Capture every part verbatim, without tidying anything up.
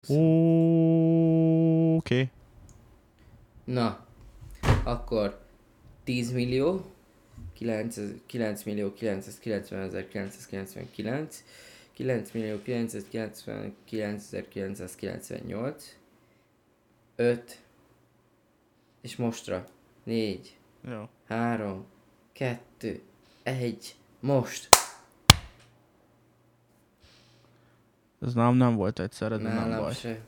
Oké. Okay. Na, akkor tíz millió, kilenc millió kilencszázkilencvenezer-kilencszázkilencvenkilenc, kilenc millió kilencszázkilencvenkilencezer-kilencszázkilencvennyolc, öt, és mostra, négy, Jó. három, kettő, egy, most! Ez nálam nem volt egyszerre, de nem Nálam baj. se.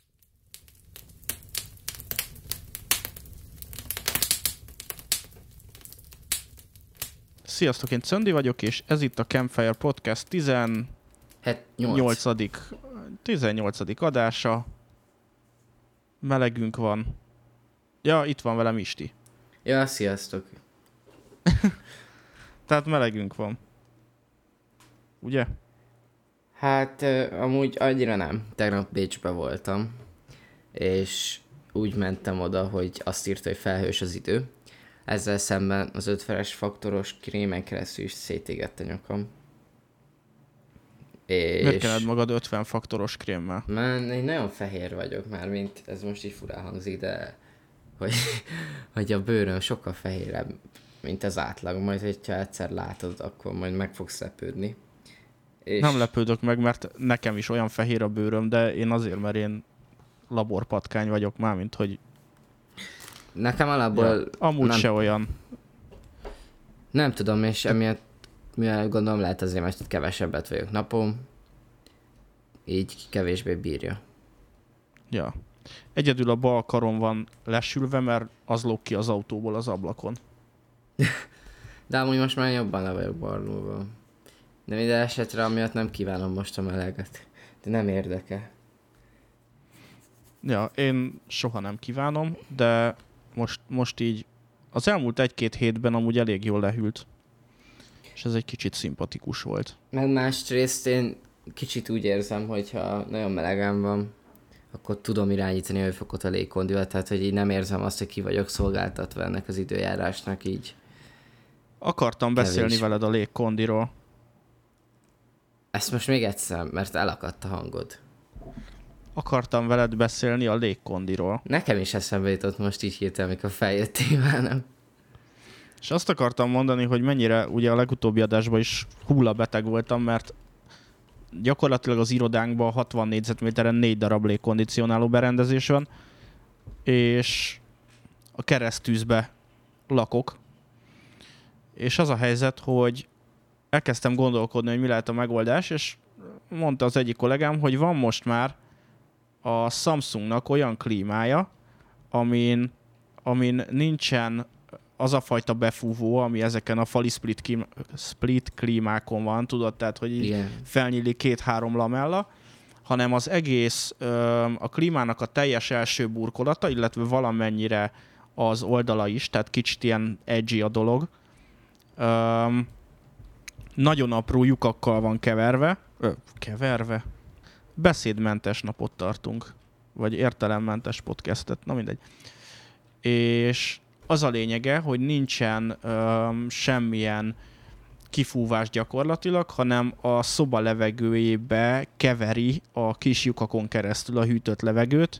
Sziasztok, én Czöndi vagyok, és ez itt a Campfire Podcast tizennyolcadik tizennyolcadik adása. Melegünk van. Ja, itt van velem Isti. Ja, sziasztok. Tehát melegünk van. Ugye? Hát uh, amúgy annyira nem. Tegnap Bécsbe voltam, és úgy mentem oda, hogy azt írta, hogy felhős az idő. Ezzel szemben az ötvenes faktoros krémen keresztül is szétégett a nyakam. És... Miért kelled magad ötven faktoros krémmel? Mert én nagyon fehér vagyok már, mint ez most így furán hangzik, de hogy, hogy a bőröm sokkal fehérebb, mint az átlag. Majd, hogyha egyszer látod, akkor majd meg fogsz lepődni. És... Nem lepődök meg, mert nekem is olyan fehér a bőröm, de én azért, mert én laborpatkány vagyok már, mint hogy... Nekem alapból... Ja, amúgy nem, se olyan. Nem tudom, és emiatt, mivel gondolom lehet azért, mert kevesebbet vagyok napom, így kevésbé bírja. Ja. Egyedül a bal karom van lesülve, mert az lóg ki az autóból az ablakon. De amúgy most már jobban le vagyok barnulva. De minden esetre amiatt nem kívánom most a meleget. De nem érdekel. Ja, én soha nem kívánom, de most, most így az elmúlt egy-két hétben amúgy elég jól lehűlt. És ez egy kicsit szimpatikus volt. Meg másrészt én kicsit úgy érzem, hogyha nagyon melegem van, akkor tudom irányítani a hőfokot a légkondival, tehát hogy így nem érzem azt, hogy ki vagyok szolgáltatva ennek az időjárásnak így. Akartam kevés. beszélni veled a légkondiról. Ezt most még egyszer, mert elakadt a hangod. Akartam veled beszélni a légkondiról. Nekem is eszembe jutott most így hirtelen, amikor feljöttél velem. És azt akartam mondani, hogy mennyire ugye a legutóbbi adásban is hullabeteg voltam, mert gyakorlatilag az irodánkban hatvan négyzetméteren négy darab légkondicionáló berendezés van, és a keresztűzbe lakok. És az a helyzet, hogy elkezdtem gondolkodni, hogy mi lehet a megoldás, és mondta az egyik kollégám, hogy van most már a Samsungnak olyan klímája, amin, amin nincsen az a fajta befúvó, ami ezeken a fali split, klíma, split klímákon van, tudod, tehát, hogy így Igen. felnyílik két-három lamella, hanem az egész, a klímának a teljes első burkolata, illetve valamennyire az oldala is, tehát kicsit ilyen edgy a dolog. Um, nagyon apró lyukakkal van keverve, ö, keverve, beszédmentes napot tartunk, vagy értelemmentes podcastet, na mindegy. És az a lényege, hogy nincsen um, semmilyen kifúvás gyakorlatilag, hanem a szoba levegőjébe keveri a kis lyukakon keresztül a hűtött levegőt,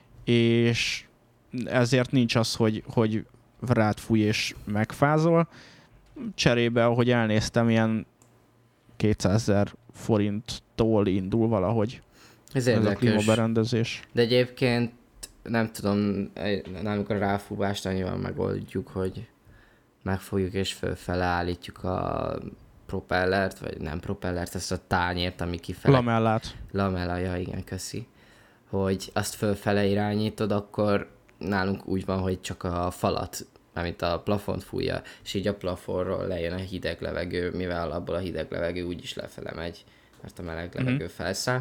és ezért nincs az, hogy, hogy rád fúj és megfázol. Cserébe, ahogy elnéztem, ilyen kétszázezer forinttól indul valahogy Ez, ez a klímaberendezés. De egyébként nem tudom, nálunk a ráfúvást annyival megoldjuk, hogy megfogjuk és fölfele állítjuk a propellert, vagy nem propellert, ezt a tányért, ami kifele... Lamellát. Lamella, ja, igen, köszi. Hogy azt fölfele irányítod, akkor nálunk úgy van, hogy csak a falat, amit a plafont fújja, és így a plafonról lejön a hideg levegő, mivel abból a hideg levegő úgyis lefele megy, mert a meleg levegő mm-hmm. felszáll.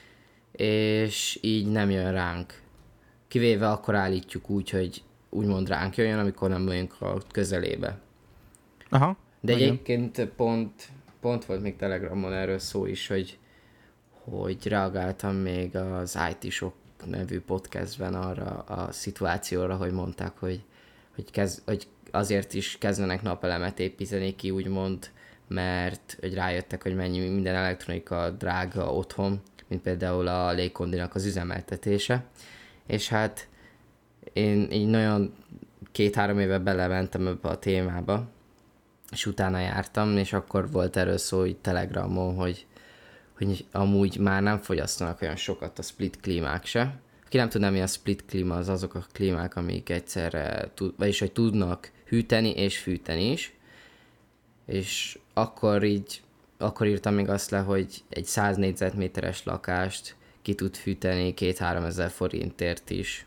És így nem jön ránk. Kivéve akkor állítjuk úgy, hogy úgymond ránk jöjjön, amikor nem vagyunk a közelébe. Aha. De igen. egyébként pont, pont volt még Telegramon erről szó is, hogy, hogy reagáltam még az i té-sok nevű podcastben arra a szituációra, hogy mondták, hogy, hogy, kez, hogy azért is kezdenek napelemet építeni ki, úgymond, mert hogy rájöttek, hogy mennyi minden elektronika drága otthon, mint például a légkondinak az üzemeltetése. És hát én így nagyon két-három éve belementem ebbe a témába, és utána jártam, és akkor volt erről szó így Telegramon, hogy, hogy amúgy már nem fogyasztanak olyan sokat a split klímák se. Aki nem tudná, mi a split klíma, az azok a klímák, amik egyszerre, tud, vagyis hogy tudnak hűteni és fűteni is. És akkor így, akkor írtam még azt le, hogy egy száz négyzetméteres lakást ki tud fűteni két-három ezer forintért is.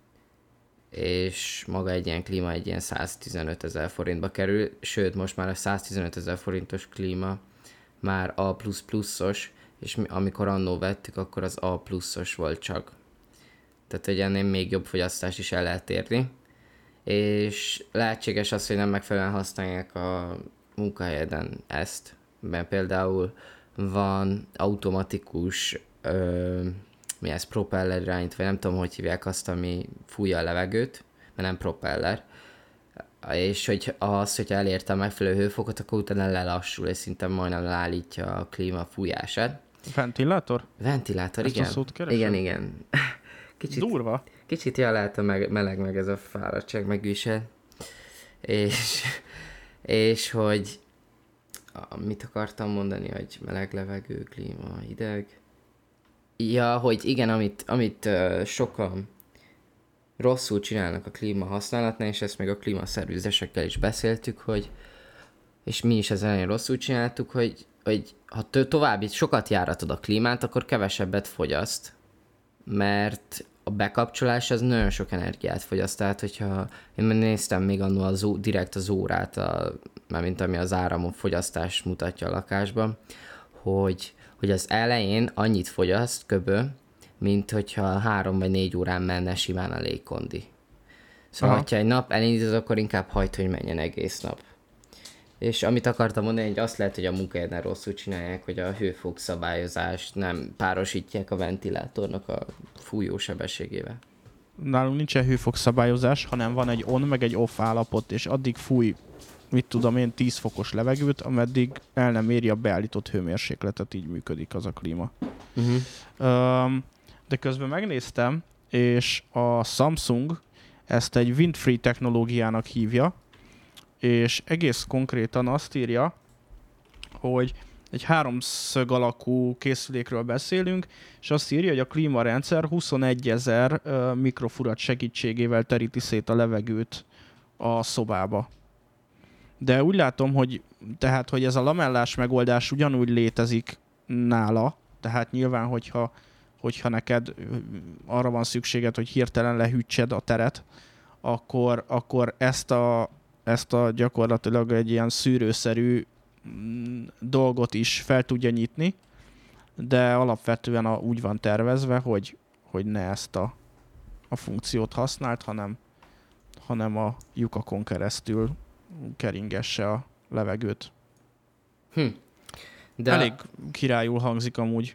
És maga egy ilyen klíma egy ilyen száztizenöt ezer forintba kerül, sőt most már a száztizenöt ezer forintos klíma már A plusz pluszos, és mi, amikor annó vettük, akkor az A pluszos volt csak. Tehát, hogy ennél még jobb fogyasztást is el lehet érni. És lehetséges az, hogy nem megfelelően használják a munkahelyeden ezt. Mert például van automatikus ö, mi ez, propeller irányít, vagy nem tudom, hogy hívják azt, ami fújja a levegőt, mert nem propeller. És hogy az, hogyha elérte a megfelelő hőfokot, akkor utána lelassul, és szinte majdnem leállítja a klíma fújását. Ventilátor? Ventilátor, Ezt igen. a szót keresem? Igen, igen. Kicsit, Durva. Kicsit jól lehet a meg, meleg meg ez a fáradtság megvisel. És, és hogy mit akartam mondani, hogy meleg levegő, klíma, hideg. Ja, hogy igen, amit, amit uh, sokan rosszul csinálnak a klíma használatnál, és ezt még a klímaszervizesekkel is beszéltük, hogy és mi is ezen rosszul csináltuk, hogy, hogy ha to- további sokat járatod a klímát, akkor kevesebbet fogyaszt, mert a bekapcsolás az nagyon sok energiát fogyaszt, tehát hogyha én néztem még annól az, direkt az órát, a, mint ami az áramon fogyasztás mutatja a lakásban, hogy, hogy az elején annyit fogyaszt köbö, mint hogyha három vagy négy órán menne simán a légkondi. Szóval, aha, hogyha egy nap elindítod, akkor inkább hagyd, hogy menjen egész nap. És amit akartam mondani, hogy azt lehet, hogy a munkahelyeden rosszul csinálják, hogy a hőfok szabályozást nem párosítják a ventilátornak a fújó sebességével. Nálunk nincsen hőfokszabályozás, hanem van egy on meg egy off állapot, és addig fúj, mit tudom én, tíz fokos levegőt, ameddig el nem éri a beállított hőmérsékletet, így működik az a klíma. Uh-huh. Um, de közben megnéztem, és a Samsung ezt egy wind-free technológiának hívja, és egész konkrétan azt írja, hogy egy háromszög alakú készülékről beszélünk, és azt írja, hogy a klímarendszer huszonegyezer uh, mikrofurat segítségével teríti szét a levegőt a szobába. De úgy látom, hogy, tehát, hogy ez a lamellás megoldás ugyanúgy létezik nála, tehát nyilván, hogyha, hogyha neked arra van szükséged, hogy hirtelen lehűtsed a teret, akkor, akkor ezt a ezt a gyakorlatilag egy ilyen szűrőszerű dolgot is fel tudja nyitni, de alapvetően a, úgy van tervezve, hogy, hogy ne ezt a, a funkciót használt, hanem, hanem a lyukakon keresztül keringesse a levegőt. Hm. De elég királyul hangzik amúgy.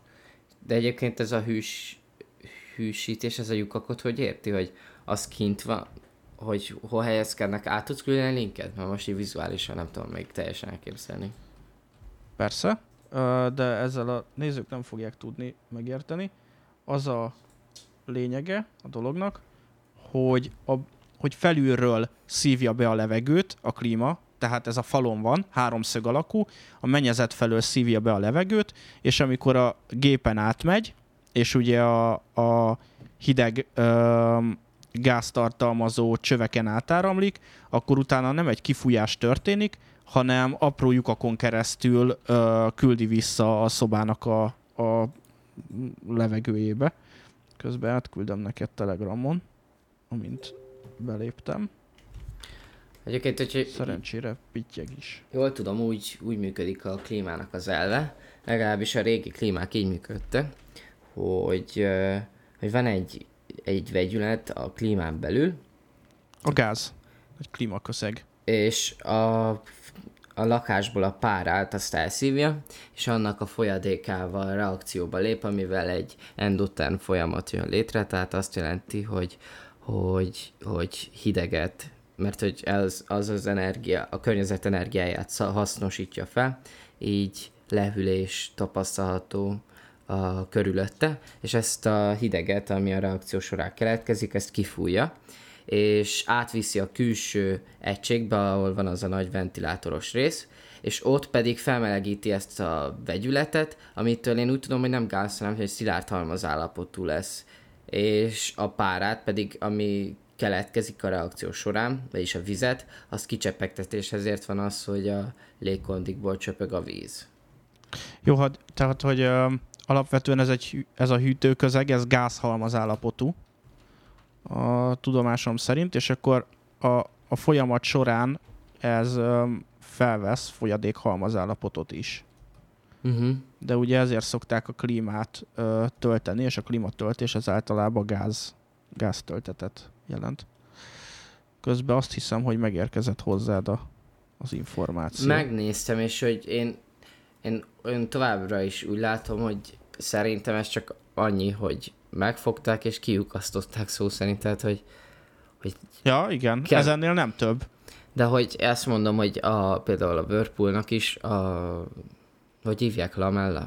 De egyébként ez a hűs, hűsítés, ez a lyukakot hogy érti, hogy az kint van, hogy hol helyezkednek, át tudsz küldeni linket? Mert most így vizuálisan nem tudom még teljesen elképzelni. Persze, de ezzel a nézők nem fogják tudni megérteni. Az a lényege a dolognak, hogy, a, hogy felülről szívja be a levegőt a klíma, tehát ez a falon van, háromszög alakú, a mennyezet felől szívja be a levegőt, és amikor a gépen átmegy, és ugye a, a hideg ö, gáztartalmazó csöveken átáramlik, akkor utána nem egy kifújás történik, hanem apró lyukakon keresztül ö, küldi vissza a szobának a, a levegőjébe. Közben átküldöm neked Telegramon, amint beléptem. Egyébként, hogy szerencsére pittyeg is. Jól tudom, úgy, úgy működik a klímának az elve, legalábbis a régi klímák így működtek, hogy, hogy van egy, egy vegyület a klímán belül. A gáz, egy klímaközeg. És a, a lakásból a párát azt elszívja, és annak a folyadékával reakcióba lép, amivel egy endoterm folyamat jön létre, tehát azt jelenti, hogy, hogy, hogy hideget, mert hogy az, az az energia, a környezet energiáját hasznosítja fel, így lehűlés tapasztalható a körülötte, és ezt a hideget, ami a reakció során keletkezik, ezt kifújja, és átviszi a külső egységbe, ahol van az a nagy ventilátoros rész, és ott pedig felmelegíti ezt a vegyületet, amitől én úgy tudom, hogy nem gáz, hanem hogy szilárd halmazállapotú lesz. És a párát pedig, ami keletkezik a reakció során, vagyis a vizet, azt kicsepegtetés, ezért van az, hogy a légkondikból csöpög a víz. Jó, hát, tehát, hogy ö, alapvetően ez, egy, ez a hűtőközeg, ez gázhalmaz állapotú a tudomásom szerint, és akkor a, a folyamat során ez ö, felvesz folyadék halmazállapotot is. Uh-huh. De ugye ezért szokták a klímát ö, tölteni, és a klímatöltés az általában gáz, gáztöltetet jelent. Közben azt hiszem, hogy megérkezett hozzád a, az információ. Megnéztem, és hogy én, én, én továbbra is úgy látom, hogy szerintem ez csak annyi, hogy megfogták és kiukasztották szó szerint, tehát, hogy, hogy ja, igen, kell... ez ennél nem több. De hogy ezt mondom, hogy a, például a Whirlpoolnak is a... Hogy hívják? Lamella?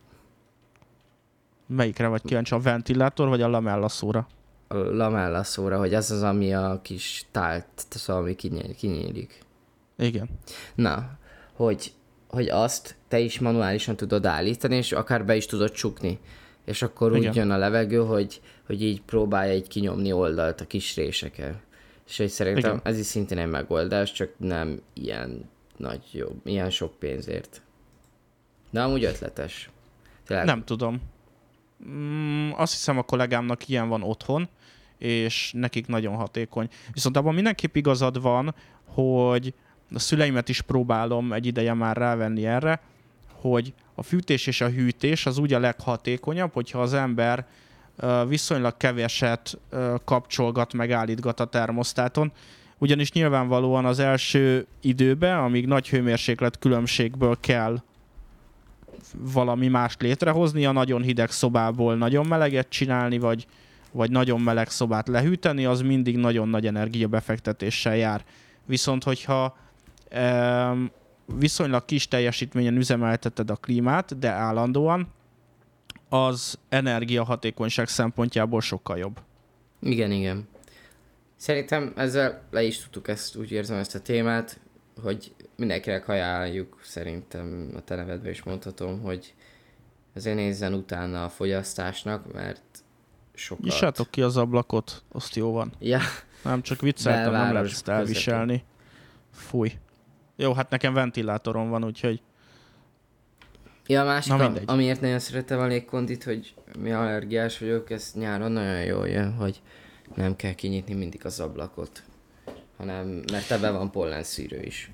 Melyikre vagy kíváncsi? A ventilátor, vagy a lamella szóra? A lamella szóra, hogy ez az, ami a kis tált, szóval ami kinyílik. kinyílik. Igen. Na, hogy, hogy azt te is manuálisan tudod állítani, és akár be is tudod csukni. És akkor Igen. úgy jön a levegő, hogy, hogy így próbálja így kinyomni oldalt a kis résekkel. És hogy szerintem Igen. ez is szintén egy megoldás, csak nem ilyen nagy jó, ilyen sok pénzért. De amúgy ötletes. Tényleg. Nem tudom. Mm, azt hiszem, a kollégámnak ilyen van otthon, és nekik nagyon hatékony. Viszont abban mindenképp igazad van, hogy a szüleimet is próbálom egy ideje már rávenni erre, hogy a fűtés és a hűtés az úgy a leghatékonyabb, hogyha az ember viszonylag keveset kapcsolgat, meg állítgat a termosztáton, ugyanis nyilvánvalóan az első időben, amíg nagy hőmérséklet különbségből kell valami mást létrehozni, a nagyon hideg szobából nagyon meleget csinálni, vagy, vagy nagyon meleg szobát lehűteni, az mindig nagyon nagy energiabefektetéssel jár. Viszont, hogyha e, viszonylag kis teljesítményen üzemelteted a klímát, de állandóan, az energiahatékonyság szempontjából sokkal jobb. Igen, igen. Szerintem ezzel le is tudtuk ezt, úgy érzem ezt a témát, hogy mindenkinek ajánljuk, szerintem a te nevedben is mondhatom, hogy azért nézzen utána a fogyasztásnak, mert sokat... Nyissátok ki az ablakot, azt jó van. Ja. Nem, csak vicceltem, nem lehet ezt elviselni. Fúj. Jó, hát nekem ventilátorom van, úgyhogy... Ja, a másik, a, amiért nagyon szeretem a légkondit, hogy mi allergiás vagyok, ez nyáron nagyon jól jön, hogy nem kell kinyitni mindig az ablakot, hanem, mert ebben van pollenszűrő is.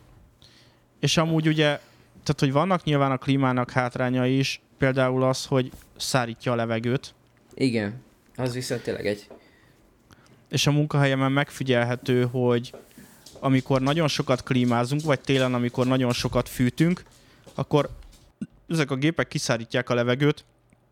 És amúgy ugye, tehát hogy vannak nyilván a klímának hátrányai is, például az, hogy szárítja a levegőt. Igen, az viszont tényleg egy... És a munkahelyemen megfigyelhető, hogy amikor nagyon sokat klímázunk, vagy télen, amikor nagyon sokat fűtünk, akkor ezek a gépek kiszárítják a levegőt,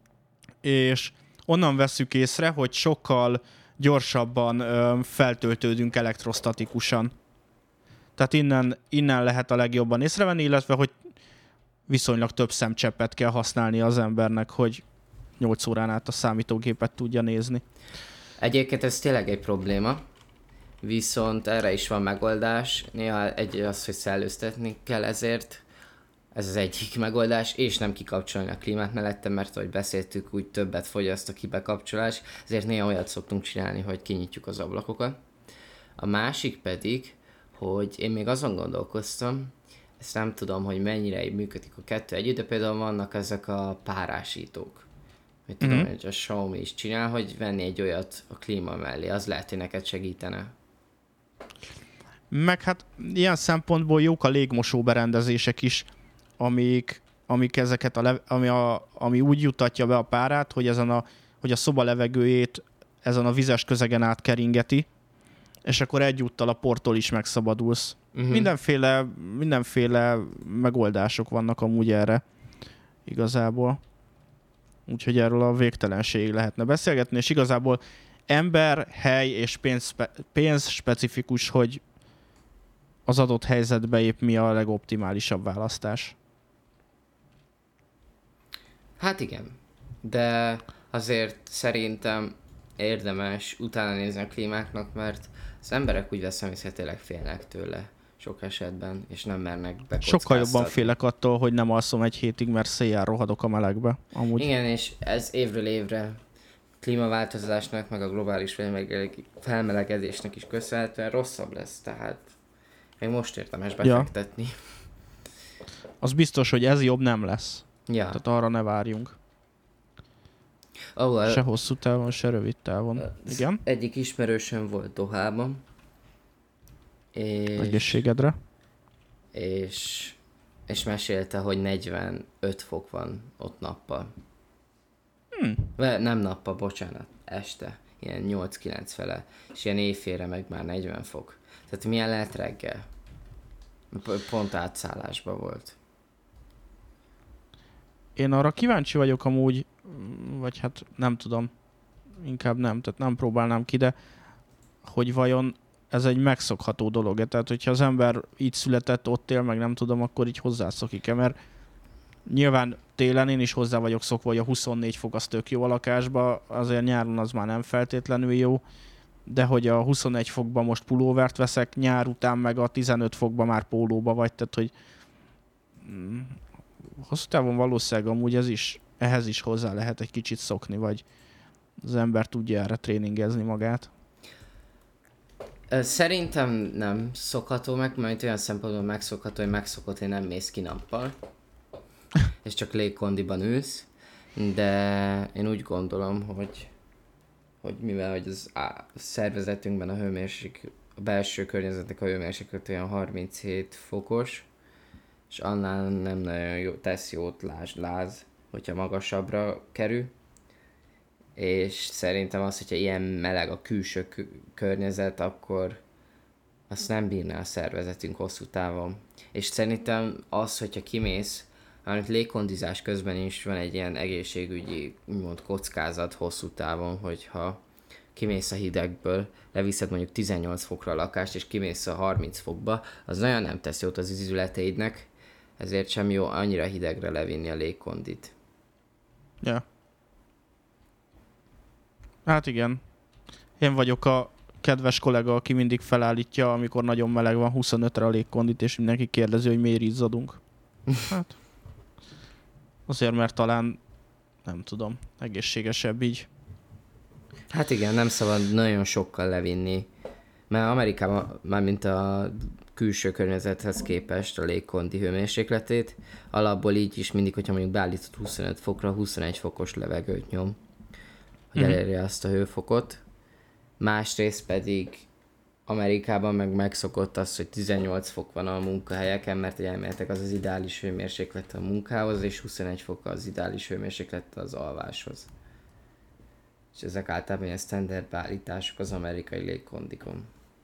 és onnan vesszük észre, hogy sokkal gyorsabban ö, feltöltődünk elektrostatikusan. Tehát innen, innen lehet a legjobban észrevenni, illetve hogy viszonylag több szemcseppet kell használni az embernek, hogy nyolc órán át a számítógépet tudja nézni. Egyébként ez tényleg egy probléma, viszont erre is van megoldás. Néha egy az, hogy szellőztetni kell ezért, ez az egyik megoldás, és nem kikapcsolni a klímát mellette, mert ahogy beszéltük, úgy többet fogyaszt a kibekapcsolás, ezért néha olyat szoktunk csinálni, hogy kinyitjuk az ablakokat. A másik pedig, hogy én még azon gondolkoztam, ezt nem tudom, hogy mennyire működik a kettő együtt, de például vannak ezek a párásítók. Hogy tudom, mm-hmm. hogy a Xiaomi is csinál, hogy venni egy olyat a klíma mellé, az lehet, hogy neked segítene. Meg hát ilyen szempontból jók a légmosó berendezések is, amik, amik ezeket a, le, ami, a ami úgy jutatja be a párát, hogy, ezen a, hogy a szoba levegőjét ezen a vizes közegen átkeringeti, és akkor egyúttal a portól is megszabadulsz. Uh-huh. Mindenféle, mindenféle megoldások vannak amúgy erre igazából. Úgyhogy erről a végtelenségig lehetne beszélgetni, és igazából ember, hely és pénz, pénz specifikus, hogy az adott helyzetben épp mi a legoptimálisabb választás. Hát igen. de azért szerintem érdemes utána nézni a klímáknak, mert az emberek úgy veszem, hogy tényleg félnek tőle sok esetben, és nem mernek bekockáztatni. Sokkal jobban félek attól, hogy nem alszom egy hétig, mert széjjel rohadok a melegbe. Amúgy. Igen, és ez évről évre klímaváltozásnak, meg a globális felmelegedésnek is köszönhetően rosszabb lesz, tehát még most érdemes befektetni. Ja. Az biztos, hogy ez jobb nem lesz. Ja. Tehát arra ne várjunk. Oh, se hosszú távon, se rövid távon. Igen? Egyik ismerősöm volt Dohában. És... Egészségedre. És, és mesélte, hogy negyvenöt fok van ott nappal. Hmm. Nem nappal, bocsánat, este. Ilyen nyolc-kilenc fele. És ilyen éjfélre meg már negyven fok. Tehát milyen lehet reggel? Pont átszállásban volt. Én arra kíváncsi vagyok amúgy, vagy hát nem tudom, inkább nem, tehát nem próbálnám ki, de hogy vajon ez egy megszokható dolog-e? Tehát, hogyha az ember így született, ott él, meg nem tudom, akkor így hozzászokik-e, mert nyilván télen én is hozzá vagyok szokva, hogy a huszonnégy fok az tök jó a lakásba, azért nyáron az már nem feltétlenül jó, de hogy a huszonegy fokban most pulóvert veszek, nyár után meg a tizenöt fokban már pólóba vagy, tehát hogy hosszú távon valószínűleg amúgy ez is, ehhez is hozzá lehet egy kicsit szokni, vagy az ember tudja erre tréningezni magát. Szerintem nem szokható meg, mert olyan szempontból megszokható, hogy megszokott, hogy nem mész ki nappal, és csak légkondiban ülsz, de én úgy gondolom, hogy, hogy mivel hogy az á, szervezetünkben a hőmérséklet, a belső környezetnek a hőmérséklet olyan harminchét fokos, és annál nem nagyon jó, tesz jót láz, láz, hogyha magasabbra kerül. És szerintem az, hogyha ilyen meleg a külső környezet, akkor azt nem bírná a szervezetünk hosszú távon. És szerintem az, hogyha kimész, amit légkondizás közben is van egy ilyen egészségügyi úgymond kockázat hosszú távon, hogyha kimész a hidegből, leviszed mondjuk tizennyolc fokra a lakást, és kimész a harminc fokba, az nagyon nem tesz jót az izületeidnek, ezért sem jó annyira hidegre levinni a légkondit. Ja. Hát igen. Én vagyok a kedves kollega, aki mindig felállítja, amikor nagyon meleg van, huszonötre a légkondit, és mindenki kérdezi, hogy miért izzadunk. Hát. Azért, mert talán, nem tudom, egészségesebb így. Hát igen, nem szabad nagyon sokkal levinni. Mert Amerikában, mármint a külső környezethez képest a légkondi hőmérsékletét, alapból így is mindig, hogyha mondjuk beállított huszonöt fokra, huszonegy fokos levegőt nyom, hogy mm-hmm. elérje azt a hőfokot. Másrészt pedig Amerikában meg megszokott az, hogy tizennyolc fok van a munkahelyeken, mert elméletek az az ideális hőmérséklet a munkához, és huszonegy fok az ideális hőmérséklet az alváshoz. És ezek általában ilyen standard beállítások az amerikai légkondikon.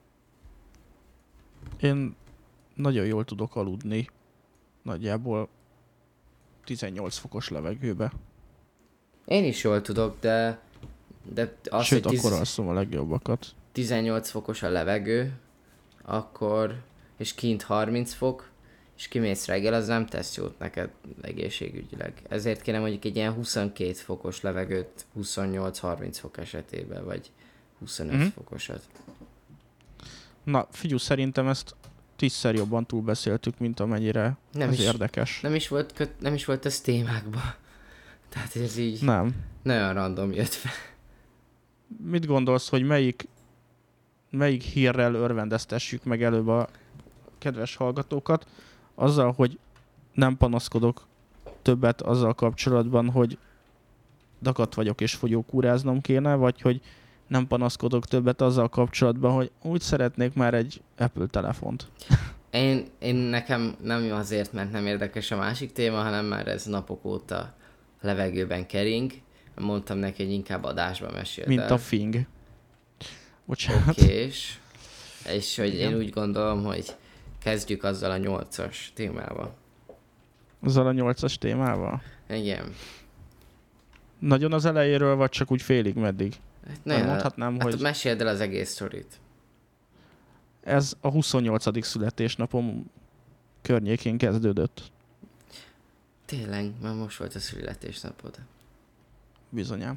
Én nagyon jól tudok aludni, nagyjából tizennyolc fokos levegőbe. Én is jól tudok, de... de az, Sőt, hogy akkor tiz... alszom a legjobbakat. tizennyolc fokos a levegő, akkor... és kint harminc fok, és kimész reggel, az nem tesz jót neked egészségügyileg. Ezért kéne mondjuk egy ilyen huszonkét fokos levegőt huszonnyolc-harminc fok esetében, vagy huszonöt mm-hmm. fokosat. Na, figyelj, szerintem ezt tízszer jobban túlbeszéltük, mint amennyire nem ez is, érdekes. Nem is, volt köt, nem is volt ez témákban. Tehát ez így nem. Nagyon random jött fel. Mit gondolsz, hogy melyik, melyik hírrel örvendeztessük meg előbb a kedves hallgatókat? Azzal, hogy nem panaszkodok többet azzal kapcsolatban, hogy dakat vagyok és fogyókúráznom kéne, vagy hogy nem panaszkodok többet azzal kapcsolatban, hogy úgy szeretnék már egy Apple telefont. Én, én nekem nem azért, mert nem érdekes a másik téma, hanem már ez napok óta levegőben kering. Mondtam neki, hogy inkább adásban meséld Mint el. a fing. Bocsánat. Okés. És hogy igen. Én úgy gondolom, hogy kezdjük azzal a nyolcas témával. Azzal a nyolcas témával? Igen. Nagyon az elejéről, vagy csak úgy félig meddig? Hát nem mondhatnám, hát hogy... meséld el az egész sztorit. Ez a huszonnyolcadik születésnapom környékén kezdődött. Tényleg, már most volt a születésnapod. Bizonyám.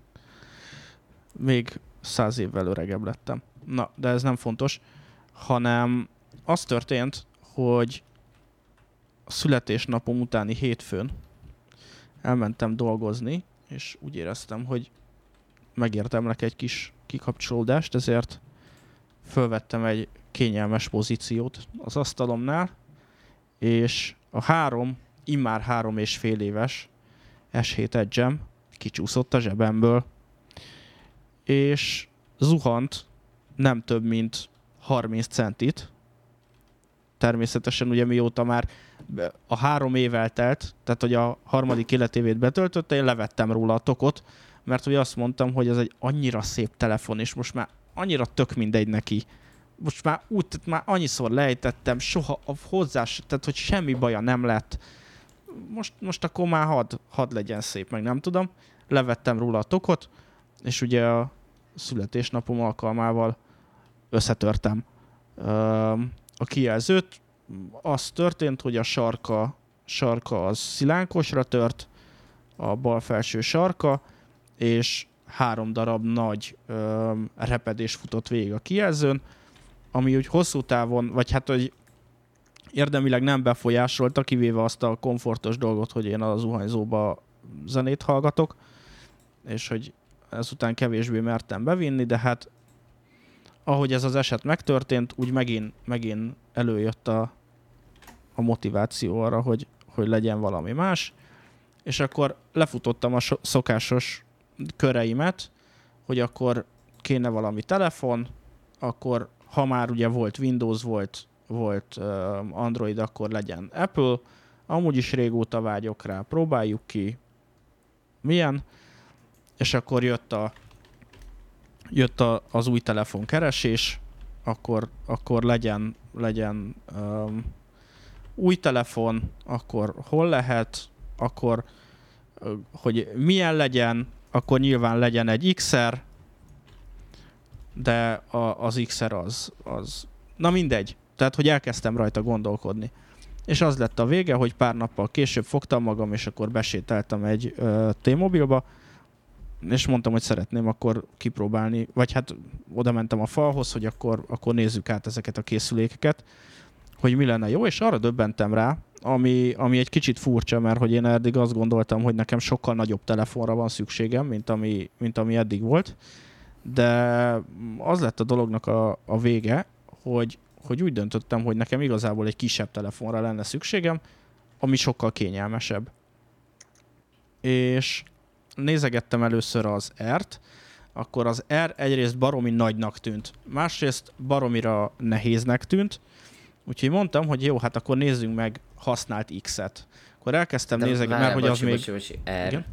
Még száz évvel öregebb lettem. Na, de ez nem fontos, hanem az történt, hogy a születésnapom utáni hétfőn elmentem dolgozni, és úgy éreztem, hogy megérdemlek egy kis kikapcsolódást, ezért fölvettem egy kényelmes pozíciót az asztalomnál, és a három, immár három és fél éves es hét Edge-em kicsúszott a zsebemből, és zuhant nem több, mint harminc centit. Természetesen ugye mióta már a három év eltelt, tehát hogy a harmadik életévét betöltötte, én levettem róla a tokot, mert ugye azt mondtam, hogy ez egy annyira szép telefon, és most már annyira tök mindegy neki. Most már úgy, tehát már annyiszor lejtettem, soha hozzá, tehát hogy semmi baja nem lett. Most, most akkor már hadd had legyen szép, meg nem tudom. Levettem róla a tokot, és ugye a születésnapom alkalmával összetörtem a kijelzőt. Az történt, hogy a sarka, sarka az szilánkosra tört, a bal felső sarka, és három darab nagy ö, repedés futott végig a kijelzőn, ami úgy hosszú távon, vagy hát, hogy érdemileg nem befolyásolta, kivéve azt a komfortos dolgot, hogy én a zuhanyzóba zenét hallgatok, és hogy ezután kevésbé mertem bevinni, de hát ahogy ez az eset megtörtént, úgy megint, megint előjött a, a motiváció arra, hogy, hogy legyen valami más, és akkor lefutottam a so- szokásos köreimet, hogy akkor kéne valami telefon, akkor ha már ugye volt Windows, volt, volt uh, Android, akkor legyen Apple, amúgy is régóta vágyok rá, próbáljuk ki, milyen, és akkor jött, a, jött a, az új telefon keresés, akkor, akkor legyen, legyen um, új telefon, akkor hol lehet, akkor uh, hogy milyen legyen, akkor nyilván legyen egy iksz er, de a, az iksz er az, az... Na mindegy. Tehát, hogy elkezdtem rajta gondolkodni. És az lett a vége, hogy pár nappal később fogtam magam, és akkor besétáltam egy uh, T-Mobilba, és mondtam, hogy szeretném akkor kipróbálni, vagy hát oda mentem a falhoz, hogy akkor, akkor nézzük át ezeket a készülékeket, hogy mi lenne jó, és arra döbbentem rá, ami, ami egy kicsit furcsa, mert hogy én eddig azt gondoltam, hogy nekem sokkal nagyobb telefonra van szükségem, mint ami, mint ami eddig volt, de az lett a dolognak a, a vége, hogy, hogy úgy döntöttem, hogy nekem igazából egy kisebb telefonra lenne szükségem, ami sokkal kényelmesebb. És nézegettem először az R-t, akkor az R egyrészt baromi nagynak tűnt, másrészt baromira nehéznek tűnt, úgyhogy mondtam, hogy jó, hát akkor nézzünk meg használt X-et. Akkor elkezdtem nézegetni, mert hogy az még... Bocsi, bocsi, R. Igen?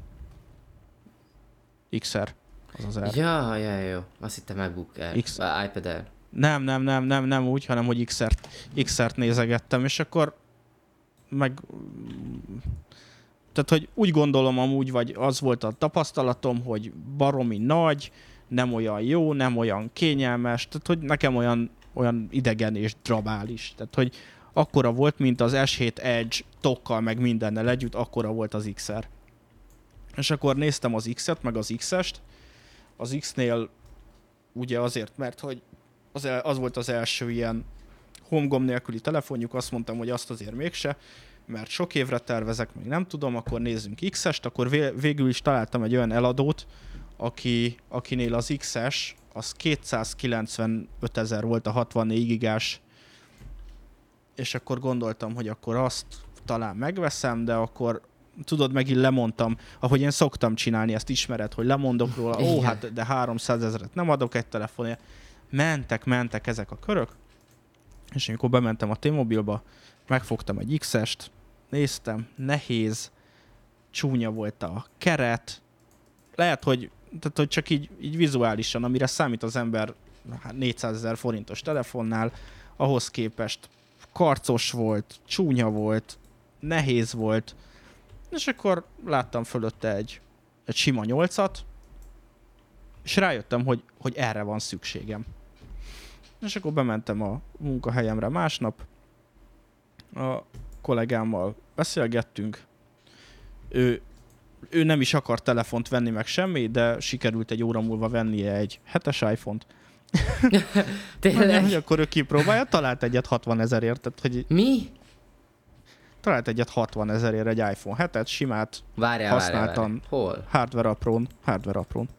iksz er. Az az R. Ja, ja, jó. Azt hittem MacBook Air. X... iPad Air. Nem, nem, nem, nem, nem úgy, hanem hogy iksz er-t, iksz er-t nézegettem, és akkor meg... Tehát, hogy úgy gondolom amúgy, vagy az volt a tapasztalatom, hogy baromi nagy, nem olyan jó, nem olyan kényelmes, tehát, hogy nekem olyan, olyan idegen és drabális. Tehát, hogy akkora volt, mint az es hét Edge tokkal, meg mindennel együtt, akkora volt az iksz er. És akkor néztem az X-et, meg az iksz est. Az X-nél ugye azért, mert hogy az, el, az volt az első ilyen HomeGom nélküli telefonjuk, azt mondtam, hogy azt azért mégse, mert sok évre tervezek, még nem tudom, akkor nézzünk iksz est, akkor vé- végül is találtam egy olyan eladót, aki, akinél az iksz es, az kétszázkilencvenötezer volt a hatvannégy gigás, és akkor gondoltam, hogy akkor azt talán megveszem, de akkor tudod, megint lemondtam, ahogy én szoktam csinálni, ezt ismered, hogy lemondok róla, ó, hát de háromszázezret nem adok egy telefonért. Mentek, mentek ezek a körök, és amikor bementem a T-Mobilba, megfogtam egy iksz est, néztem, nehéz, csúnya volt a keret, lehet, hogy, tehát, hogy csak így, így vizuálisan, amire számít az ember négyszázezer forintos telefonnál, ahhoz képest karcos volt, csúnya volt, nehéz volt, és akkor láttam fölötte egy, egy sima nyolcat, és rájöttem, hogy, hogy erre van szükségem. És akkor bementem a munkahelyemre másnap, a kollégámmal beszélgettünk, ő ő nem is akar telefont venni, meg semmi, de sikerült egy óra múlva vennie egy hetes iPhone-t. Tényleg? Hogy akkor ő kipróbálja, talált egyet hatvan ezerért. Tehát, hogy Mi? talált egyet hatvan ezerért egy iPhone hetet, simát, Várjál, használtan. várjál, várjál. Hol? Hardware aprón, hardware aprón.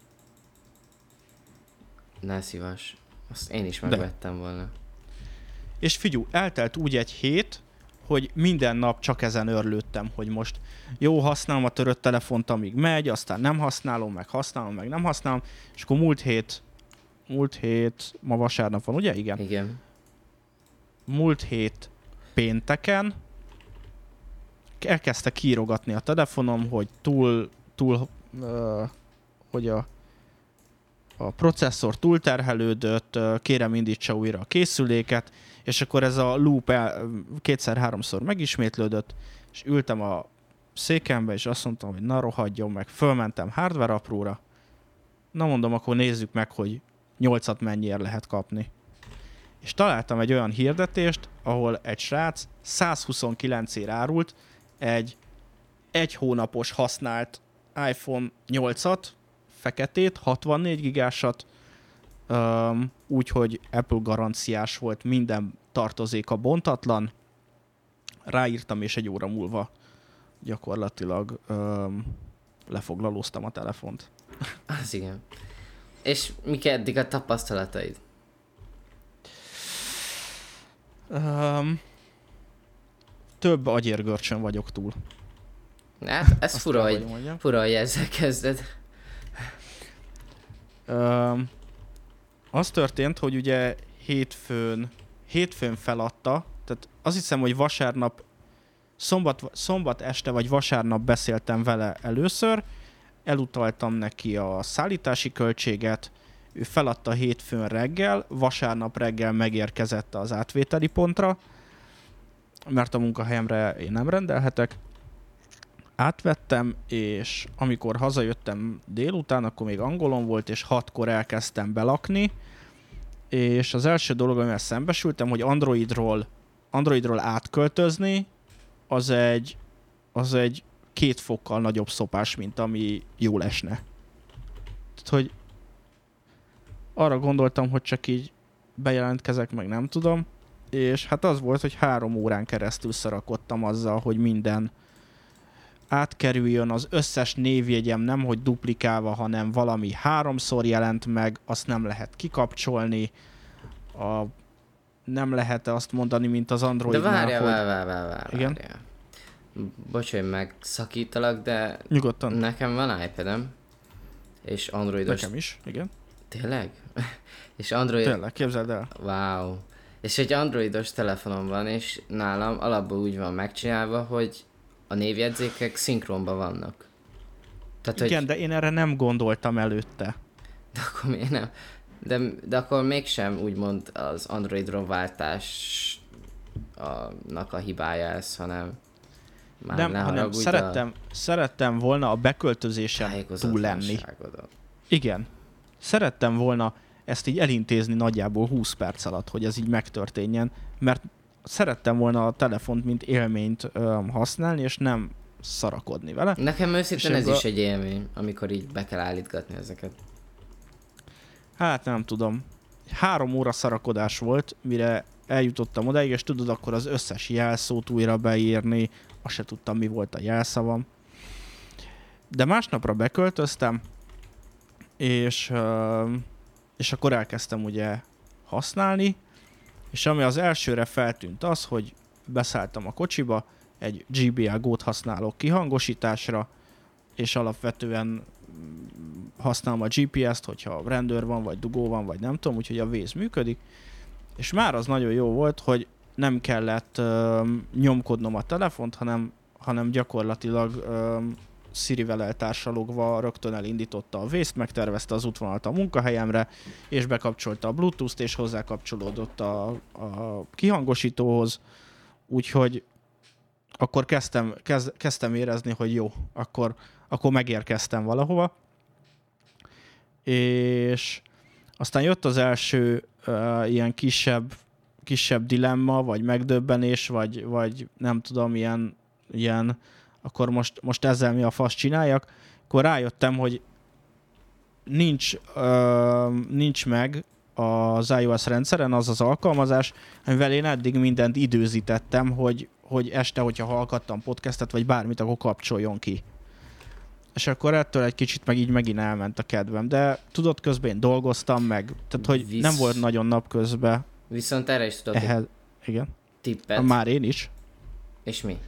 Ne szívas. Azt én is megvettem volna. És figyelj, eltelt úgy egy hét, hogy minden nap csak ezen örlődtem, hogy most jó, használom a törött telefont, amíg megy, aztán nem használom, meg használom, meg nem használom, és akkor múlt hét, múlt hét, ma vasárnap van, ugye? Igen. Igen. Múlt hét pénteken elkezdte kírogatni a telefonom, hogy túl, túl, uh, hogy a, a processzor túlterhelődött, uh, kérem indítsa újra a készüléket, és akkor ez a loop el, kétszer-háromszor megismétlődött, és ültem a székembe, és azt mondtam, hogy na rohadjon meg, fölmentem hardware apróra, na mondom, akkor nézzük meg, hogy nyolcat mennyiért lehet kapni. És találtam egy olyan hirdetést, ahol egy srác százhuszonkilencért árult egy egy hónapos használt iPhone nyolcat, feketét, hatvannégy gigásat, um, úgyhogy Apple garanciás volt, minden tartozéka bontatlan. Ráírtam, és egy óra múlva gyakorlatilag um, lefoglalóztam a telefont. Az igen. És mik eddig a tapasztalataid? Um, több agyérgörcsön vagyok túl. Hát ez Azt fura, kell, hogy, hogy mondjam. fura, hogy ezzel kezded. Um, az történt, hogy ugye hétfőn, hétfőn feladta, tehát azt hiszem, hogy vasárnap, szombat, szombat este vagy vasárnap beszéltem vele először, elutaltam neki a szállítási költséget, ő feladta hétfőn reggel, vasárnap reggel megérkezett az átvételi pontra, mert a munkahelyemre én nem rendelhetek. Átvettem, és amikor hazajöttem délután, akkor még angolon volt, és hatkor elkezdtem belakni, és az első dolog, amivel szembesültem, hogy Androidról, Androidról átköltözni, az egy, az egy két fokkal nagyobb szopás, mint ami jól esne. Tehát, hogy arra gondoltam, hogy csak így bejelentkezek, meg nem tudom, és hát az volt, hogy három órán keresztül szarakodtam azzal, hogy minden átkerüljön, az összes névjegyem nem, hogy duplikálva, hanem valami háromszor jelent meg, azt nem lehet kikapcsolni, a, nem lehet azt mondani, mint az Androidnál, De várjál, hogy... várjál, várjál, várjál. Igen? Bocs, hogy megszakítalak, de Nyugodtan. nekem van iPad-em, és Androidos... Nekem is, igen. Tényleg? és Android... Tényleg, képzeld el. Wow. És egy androidos telefonom van, és nálam alapból úgy van megcsinálva, hogy a névjegyzékek szinkronban vannak. Tehát, Igen, hogy... de én erre nem gondoltam előtte. De akkor miért nem? De, de akkor mégsem úgymond az Androidról váltásnak a hibája ez, hanem már Nem, ne hanem haragudj, szerettem, a szerettem volna a beköltözésen túl lenni. tájékozatlanságodon. Igen. Szerettem volna ezt így elintézni nagyjából húsz perc alatt, hogy ez így megtörténjen, mert szerettem volna a telefont, mint élményt öm, használni, és nem szarakodni vele. Nekem őszintén ez ebből... is egy élmény, amikor így be kell állítgatni ezeket. Hát nem tudom. Három óra szarakodás volt, mire eljutottam odáig, és tudod, akkor az összes jelszót újra beírni, azt se tudtam, mi volt a jelszavam. De másnapra beköltöztem, és, és akkor elkezdtem ugye használni, és ami az elsőre feltűnt az, hogy beszálltam a kocsiba, egy gé bé á Go-t használok kihangosításra, és alapvetően használom a gé pé es-t, hogyha rendőr van, vagy dugó van, vagy nem tudom, úgyhogy a Waze működik. És már az nagyon jó volt, hogy nem kellett um, nyomkodnom a telefont, hanem, hanem gyakorlatilag um, Sirivel eltársalogva rögtön elindította a Waze-t, megtervezte az útvonalat a munkahelyemre, és bekapcsolta a Bluetooth-t, és hozzákapcsolódott a, a kihangosítóhoz. Úgyhogy akkor kezdtem, kezd, kezdtem érezni, hogy jó, akkor, akkor megérkeztem valahova. És aztán jött az első uh, ilyen kisebb, kisebb dilemma, vagy megdöbbenés, vagy, vagy nem tudom, ilyen, ilyen akkor most, most ezzel mi a fasz csináljak, akkor rájöttem, hogy nincs, ö, nincs meg az iOS rendszeren az az alkalmazás, amivel én eddig mindent időzítettem, hogy, hogy este, hogyha hallgattam podcastet, vagy bármit, akkor kapcsoljon ki. És akkor ettől egy kicsit meg így megint elment a kedvem. De tudod, közben én dolgoztam meg, tehát hogy Visz... nem volt nagyon napközben. Viszont erre is tudok ehhez... Igen. tippet. Már én is. És mi?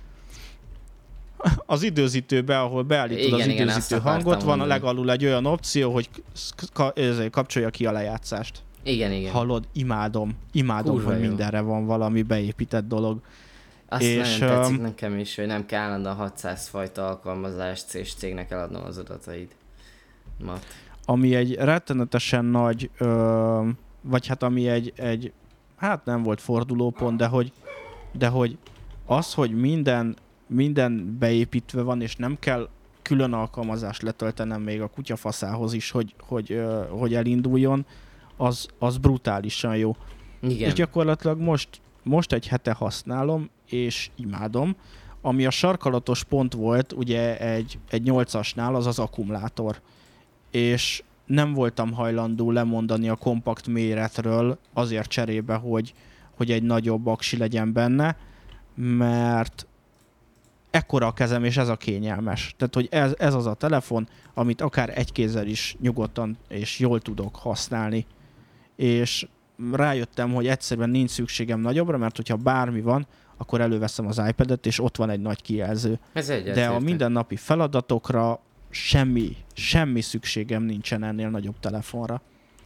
Az időzítőbe, ahol beállítod igen, az igen, időzítő hangot, van a legalul egy olyan opció, hogy kapcsolja ki a lejátszást. Igen, igen. Hallod? Imádom. Imádom, Kurva hogy jó. Mindenre van valami beépített dolog. Azt és, nagyon tetszik um, nekem is, hogy nem kell állandóan hatszáz fajta alkalmazást és cégnek eladnom az adataid. Mat. Ami egy rettenetesen nagy, ö, vagy hát ami egy, egy, hát nem volt fordulópont, de hogy, de hogy az, hogy minden, minden beépítve van, és nem kell külön alkalmazást letöltenem még a kutyafaszához is, hogy, hogy, ö, hogy elinduljon, az, az brutálisan jó. Igen. És gyakorlatilag most, most egy hete használom, és imádom. Ami a sarkalatos pont volt, ugye egy, egy nyolcasnál, az az akkumulátor. És nem voltam hajlandó lemondani a kompakt méretről azért cserébe, hogy, hogy egy nagyobb aksi legyen benne, mert ekkora a kezem, és ez a kényelmes. Tehát, hogy ez, ez az a telefon, amit akár egy kézzel is nyugodtan és jól tudok használni. És rájöttem, hogy egyszerűen nincs szükségem nagyobbra, mert hogyha bármi van, akkor előveszem az iPadet, és ott van egy nagy kijelző. Ez de a mindennapi feladatokra semmi, semmi szükségem nincsen ennél nagyobb telefonra.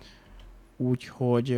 Úgyhogy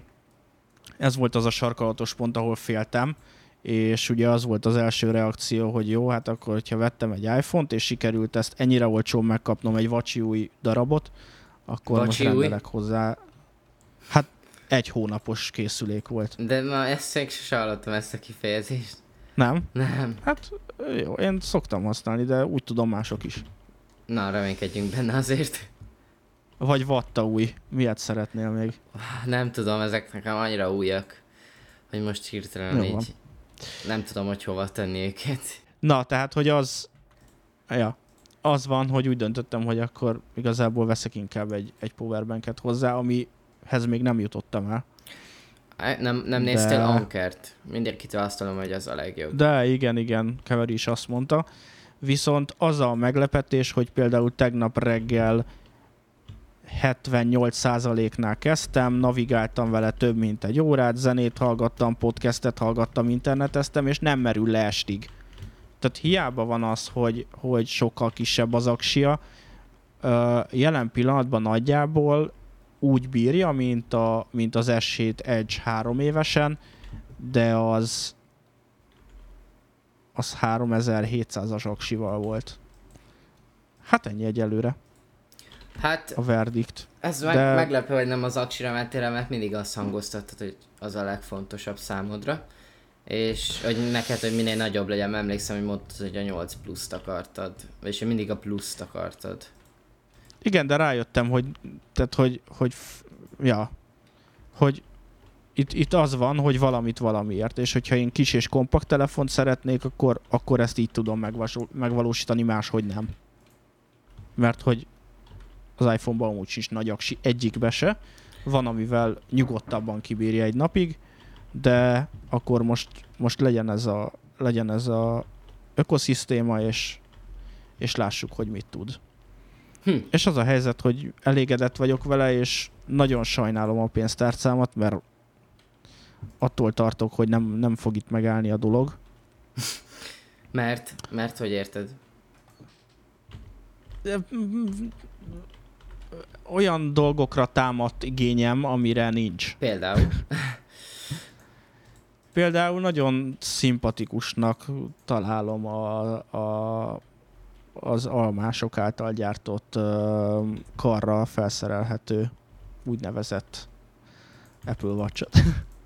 ez volt az a sarkalatos pont, ahol féltem, és ugye az volt az első reakció, hogy jó, hát akkor, hogyha vettem egy iPhone-t, és sikerült ezt ennyire olcsón megkapnom egy vacsi új darabot, akkor vacsi most rendelek új? hozzá. Hát egy hónapos készülék volt. De ma ezt még sose hallottam, ezt a kifejezést. Nem? Nem. Hát jó, én szoktam használni, de úgy tudom mások is. Na, reménykedjünk benne azért. Vagy vatta új. Miért szeretnél még? Nem tudom, ezek nekem annyira újak, hogy most hirtelen jó, így van. Nem tudom, hogy hova tenni őket. Na, tehát, hogy az... Ja, az van, hogy úgy döntöttem, hogy akkor igazából veszek inkább egy, egy powerbanket hozzá, amihez még nem jutottam el. Nem, nem de... néztél Ankert? Mindenkit választolom, hogy az a legjobb. De igen, igen, Keveri is azt mondta. Viszont az a meglepetés, hogy például tegnap reggel hetvennyolc százaléknál kezdtem, navigáltam vele több mint egy órát, zenét hallgattam, podcastet hallgattam, interneteztem, és nem merül le estig. Tehát hiába van az, hogy, hogy sokkal kisebb az aksia, jelen pillanatban nagyjából úgy bírja, mint, a, mint az es hét Edge három évesen, de az az háromezer-hétszázas aksival volt. Hát ennyi egyelőre. Hát a verdikt. Ez de... meg, meglepő, hogy nem az aksira mentél, mert mindig azt hangoztattad, hogy az a legfontosabb számodra. És hogy neked, hogy minél nagyobb legyen, emlékszem, hogy mondtad, hogy a nyolc pluszt akartad. És hogy mindig a pluszt akartad. Igen, de rájöttem, hogy tehát, hogy, hogy ja, hogy itt, itt az van, hogy valamit valamiért, és hogyha én kis és kompakt telefont szeretnék, akkor, akkor ezt így tudom megvasol, megvalósítani, máshogy nem. Mert hogy az iPhone-ban amúgy sincs nagy aksi, egyikbe se. Van, amivel nyugodtabban kibírja egy napig, de akkor most, most legyen ez a, legyen ez a ökoszisztéma, és, és lássuk, hogy mit tud. Hm. És az a helyzet, hogy elégedett vagyok vele, és nagyon sajnálom a pénztárcámat, mert attól tartok, hogy nem, nem fog itt megállni a dolog. Mert? Mert hogy érted? Olyan dolgokra támadt igényem, amire nincs. Például? Például nagyon szimpatikusnak találom a, a, az almások által gyártott uh, karra felszerelhető úgynevezett Apple Watch-ot.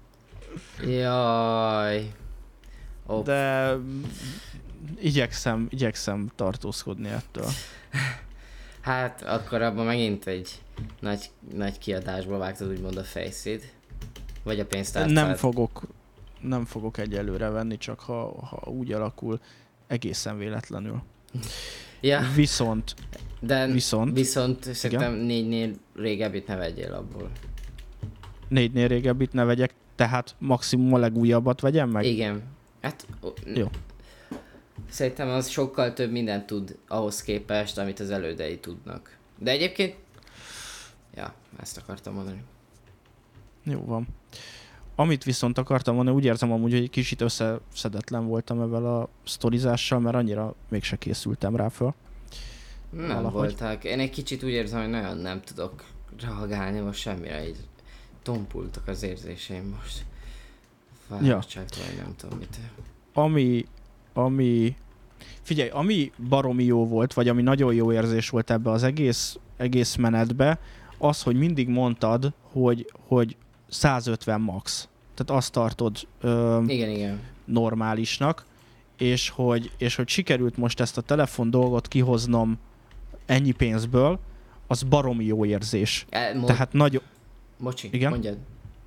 Jaj. Oh. De igyekszem, igyekszem tartózkodni ettől. Hát akkor abban megint egy nagy, nagy kiadásba vágtad úgymond a fejszét. Vagy a pénztárcád. Nem fogok, nem fogok egyelőre venni, csak ha, ha úgy alakul. egészen véletlenül. Ja, Viszont, de viszont, viszont szerintem négynél régebbit ne vegyél abból. négynél régebbit ne vegyek, tehát maximum a legújabbat vegyem meg? Igen. Hát, Jó. Szerintem az sokkal több mindent tud ahhoz képest, amit az elődei tudnak. De egyébként, ja, ezt akartam mondani. Jó van. Amit viszont akartam mondani, úgy érzem amúgy, hogy egy kicsit összeszedetlen voltam ebben a sztorizással, mert annyira mégse készültem rá föl. Nem Valahogy. voltak. Én egy kicsit úgy érzem, hogy nagyon nem tudok reagálni most semmire, így tompultak az érzéseim most. Fáradtságtól, ja. Nem tudom mit. Ami, ami, figyelj, ami baromi jó volt, vagy ami nagyon jó érzés volt ebbe az egész, egész menetbe, az, hogy mindig mondtad, hogy, hogy százötven max. Tehát azt tartod ö, igen, igen. normálisnak, és hogy, és hogy sikerült most ezt a telefon dolgot kihoznom ennyi pénzből, az baromi jó érzés. E, mo- Tehát nagyon... Bocsi, igen? mondjad.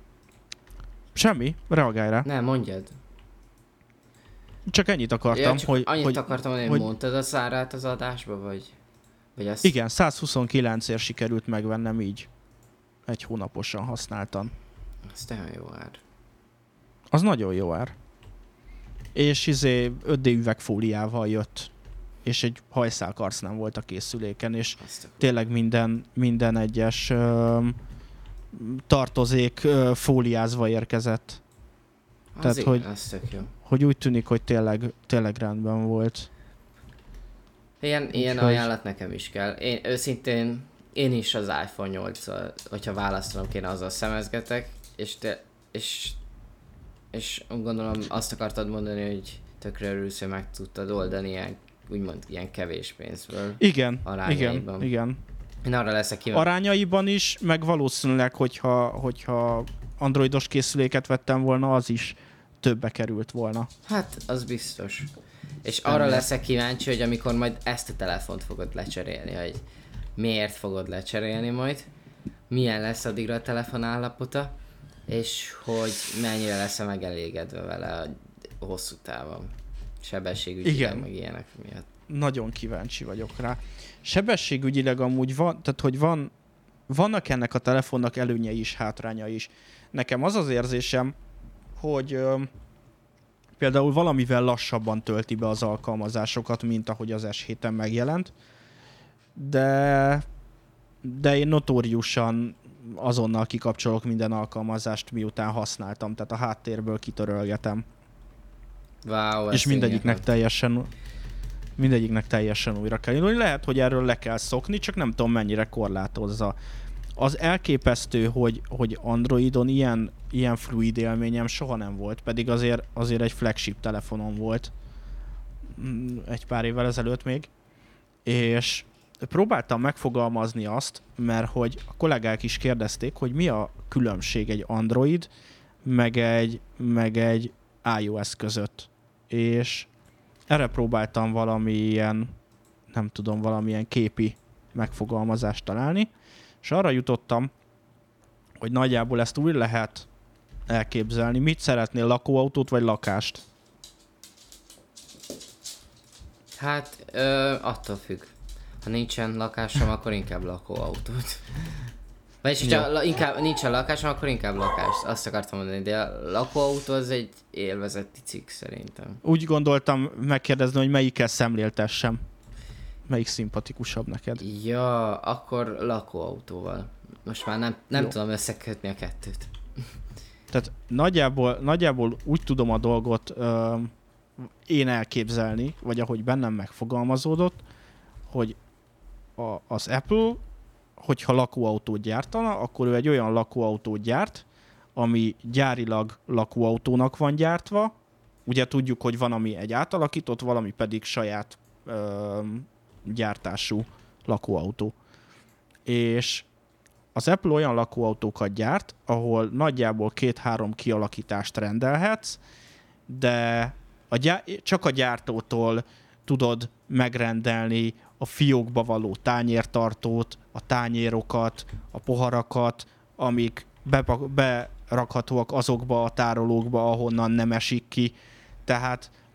Semmi, reagálj rá. Nem, mondjad. Csak ennyit akartam, Ja, csak hogy... annyit hogy, akartam, hogy, hogy mondtad a szárát az adásba, vagy... vagy azt... igen, százhuszonkilencért sikerült megvennem így. Egy hónaposan használtam. Ez nagyon jó ár. Az nagyon jó ár. És izé öt dé üvegfóliával jött. És egy hajszálkarc nem volt a készüléken, és tényleg minden, minden egyes ö, tartozék ö, fóliázva érkezett. Az Tehát, így, hogy, az tök jó. hogy úgy tűnik, hogy tényleg, tényleg rendben volt. Ilyen, ilyen Úgyhogy... ajánlat nekem is kell. Én őszintén, én is az iPhone nyolccal, hogyha választanom kéne, azzal szemezgetek, és te, és, és gondolom azt akartad mondani, hogy tökre örülsz, hogy meg tudtad oldani ilyen, úgymond ilyen kevés pénzből. Igen, arányaiban. igen, igen. Én arra leszek kíváncsi. Arányaiban is, meg valószínűleg, hogyha, hogyha androidos készüléket vettem volna, az is többe került volna. Hát, az biztos. És arra leszek kíváncsi, hogy amikor majd ezt a telefont fogod lecserélni, hogy miért fogod lecserélni majd, milyen lesz addigra a telefon állapota, és hogy mennyire lesz megelégedve vele a hosszú távon. Sebességügyileg, meg ilyenek miatt. Nagyon kíváncsi vagyok rá. Sebességügyileg amúgy van, tehát hogy van, vannak ennek a telefonnak előnyei is, hátrányai is. Nekem az az érzésem, hogy ö, például valamivel lassabban tölti be az alkalmazásokat, mint ahogy az es héten megjelent, de, de én notóriusan azonnal kikapcsolok minden alkalmazást, miután használtam, tehát a háttérből kitörölgetem. Wow, és mindegyiknek teljesen, mindegyiknek teljesen újra kell indulni. Lehet, hogy erről le kell szokni, csak nem tudom mennyire korlátozza. Az elképesztő, hogy, hogy Androidon ilyen, ilyen fluid élményem soha nem volt, pedig azért, azért egy flagship telefonom volt egy pár évvel ezelőtt még, és próbáltam megfogalmazni azt, mert hogy a kollégák is kérdezték, hogy mi a különbség egy Android meg egy, meg egy iOS között. És erre próbáltam valamilyen, nem tudom, valamilyen képi megfogalmazást találni, és arra jutottam, hogy nagyjából ezt úgy lehet elképzelni. Mit szeretnél, lakóautót vagy lakást? Hát, ö, attól függ. Ha nincsen lakásom, akkor inkább lakóautót. Vagyis, hogyha la, inkább nincsen lakásom, akkor inkább lakást. Azt akartam mondani, de a lakóautó az egy élvezeti cikk szerintem. Úgy gondoltam megkérdezni, hogy melyikkel szemléltessem. Melyik szimpatikusabb neked? Ja, akkor lakóautóval. Most már nem, nem Jó. tudom összekötni a kettőt. Tehát nagyjából, nagyjából úgy tudom a dolgot ö, én elképzelni, vagy ahogy bennem megfogalmazódott, hogy a, az Apple, hogyha lakóautót gyártana, akkor ő egy olyan lakóautót gyárt, ami gyárilag lakóautónak van gyártva. Ugye tudjuk, hogy van, ami egy átalakított, valami pedig saját ö, gyártású lakóautó. És az Apple olyan lakóautókat gyárt, ahol nagyjából két-három kialakítást rendelhetsz, de a gyá- csak a gyártótól tudod megrendelni a fiókba való tányértartót, a tányérokat, a poharakat, amik bepak- berakhatóak azokba a tárolókba, ahonnan nem esik ki. Tehát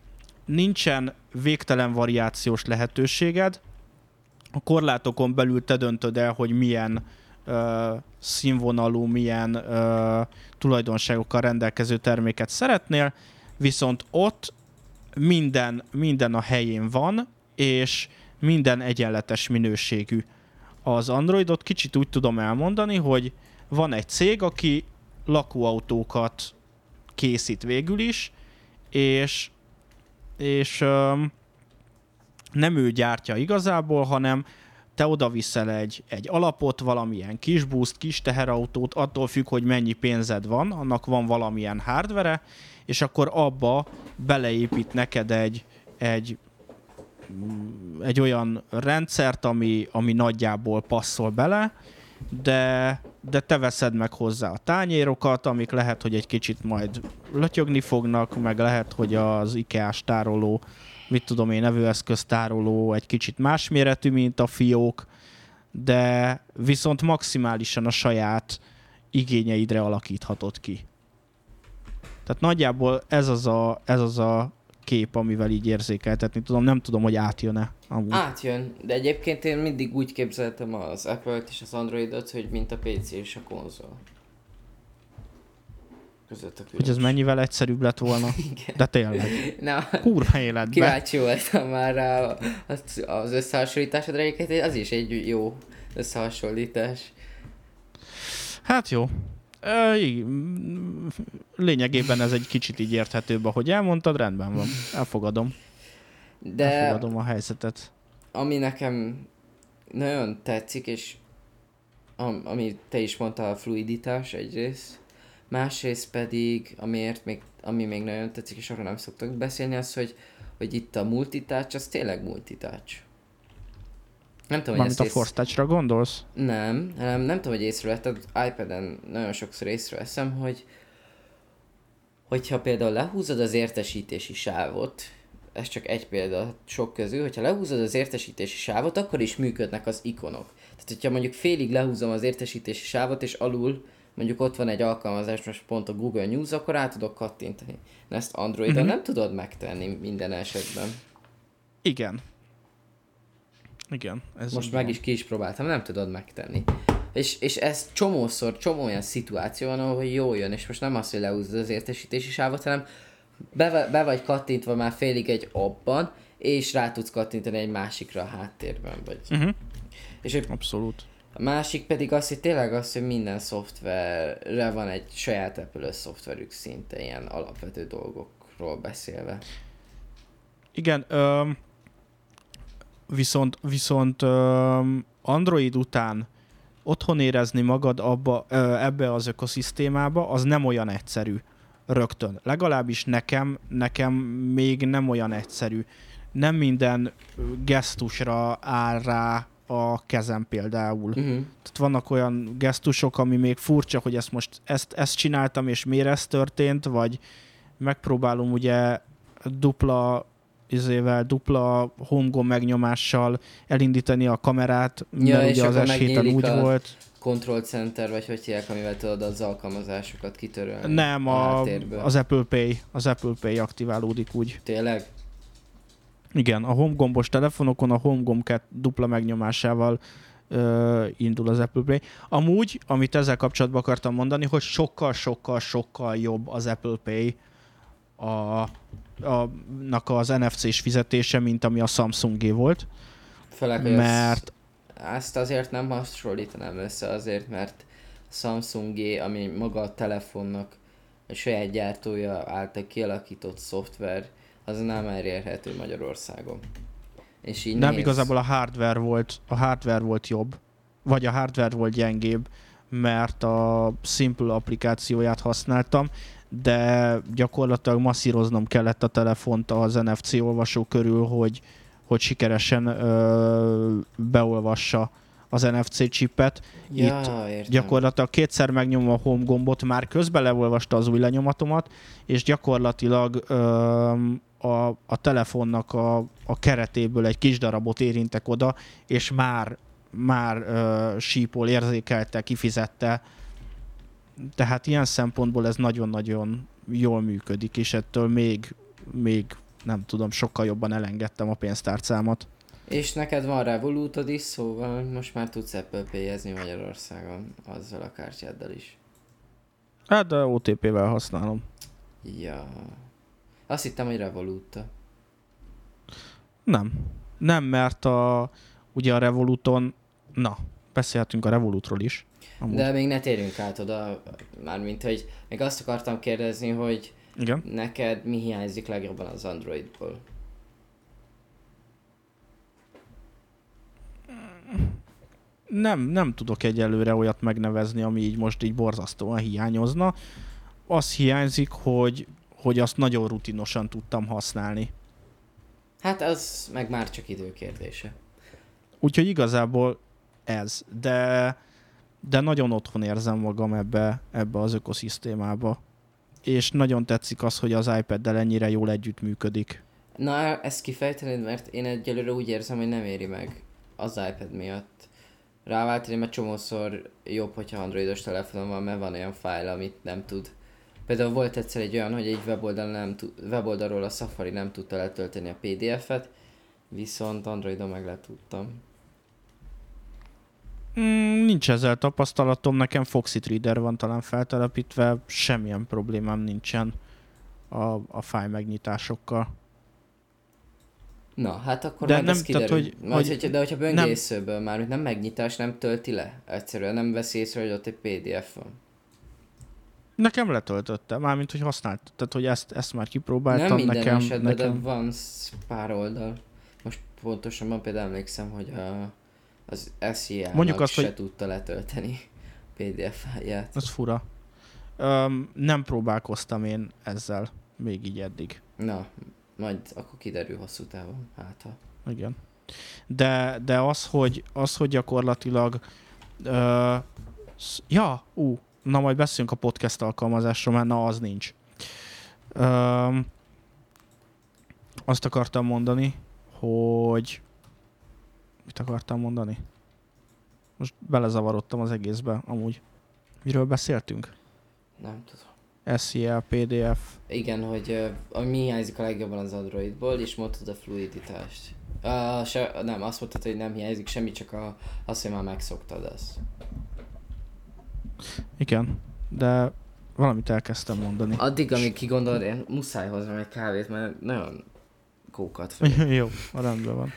nincsen végtelen variációs lehetőséged, a korlátokon belül te döntöd el, hogy milyen ö, színvonalú, milyen ö, tulajdonságokkal rendelkező terméket szeretnél, viszont ott minden, minden a helyén van, és minden egyenletes minőségű. Az Androidot kicsit úgy tudom elmondani, hogy van egy cég, aki lakóautókat készít végül is, és, és öm, nem ő gyártja igazából, hanem te oda viszel egy, egy alapot, valamilyen kis buszt, kis teherautót, attól függ, hogy mennyi pénzed van, annak van valamilyen hardvere, és akkor abba beleépít neked egy, egy, egy olyan rendszert, ami, ami nagyjából passzol bele, de, de te veszed meg hozzá a tányérokat, amik lehet, hogy egy kicsit majd lötyögni fognak, meg lehet, hogy az IKEA-s tároló, mit tudom én, evőeszköz tároló egy kicsit más méretű, mint a fiók, de viszont maximálisan a saját igényeidre alakíthatod ki. Tehát nagyjából ez az a, ez az a kép, amivel így érzékeltetni tudom. Nem tudom, hogy átjön-e. Amúgy. Átjön, de egyébként én mindig úgy képzeltem az Apple-t és az Androidot, hogy mint a pé cé és a konzol. Között a különbség. Hogy ez mennyivel egyszerűbb lett volna. Igen. De tényleg. Na, kurva életben. kíváncsi voltam már rá az, az összehasonlításodra, egyébként az is egy jó összehasonlítás. Hát jó. Lényegében ez egy kicsit így érthetőbb, ahogy elmondtad, rendben van. Elfogadom. De Elfogadom a helyzetet. Ami nekem nagyon tetszik, és am, ami te is mondtál, a fluiditás egyrészt, másrészt pedig, amiért még, ami még nagyon tetszik, és arról nem szoktak beszélni, az, hogy, hogy itt a multitouch, az tényleg multitouch. Nem tudom, Mármint hogy a Force Touch-ra gondolsz? Nem, nem, nem tudom, hogy észrevetted, iPad-en nagyon sokszor észreveszem, hogy hogyha például lehúzod az értesítési sávot, ez csak egy példa sok közül, hogyha lehúzod az értesítési sávot, akkor is működnek az ikonok. Tehát, hogyha mondjuk félig lehúzom az értesítési sávot, és alul mondjuk ott van egy alkalmazás, most pont a Google News, akkor át tudok kattintani. De ezt Androidon uh-huh. nem tudod megtenni minden esetben. Igen. Igen. Ez most meg is ki is próbáltam, nem tudod megtenni. És, és ez csomószor, csomó olyan szituáció van, ahol jól jön, és most nem az, hogy lehúzod az értesítési sávot, hanem be, be vagy kattintva már félig egy abban, és rá tudsz kattintani egy másikra a háttérben. Vagy. Uh-huh. És abszolút. A másik pedig az, hogy tényleg az, hogy minden szoftverre van egy saját Apple-ös szoftverük szinte, ilyen alapvető dolgokról beszélve. Igen, öm, viszont, viszont öm, Android után otthon érezni magad abba, ö, ebbe az ökoszisztémába, az nem olyan egyszerű rögtön. Legalábbis nekem, nekem még nem olyan egyszerű. Nem minden gesztusra áll rá a kezem például. Uh-huh. Tehát vannak olyan gesztusok, ami még furcsa, hogy ezt most ezt, ezt csináltam, és miért ez történt, vagy megpróbálom ugye dupla izével, dupla home gomb megnyomással elindítani a kamerát, ja, mert ugye az es héten úgy volt. Control Center, vagy hogy hívják, amivel tudod az alkalmazásokat kitörölni. Nem, a, a, az Apple Pay, az Apple Pay aktiválódik úgy. Tényleg? Igen, a home gombos telefonokon a home gomb dupla megnyomásával ö, indul az Apple Pay. Amúgy, amit ezzel kapcsolatban akartam mondani, hogy sokkal-sokkal-sokkal jobb az Apple Pay a, a, nak az en ef cés fizetése, mint ami a Samsungé volt. Főleg, mert ezt, ezt azért nem hasonlítanám össze, azért, mert a Samsungé, ami maga a telefonnak a saját gyártója által kialakított szoftver, az nem elérhető Magyarországon. És így nem, néz... igazából a hardware volt, a hardware volt jobb, vagy a hardware volt gyengébb, mert a Simple applikációját használtam, de gyakorlatilag masszíroznom kellett a telefont az en ef cé olvasó körül, hogy, hogy sikeresen ö, beolvassa az en ef cé chipet. Ja, itt értem. Gyakorlatilag kétszer megnyomva a home gombot, már közben leolvasta az új lenyomatomat, és gyakorlatilag ö, a, a telefonnak a, a keretéből egy kis darabot érintek oda, és már, már ö, sípol, érzékelte, kifizette. Tehát ilyen szempontból ez nagyon-nagyon jól működik, és ettől még, még nem tudom, sokkal jobban elengedtem a pénztárcámat. És neked van Revolutod is, szóval most már tudsz Apple Pay-ezni Magyarországon azzal a kártyáddal is. Hát, de o té pé-vel használom. Ja. Azt hittem, hogy Revoluta. Nem. Nem, mert a, ugye a Revoluton, na, beszélhetünk a Revolutról is. Amúgy. De még ne térjünk át oda, mármint, hogy még azt akartam kérdezni, hogy igen? Neked mi hiányzik legjobban az Androidból? Nem, nem tudok egyelőre olyat megnevezni, ami így most így borzasztóan hiányozna. Az hiányzik, hogy, hogy azt nagyon rutinosan tudtam használni. Hát az meg már csak időkérdése. Úgyhogy igazából ez, de, de nagyon otthon érzem magam ebbe, ebbe az ökoszisztémába. És nagyon tetszik az, hogy az iPaddel ennyire jól együttműködik. Na, ezt kifejtenéd, mert én egyelőre úgy érzem, hogy nem éri meg az iPad miatt ráváltani, mert csomószor jobb, hogyha androidos telefonon van, mert van olyan fájl, amit nem tud. Például volt egyszer egy olyan, hogy egy weboldal nem tud, weboldalról a Safari nem tudta letölteni a pé dé ef-et, viszont Androidon meg le tudtam. Mm, nincs ezzel tapasztalatom, nekem Foxit Reader van talán feltelepítve, semmilyen problémám nincsen a, a fájl megnyitásokkal. Na, hát akkor de majd nem, ez kiderül. tehát, hogy, majd, hogy, hogy, de hogyha böngészőből már, hogy nem megnyitás, nem tölti le. Egyszerűen nem veszi észre, hogy ott egy pé dé ef van. Nekem letöltötte, mármint, hogy használt. Tehát, hogy ezt, ezt már kipróbáltam. Nem minden nekem, esetben, nekem... de van pár oldal. Most pontosan van, például emlékszem, hogy a, az es i á-nak se hogy... tudta letölteni pé dé ef fájlját. Ez fura. Um, nem próbálkoztam én ezzel még így eddig. Na, majd akkor kiderül hosszú távon, hát ha. Igen. De, de az, hogy, az, hogy gyakorlatilag uh, ja, ú, na majd beszélünk a podcast alkalmazásról, mert na az nincs. Um, azt akartam mondani, hogy mit akartam mondani? Most belezavarodtam az egészbe, amúgy. Miről beszéltünk? Nem tudom. es i á, pé dé ef. Igen, hogy uh, mi hiányzik a legjobban az Androidból, és mondtad a fluiditást. Uh, se, nem, azt mondtad, hogy nem hiányzik semmi, csak a, azt, hogy már megszoktad ezt. Igen, de valamit elkezdtem mondani. Addig, amíg kigondolod, én muszáj hoznom egy kávét, mert nagyon kókat fel. Jó, a rendben van.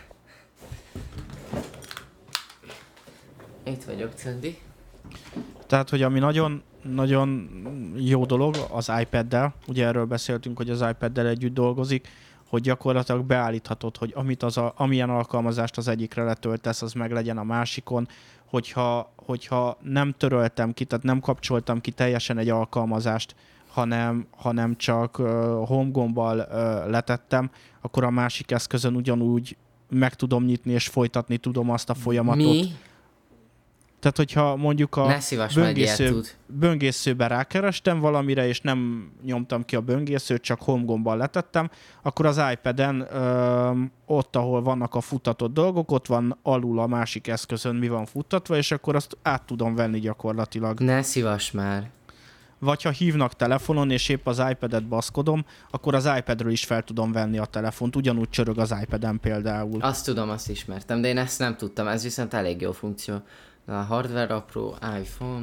Itt vagyok, Cendi. Tehát, hogy ami nagyon, nagyon jó dolog az iPaddel, ugye erről beszéltünk, hogy az iPaddel együtt dolgozik, hogy gyakorlatilag beállíthatod, hogy amit az a, amilyen alkalmazást az egyikre letöltesz, az meg legyen a másikon, hogyha, hogyha nem töröltem ki, tehát nem kapcsoltam ki teljesen egy alkalmazást, hanem, hanem csak uh, home gombbal uh, letettem, akkor a másik eszközön ugyanúgy meg tudom nyitni és folytatni tudom azt a folyamatot. Mi? Tehát, hogyha mondjuk a böngésző, böngészőben rákerestem valamire, és nem nyomtam ki a böngészőt, csak home gombbal letettem, akkor az iPad-en ö, ott, ahol vannak a futtatott dolgok, ott van alul a másik eszközön, mi van futtatva, és akkor azt át tudom venni gyakorlatilag. Ne szívass már! Vagy ha hívnak telefonon, és épp az iPad-et baszkodom, akkor az iPadről is fel tudom venni a telefont, ugyanúgy csörög az iPad-en például. Azt tudom, azt ismertem, de én ezt nem tudtam, ez viszont elég jó funkció. A hardware apró iPhone.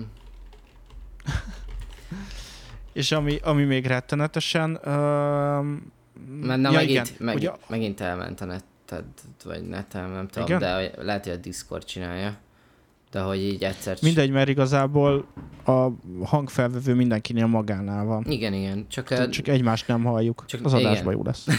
És ami, ami még rettenetesen... Uh, Mert na ja, megint, igen, meg, ugye... megint elment a neted, vagy netem, nem tudom, igen? De lehet, hogy a Discord csinálja. De hogy így egyszer... Mindegy, mert igazából a hangfelvevő mindenkinél magánál van. Igen, igen. Csak, a... csak egymást nem halljuk. Csak az adásban jó lesz.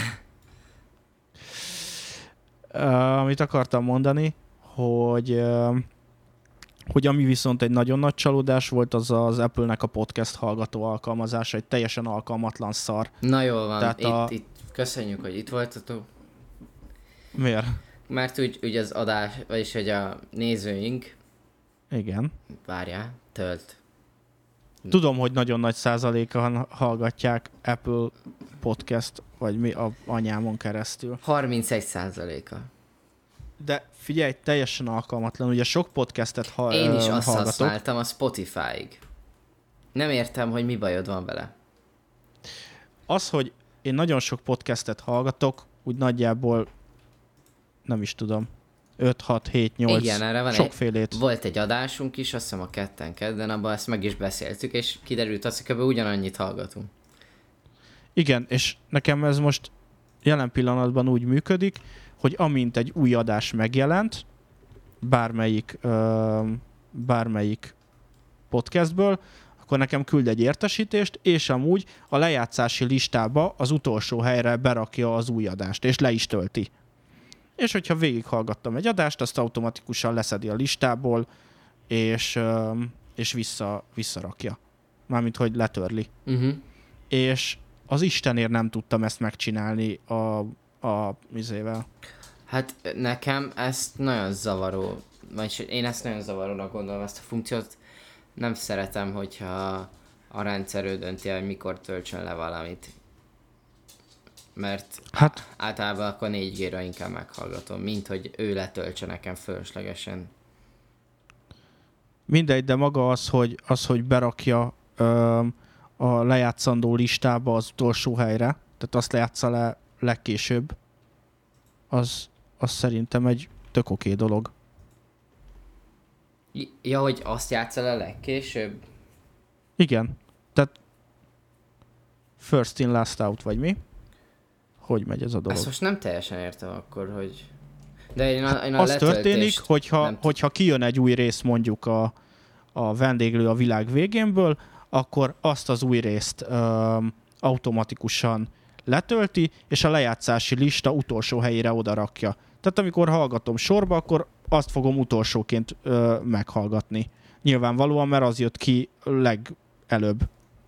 uh, amit akartam mondani, hogy... Uh, hogy ami viszont egy nagyon nagy csalódás volt, az az Apple-nek a podcast hallgató alkalmazása, egy teljesen alkalmatlan szar. Na jól van, Tehát itt, a... itt köszönjük, hogy itt voltatok. Miért? Mert úgy, úgy az adás, vagyis hogy a nézőink... Igen. Várjál, tölt. Tudom, hogy nagyon nagy százaléka hallgatják Apple podcast, vagy mi a anyámon keresztül. harmincegy százaléka. De figyelj, teljesen alkalmatlan. Ugye sok podcastet ha- Én is azt hallgatok. használtam a Spotify-ig. Nem értem, hogy mi bajod van vele. Az, hogy én nagyon sok podcastet hallgatok, úgy nagyjából nem is tudom, öt, hat, hét, nyolc, Igen, erre van sokfélét. Egy, volt egy adásunk is, azt hiszem a ketten kedden, abban ezt meg is beszéltük, és kiderült az, hogy kb. Ugyanannyit hallgatunk. Igen, és nekem ez most jelen pillanatban úgy működik, hogy amint egy új adás megjelent, bármelyik, ö, bármelyik podcastből, akkor nekem küld egy értesítést, és amúgy a lejátszási listába az utolsó helyre berakja az új adást, és le is tölti. És hogyha végighallgattam egy adást, azt automatikusan leszedi a listából, és, ö, és vissza, visszarakja. Mármint, hogy letörli. Uh-huh. És az Istenért nem tudtam ezt megcsinálni a, a izével. Hát nekem ezt nagyon zavaró, vagyis én ezt nagyon zavarónak gondolom, ezt a funkciót. Nem szeretem, hogyha a rendszer ő dönti el, hogy mikor töltsön le valamit. Mert Hát, általában akkor négy gére inkább meghallgatom, mint hogy ő letöltse nekem fölöslegesen. mindegy, de maga az, hogy, az, hogy berakja ö, a lejátszandó listába az utolsó helyre, tehát azt lejátsza le legkésőbb, az, az szerintem egy tök oké dolog. Ja, hogy azt játszol a legkésőbb? Igen, tehát first in, last out, vagy mi? Hogy megy ez a dolog? Ezt most nem teljesen értem akkor, hogy... De én a, én a Az történik, hogyha, nem... hogyha kijön egy új rész mondjuk a, a vendéglő a világ végénből, akkor azt az új részt um, automatikusan letölti, és a lejátszási lista utolsó helyére odarakja. Tehát amikor hallgatom sorba, akkor azt fogom utolsóként uh, meghallgatni. Nyilvánvalóan, mert az jött ki legelőbb.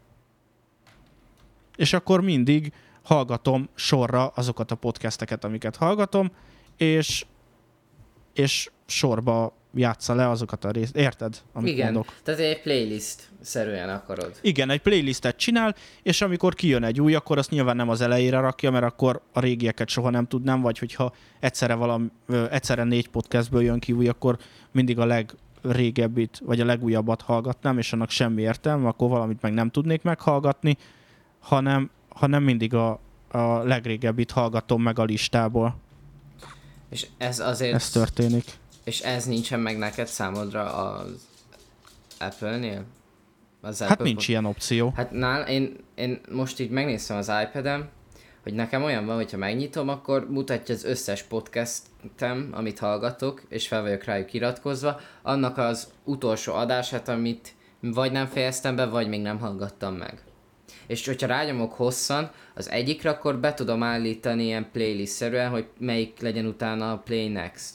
És akkor mindig hallgatom sorra azokat a podcasteket, amiket hallgatom, és, és sorba játsza le azokat a részt. Érted, amit Igen, mondok? tehát egy playlist-szerűen akarod. Igen, egy playlistet csinál, és amikor kijön egy új, akkor azt nyilván nem az elejére rakja, mert akkor a régieket soha nem tudnám, vagy hogyha egyszerre, valami, egyszerre négy podcastből jön ki új, akkor mindig a legrégebbit, vagy a legújabbat hallgatnám, és annak semmi értelme, akkor valamit meg nem tudnék meghallgatni, hanem, hanem mindig a, a legrégebbit hallgatom meg a listából. És ez azért... Ez történik. És ez nincsen meg neked számodra az Apple-nél? Az Hát Apple nincs pod- ilyen opció. Hát nál, én, én most így megnéztem az iPad-em, hogy nekem olyan van, hogyha megnyitom, akkor mutatja az összes podcastem, amit hallgatok, és fel vagyok rájuk iratkozva, annak az utolsó adását, amit vagy nem fejeztem be, vagy még nem hallgattam meg. És hogyha rányomok hosszan az egyikre, akkor be tudom állítani ilyen playlist-szerűen, hogy melyik legyen utána a Play Next.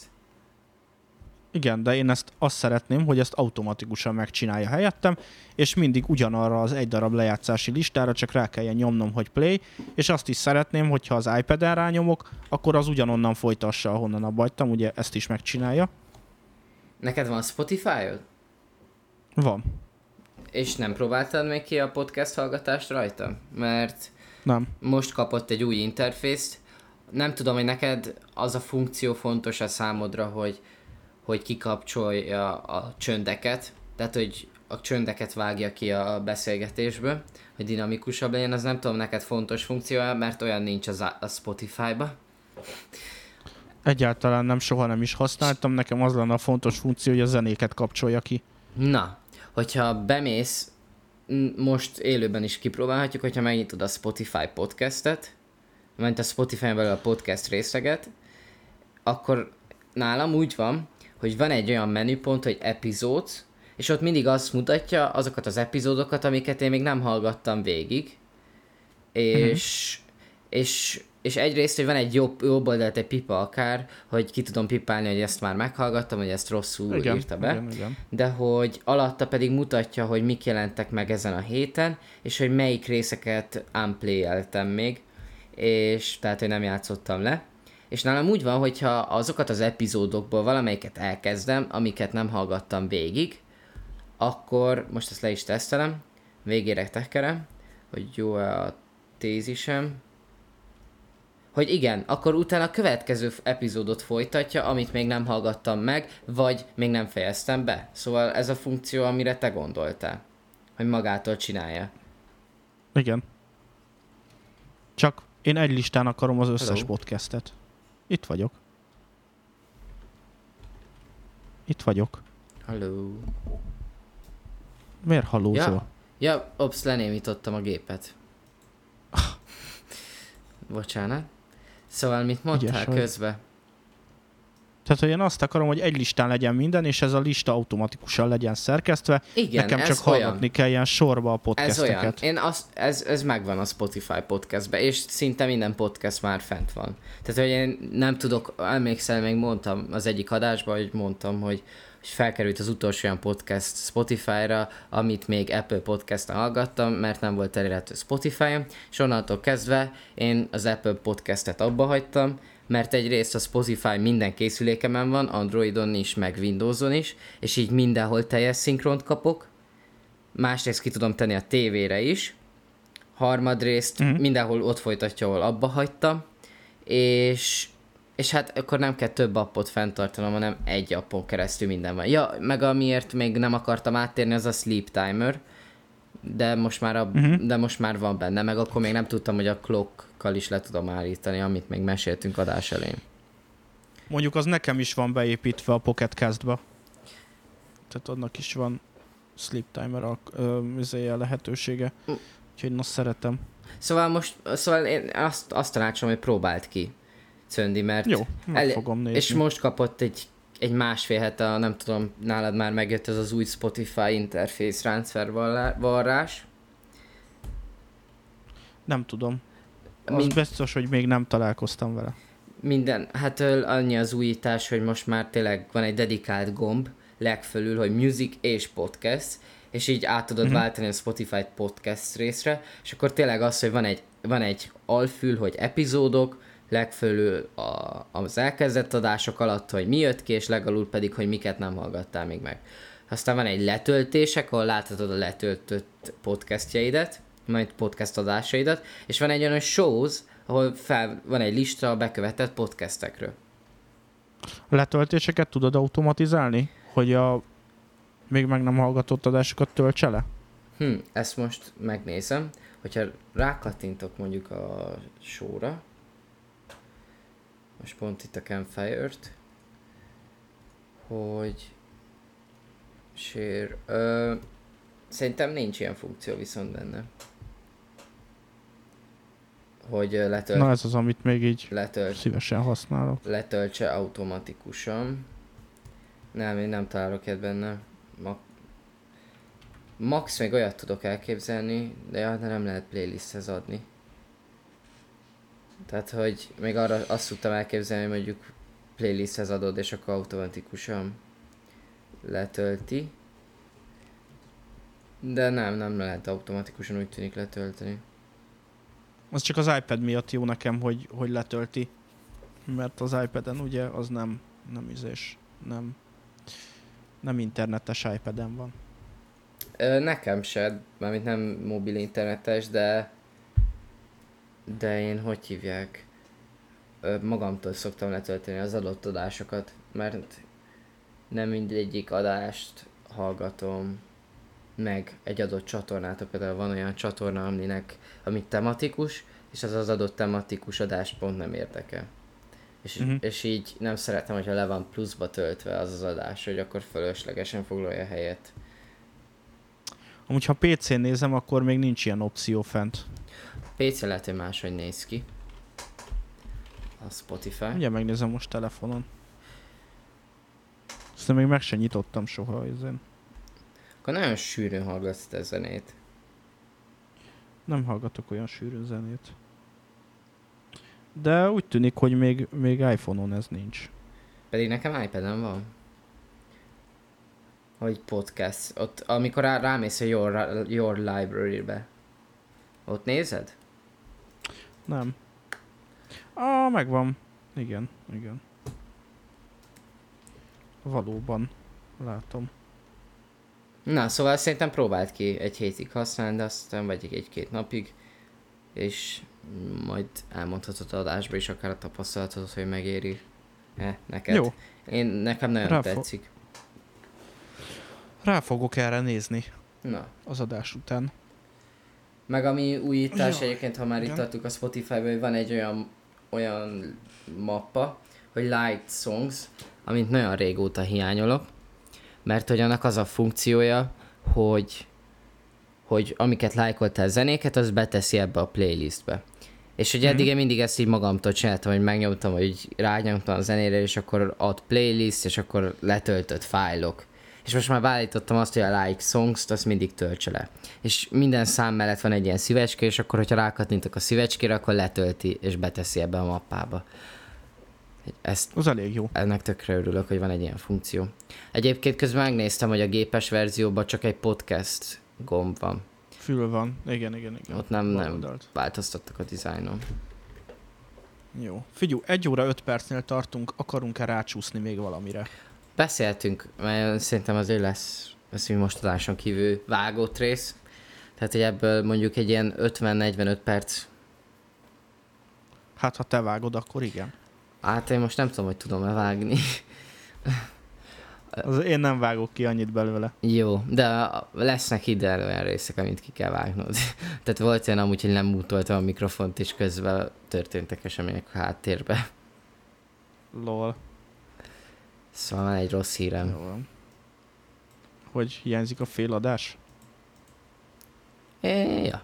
Igen, de én ezt azt szeretném, hogy ezt automatikusan megcsinálja helyettem, és mindig ugyanarra az egy darab lejátszási listára csak rá kelljen nyomnom, hogy play, és azt is szeretném, hogyha az iPad-en rányomok, akkor az ugyanonnan folytassa, ahonnan abba hagytam, ugye ezt is megcsinálja. Neked van Spotify-od? Van. És nem próbáltad még ki a podcast hallgatást rajta? Mert Nem. most kapott egy új interfészt. Nem tudom, hogy neked az a funkció fontos a számodra, hogy, hogy kikapcsolja a csöndeket, tehát hogy a csöndeket vágja ki a beszélgetésből, hogy dinamikusabb legyen, az nem tudom, neked fontos funkció, mert olyan nincs az a Spotify-ba. Egyáltalán nem, soha nem is használtam, nekem az lenne a fontos funkció, hogy a zenéket kapcsolja ki. Na, hogyha bemész, most élőben is kipróbálhatjuk, hogyha megnyitod a Spotify podcastet, mert a Spotify-n belül a podcast részleget, akkor nálam úgy van, hogy van egy olyan menüpont, hogy epizód, és ott mindig azt mutatja azokat az epizódokat, amiket én még nem hallgattam végig, és, uh-huh. és, és egyrészt, hogy van egy jobb, jobb oldalt egy pipa akár, hogy ki tudom pipálni, hogy ezt már meghallgattam, hogy ezt rosszul igen, írta be, igen, igen. de hogy alatta pedig mutatja, hogy mik jelentek meg ezen a héten, és hogy melyik részeket unplay-eltem még, és tehát, hogy nem játszottam le. És nálam úgy van, hogyha azokat az epizódokból valamelyiket elkezdem, amiket nem hallgattam végig, akkor, most ezt le is tesztelem, végére tekerem, hogy jó-e a tézisem, hogy igen, akkor utána a következő epizódot folytatja, amit még nem hallgattam meg, vagy még nem fejeztem be. Szóval ez a funkció, amire te gondoltál, hogy magától csinálja. Igen. Csak én egy listán akarom az összes Hello. podcastet. Itt vagyok. Itt vagyok. Hello. Miért halózol? Ja, ja ops, lenémítottam a gépet. Bocsánat. Szóval mit mondtál Ügyes vagy. közben? Tehát, hogy én azt akarom, hogy egy listán legyen minden, és ez a lista automatikusan legyen szerkesztve. Igen, Nekem ez csak olyan. hallgatni kelljen sorba a Ez podcasteket. olyan. Én azt, ez, ez megvan a Spotify podcastben, és szinte minden podcast már fent van. Tehát, hogy én nem tudok, emlékszel, még mondtam az egyik adásban, hogy mondtam, hogy, hogy felkerült az utolsó olyan podcast Spotify-ra, amit még Apple Podcast-en hallgattam, mert nem volt elérhető Spotify-on, és onnantól kezdve én az Apple Podcast-et abba hagytam, mert egyrészt a Spotify minden készülékemen van, Androidon is, meg Windowson is, és így mindenhol teljes szinkront kapok, másrészt ki tudom tenni a tévére is, harmadrészt Mhm. mindenhol ott folytatja, ahol abba hagytam, és, és hát akkor nem kell több appot fenntartanom, hanem egy appon keresztül minden van. Ja, meg amiért még nem akartam áttérni, az a Sleep Timer, de most már, a, Mhm. de most már van benne, meg akkor még nem tudtam, hogy a clockkal is le tudom állítani, amit még meséltünk adás elején. Mondjuk az nekem is van beépítve a Pocket Cast-ba. Tehát annak is van sleep timer a lehetősége. Mm. Úgyhogy én azt szeretem. Szóval most, szóval én azt, azt tanácsolom, hogy próbáld ki, Czöndi, mert Jó, meg el- fogom nézni. és most kapott egy, egy másfél hete, nem tudom, nálad már megjött ez az új Spotify interface ráncfelvarrás. Nem tudom. Az Mind- biztos, hogy még nem találkoztam vele. Minden, hát öl, annyi az újítás, hogy most már tényleg van egy dedikált gomb legfölül, hogy music és podcast, és így át tudod uh-huh. váltani a Spotify podcast részre, és akkor tényleg az, hogy van egy, van egy alfül, hogy epizódok, legfölül a, az elkezdett adások alatt, hogy mi jött ki, és legalul pedig, hogy miket nem hallgattál még meg. Aztán van egy letöltések, ahol láthatod a letöltött podcastjaidet, majd podcast adásaidat, és van egy olyan shows, ahol fel, van egy lista a bekövetett podcastekről. A letöltéseket tudod automatizálni? Hogy a még meg nem hallgatott adásokat töltse le? Hm, ezt most megnézem, hogyha rákattintok mondjuk a showra, most pont itt a Campfire-t, hogy share, ö, szerintem nincs ilyen funkció viszont benne. Hogy ö, letölt, Na ez az, amit még így letölt, szívesen használok. letöltse automatikusan. Nem, én nem találok ilyet benne. Ma- Max még olyat tudok elképzelni, de, ja, de nem lehet playlisthez adni. Tehát, hogy még arra azt tudtam elképzelni, hogy mondjuk playlisthez adod, és akkor automatikusan letölti. De nem, nem lehet automatikusan, úgy tűnik, letölteni. Az csak az iPad miatt jó nekem, hogy, hogy letölti. Mert az iPad-en ugye az nem, nem izés, nem, nem internetes iPad-en van. Ö, nekem se, mármint nem mobil internetes, de de én hogy hívják? Ö, magamtól szoktam letölteni az adott adásokat, mert nem mindegyik adást hallgatom meg egy adott csatornától. Például van olyan csatorna, aminek, ami tematikus, és az az adott tematikus adás pont nem érdekel. És, Mhm. és így nem szeretem, hogyha le van pluszba töltve az az adás, hogy akkor fölöslegesen foglalja helyet. Amúgy ha pé cén nézem, akkor még nincs ilyen opció fent. pé cé lehet, hogy máshogy néz ki. A Spotify. Ugye megnézem most telefonon. Ezt még meg sem nyitottam soha ezen. Akkor nagyon sűrűn hallgatsz te zenét. Nem hallgatok olyan sűrű zenét. De úgy tűnik, hogy még, még iPhone-on ez nincs. Pedig nekem iPad-en van. Hogy podcast. Ott, amikor rá, rámész a Your, your Library-be. Ott nézed? Nem. Ah, megvan. Igen, igen. Valóban. Látom. Na, szóval szerintem próbáld ki egy hétig használni, de aztán vagy egy-két napig. És majd elmondhatod adásba is akár a tapasztalatod, hogy megéri. Eh, neked. Jó. Én, nekem nagyon Ráfo- tetszik. Rá fogok erre nézni Na, az adás után. Meg ami újítás Jaj, egyébként, ha már igen. itt adtuk a Spotify-ba, hogy van egy olyan, olyan mappa, hogy Liked Songs, amit nagyon régóta hiányolok, mert hogy annak az a funkciója, hogy, hogy amiket lájkoltál zenéket, az beteszi ebbe a playlistbe. És hogy eddig én mindig ezt így magamtól csináltam, hogy megnyomtam, hogy rányomtam a zenére, és akkor ad playlist, és akkor letöltött fájlok. És most már beállítottam azt, hogy a like songs-t azt mindig töltse le. És minden szám mellett van egy ilyen szívecske, és akkor, hogyha rákattintok a szívecskére, akkor letölti, és beteszi ebbe a mappába. Ezt, Az elég jó. ennek tökre örülök, hogy van egy ilyen funkció. Egyébként közben megnéztem, hogy a gépes verzióban csak egy podcast gomb van. Fül van. Igen, igen, igen. Ott nem, nem Baloldalt. változtattak a dizájnon. Jó. Figyelj, egy óra öt percnél tartunk, akarunk-e rácsúszni még valamire? Beszéltünk, mert szerintem azért lesz, lesz most adáson kívül vágott rész. Tehát, hogy ebből mondjuk egy ilyen ötven-negyvenöt perc. Hát, ha te vágod, akkor igen. Hát én most nem tudom, hogy tudom-e vágni. Az én nem vágok ki annyit belőle. Jó, de lesznek ide olyan részek, amit ki kell vágnod. Tehát volt olyan amúgy, hogy nem mutoltam a mikrofont, és közben történtek események a háttérbe. Lol. Szóval van egy rossz hírem. Jó van. Hogy hiányzik a féladás? É, ja.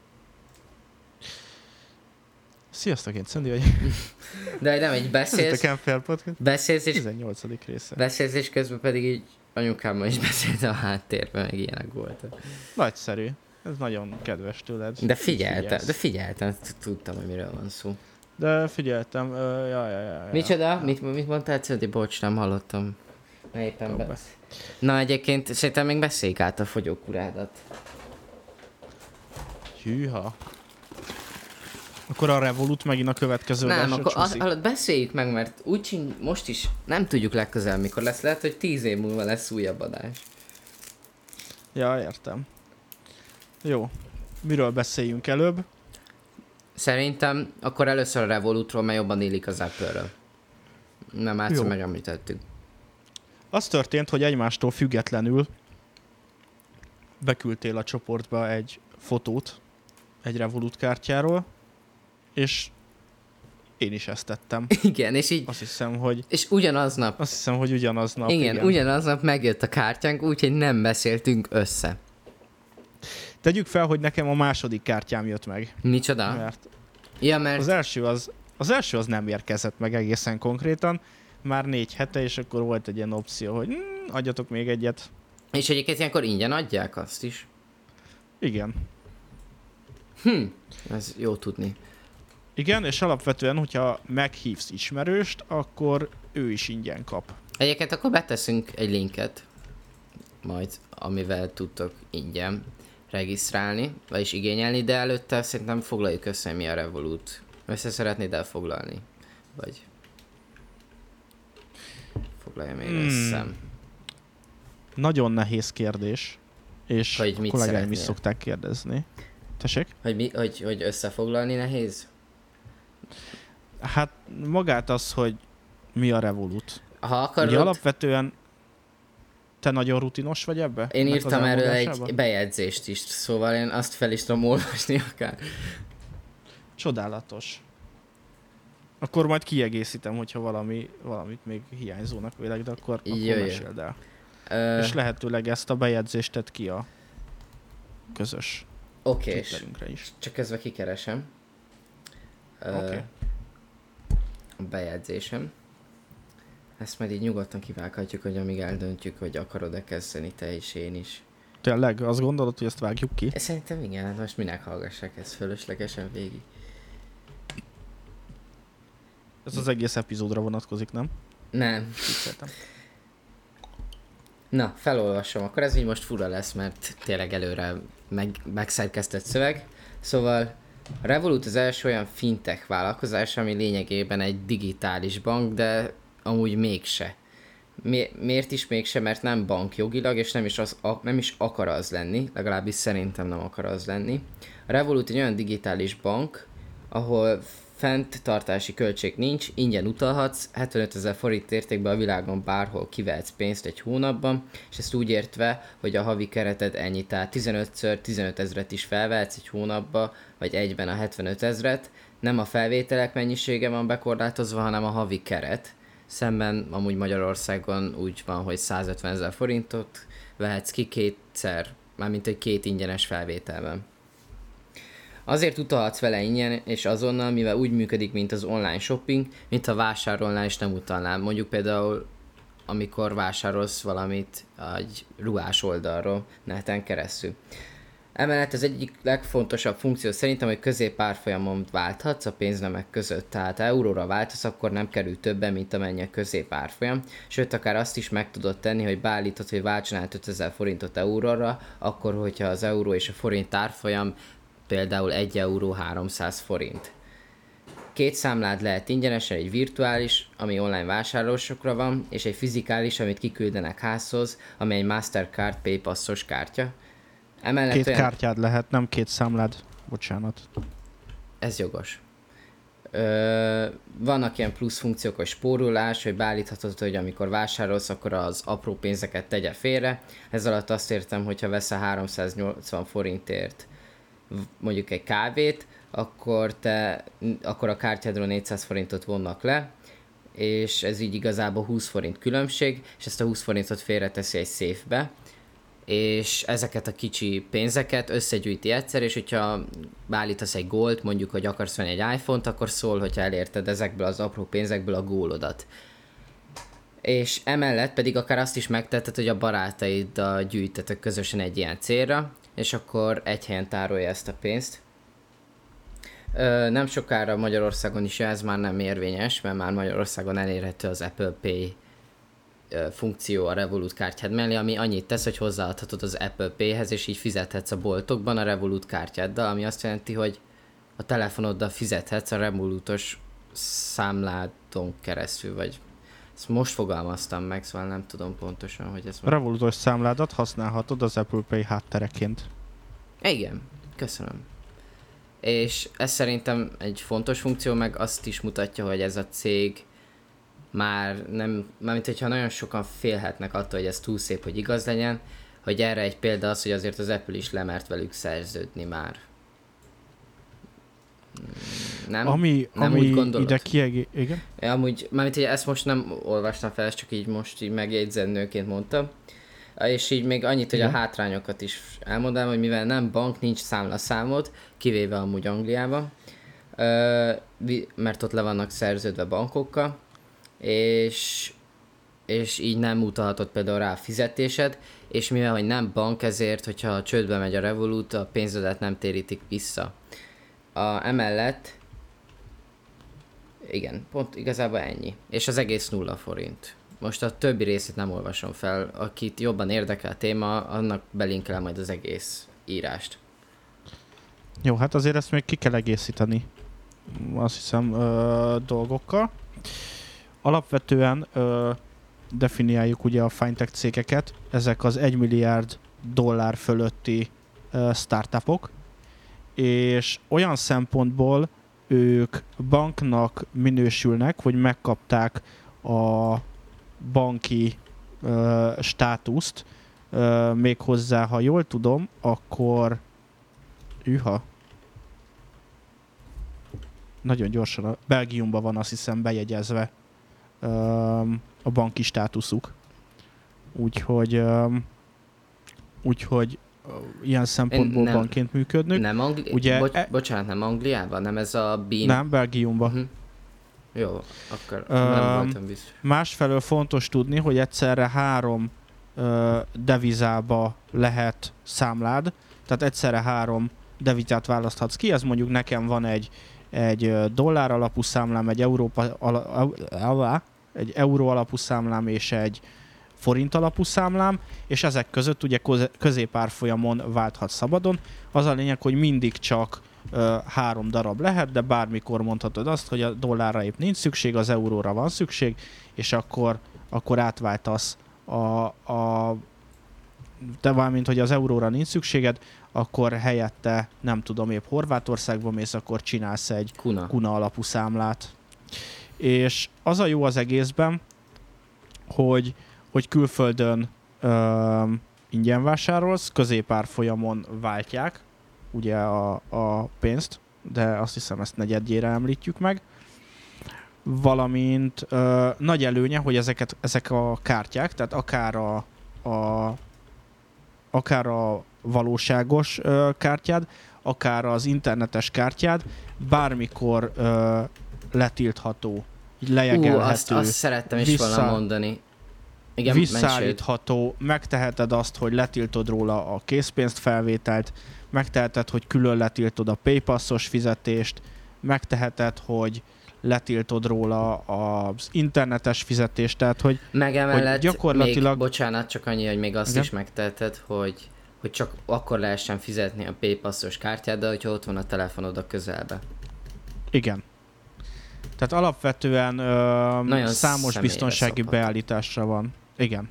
Sziasztok, én Szendi vagy. De nem, egy Ez itt a beszélsz, Campfire Podcast. beszélsz és, tizennyolcadik része. beszélsz és közben pedig így anyukámmal is beszélt a háttérben, meg ilyenek voltak. Nagyszerű. Ez nagyon kedves tőled. De figyeltem, Figyelsz. de figyeltem, tudtam, hogy miről van szó. De figyeltem. Ö, ja, ja, ja, ja. Micsoda? Mit, mit mondtál, Cedi? Bocs, nem hallottam. Na, éppen Jó, be... be. Na egyébként szerintem még beszéljük át a fogyókurádat. Hűha. Akkor a Revolut megint a következő Nem, adásra akkor az, csúszik. alatt beszéljük meg, mert úgy csin, most is nem tudjuk legközelebb mikor lesz. Lehet, hogy tíz év múlva lesz újabb adás. Ja, értem. Jó. Miről beszéljünk előbb? Szerintem akkor először a Revolutról, mert jobban illik az Apple-ről. Nem, már egyszer Jó. megemlítettük. Az történt, hogy egymástól függetlenül beküldtél a csoportba egy fotót egy Revolut kártyáról, és én is ezt tettem. Igen, és így, Azt hiszem, hogy és ugyanaznap, azt hiszem, hogy ugyanaznap. igen, igen, ugyanaznap megjött a kártyánk, úgyhogy nem beszéltünk össze. Tegyük fel, hogy nekem a második kártyám jött meg. Micsoda? Mert Ja, mert az első az, az első az nem érkezett meg egészen konkrétan, már négy hete, és akkor volt egy ilyen opció, hogy mm, adjatok még egyet. és egyébként ilyenkor ingyen adják azt is. Igen. Hm, ez jó tudni. Igen, és alapvetően, hogyha meghívsz ismerőst, akkor ő is ingyen kap. Egyébként akkor beteszünk egy linket, majd amivel tudtok ingyen regisztrálni, vagyis igényelni, de előtte szerintem foglaljuk össze, hogy mi a Revolut. Össze szeretnéd elfoglalni? Vagy foglalja még Hmm. össze. Nagyon nehéz kérdés, és Hogy a mit kollégáim is szeretnél? szokták kérdezni. Tessék? Hogy, mi, hogy, hogy összefoglalni nehéz? Hát magát az, hogy mi a Revolut. Ha akarod, Ugye alapvetően te nagyon rutinos vagy ebbe? én Ennek az írtam erről elmondásába? egy bejegyzést is, szóval én azt fel is tudom olvasni akár. Csodálatos. Akkor majd kiegészítem, hogyha valami, valamit még hiányzónak vélek, de akkor, akkor Jöjjön. meséld el. Ö, És lehetőleg ezt a bejegyzést tedd ki a közös Oké, és Twitterünkre is. csak közben kikeresem. Ö, Oké. A bejegyzésem. Ezt majd így nyugodtan kivághatjuk, hogy amíg eldöntjük, hogy akarod-e kezdeni te és én is. Tényleg, azt gondolod, hogy ezt vágjuk ki? Szerintem igen, hát most minek hallgassák ezt fölöslegesen végig. Ez az egész epizódra vonatkozik, nem? Nem. Vicceltem. Na, felolvasom, akkor ez így most fura lesz, mert tényleg előre meg, megszerkesztett szöveg. Szóval a Revolut az első olyan fintech vállalkozás, ami lényegében egy digitális bank, de amúgy mégse. Mi, miért is mégse? Mert nem bank jogilag, és nem is, az, a, nem is akar az lenni, legalábbis szerintem nem akar az lenni. A Revolut egy olyan digitális bank, ahol fenntartási költség nincs, ingyen utalhatsz, hetvenötezer forint értékben a világon bárhol kivehetsz pénzt egy hónapban, és ezt úgy értve, hogy a havi kereted ennyi, tehát tizenötször tizenöt ezret is felvehetsz egy hónapba, vagy egyben a hetvenöt ezret, nem a felvételek mennyisége van bekorlátozva, hanem a havi keret. Szemben amúgy Magyarországon úgy van, hogy százötvenezer forintot vehetsz ki kétszer, mármint egy két ingyenes felvételben. Azért utalhatsz vele ingyen és azonnal, mivel úgy működik, mint az online shopping, mint ha vásárolnál és nem utalnál. Mondjuk például, amikor vásárolsz valamit egy ruhás oldalról, neten keresztül. Emellett az egyik legfontosabb funkció szerintem, hogy középárfolyamon válthatsz a pénznemek között. Tehát ha euróra váltasz, akkor nem kerül többen, mint amennyi a középárfolyam. Sőt, akár azt is meg tudod tenni, hogy beállítod, hogy váltson át ötezer forintot euróra, akkor, hogyha az euró és a forint árfolyam például egy euró háromszáz forint. Két számlád lehet ingyenesen, egy virtuális, ami online vásárlásokra van, és egy fizikális, amit kiküldenek házhoz, ami egy Mastercard PayPassos kártya. Emellett két olyan... kártyád lehet, nem két számlád. Bocsánat. Ez jogos. Ö, vannak ilyen plusz funkciók, hogy spórolás, hogy beállíthatod, hogy amikor vásárolsz, akkor az apró pénzeket tegye félre. Ez alatt azt értem, hogyha veszel háromszáznyolcvan forintért mondjuk egy kávét, akkor, te, akkor a kártyádról négyszáz forintot vonnak le, és ez így igazából húsz forint különbség, és ezt a húsz forintot félreteszi egy széfbe, és ezeket a kicsi pénzeket összegyűjti egyszer, és hogyha beállítasz egy gólt, mondjuk, hogy akarsz venni egy iPhone-t, akkor szól, hogyha elérted ezekből az apró pénzekből a gólodat. És emellett pedig akár azt is megtetted, hogy a barátaiddal gyűjtetek közösen egy ilyen célra, és akkor egy helyen tárolja ezt a pénzt. Ö, nem sokára Magyarországon is ez már nem érvényes, mert már Magyarországon elérhető az Apple Pay ö, funkció a Revolut kártyád mellé, ami annyit tesz, hogy hozzáadhatod az Apple Payhez, és így fizethetsz a boltokban a Revolut kártyáddal, ami azt jelenti, hogy a telefonoddal fizethetsz a Revolutos számládon keresztül, vagy ezt most fogalmaztam meg, szóval nem tudom pontosan, hogy ez... A Revolutos számládat használhatod az Apple Pay háttereként. Igen, köszönöm. És ez szerintem egy fontos funkció, meg azt is mutatja, hogy ez a cég már nem, mármint hogyha nagyon sokan félhetnek attól, hogy ez túl szép, hogy igaz legyen, hogy erre egy példa az, hogy azért az Apple is lemert velük szerződni már. Nem? Ami, nem ami úgy gondolod? ide kiegé... Igen? Amúgy, mármint hogy ezt most nem olvastam fel, ezt csak így most így megjegyzennőként mondtam. És így még annyit, hogy igen, a hátrányokat is elmondanám, hogy mivel nem bank, nincs számlaszámod, kivéve amúgy Angliában, mert ott le vannak szerződve bankokkal, és, és így nem utalhatod például rá a fizetésed, és mivel hogy nem bank, ezért, hogyha csődbe megy a Revolut, a pénzedet nem térítik vissza. A, emellett, igen, pont igazából ennyi. És az egész nulla forint. Most a többi részét nem olvasom fel. Akit jobban érdekel a téma, annak belinkelem majd az egész írást. Jó, hát azért ezt még ki kell egészíteni, azt hiszem, ö, dolgokkal. Alapvetően ö, definiáljuk ugye a fintech cégeket. Ezek az egy milliárd dollár fölötti ö, startupok, és olyan szempontból ők banknak minősülnek, hogy megkapták a banki ö, státuszt, ö, méghozzá, ha jól tudom, akkor üha. Nagyon gyorsan, a Belgiumban van azt hiszem bejegyezve ö, a banki státuszuk. Úgyhogy ö, úgyhogy ilyen szempontból nem, bankként működnek. Nem Angli- Ugye, Bocs, e- bocsánat, nem Angliában? Nem ez a Bean? Nem, Belgiumban. Uh-huh. Jó, akkor Ö, nem voltam biztos. Másfelől fontos tudni, hogy egyszerre három ö, devizába lehet számlád, tehát egyszerre három devizát választhatsz ki, ez mondjuk nekem van egy, egy dollár alapú számlám, egy, Európa, ala, egy euró alapú számlám és egy forint alapú számlám, és ezek között ugye középárfolyamon válthat szabadon. Az a lényeg, hogy mindig csak ö, három darab lehet, de bármikor mondhatod azt, hogy a dollárra épp nincs szükség, az euróra van szükség, és akkor, akkor átváltasz a, a de valamint, hogy az euróra nincs szükséged, akkor helyette, nem tudom, épp Horvátországban mész, akkor csinálsz egy Kuna. kuna alapú számlát. És az a jó az egészben, hogy, hogy külföldön ö, ingyen vásárolsz, középárfolyamon váltják ugye a, a pénzt, de azt hiszem ezt negyedjére említjük meg. Valamint ö, nagy előnye, hogy ezeket, ezek a kártyák, tehát akár a, a, akár a valóságos ö, kártyád, akár az internetes kártyád bármikor ö, letiltható, lejegelhető. Ú, azt, azt szerettem is vissza, volna mondani. Igen, visszaállítható, megteheted azt, hogy letiltod róla a készpénzt felvételt, megteheted, hogy külön letiltod a PayPass-os fizetést, megteheted, hogy letiltod róla az internetes fizetést, tehát hogy, meg emellett hogy gyakorlatilag... még, bocsánat, csak annyi, hogy még azt igen? is megteheted, hogy, hogy csak akkor lehessen fizetni a PayPass-os kártyáddal, hogyha ott van a telefonod a közelbe. Igen. Tehát alapvetően ö, számos biztonsági szokhat. beállításra van. Igen.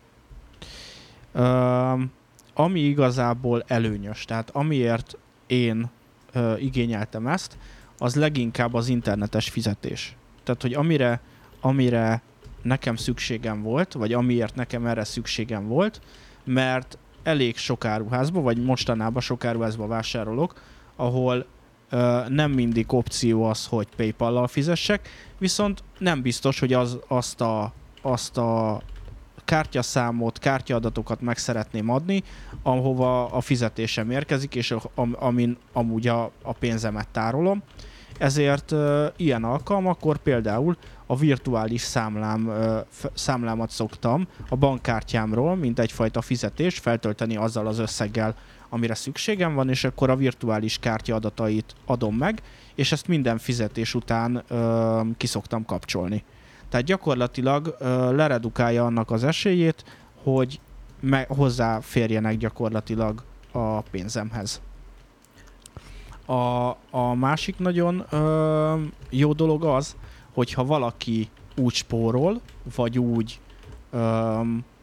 Ö, ami igazából előnyös, tehát amiért én ö, igényeltem ezt, az leginkább az internetes fizetés. Tehát, hogy amire, amire nekem szükségem volt, vagy amiért nekem erre szükségem volt, mert elég sok áruházba, vagy mostanában sok áruházba vásárolok, ahol ö, nem mindig opció az, hogy PayPal-lal fizessek, viszont nem biztos, hogy az, azt, a, azt a kártyaszámot, kártyaadatokat meg szeretném adni, ahova a fizetésem érkezik, és am, amin amúgy a, a pénzemet tárolom. Ezért uh, ilyen alkalmakkor például a virtuális számlám, uh, f- számlámat szoktam a bankkártyámról, mint egyfajta fizetés, feltölteni azzal az összeggel, amire szükségem van, és akkor a virtuális kártya adatait adom meg, és ezt minden fizetés után uh, ki szoktam kapcsolni. Tehát gyakorlatilag uh, leredukálja annak az esélyét, hogy me- hozzáférjenek gyakorlatilag a pénzemhez. A, a másik nagyon ö, jó dolog az, hogyha valaki úgy spórol, vagy úgy, ö,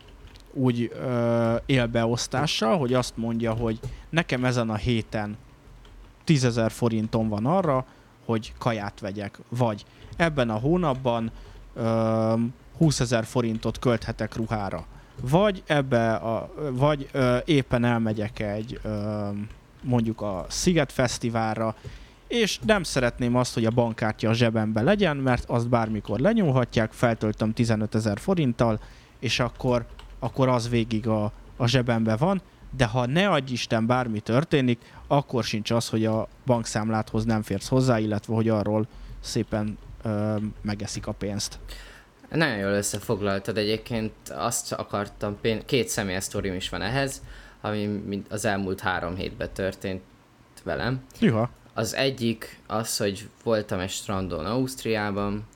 úgy ö, él beosztással, hogy azt mondja, hogy nekem ezen a héten tízezer forintom van arra, hogy kaját vegyek, vagy ebben a hónapban ö, húszezer forintot költhetek ruhára, vagy, ebbe a, vagy ö, éppen elmegyek egy... Ö, mondjuk a Sziget Fesztiválra, és nem szeretném azt, hogy a bankkártya a zsebemben legyen, mert azt bármikor lenyúlhatják, feltöltöm tizenötezer forinttal, és akkor, akkor az végig a, a zsebemben van, de ha ne adj Isten bármi történik, akkor sincs az, hogy a bankszámládhoz nem férsz hozzá, illetve hogy arról szépen ö, megeszik a pénzt. Nagyon jól összefoglaltad egyébként, azt akartam, két személyes sztorim is van ehhez, ami az elmúlt három hétben történt velem. Juha. Az egyik az, hogy voltam egy strandon Ausztriában,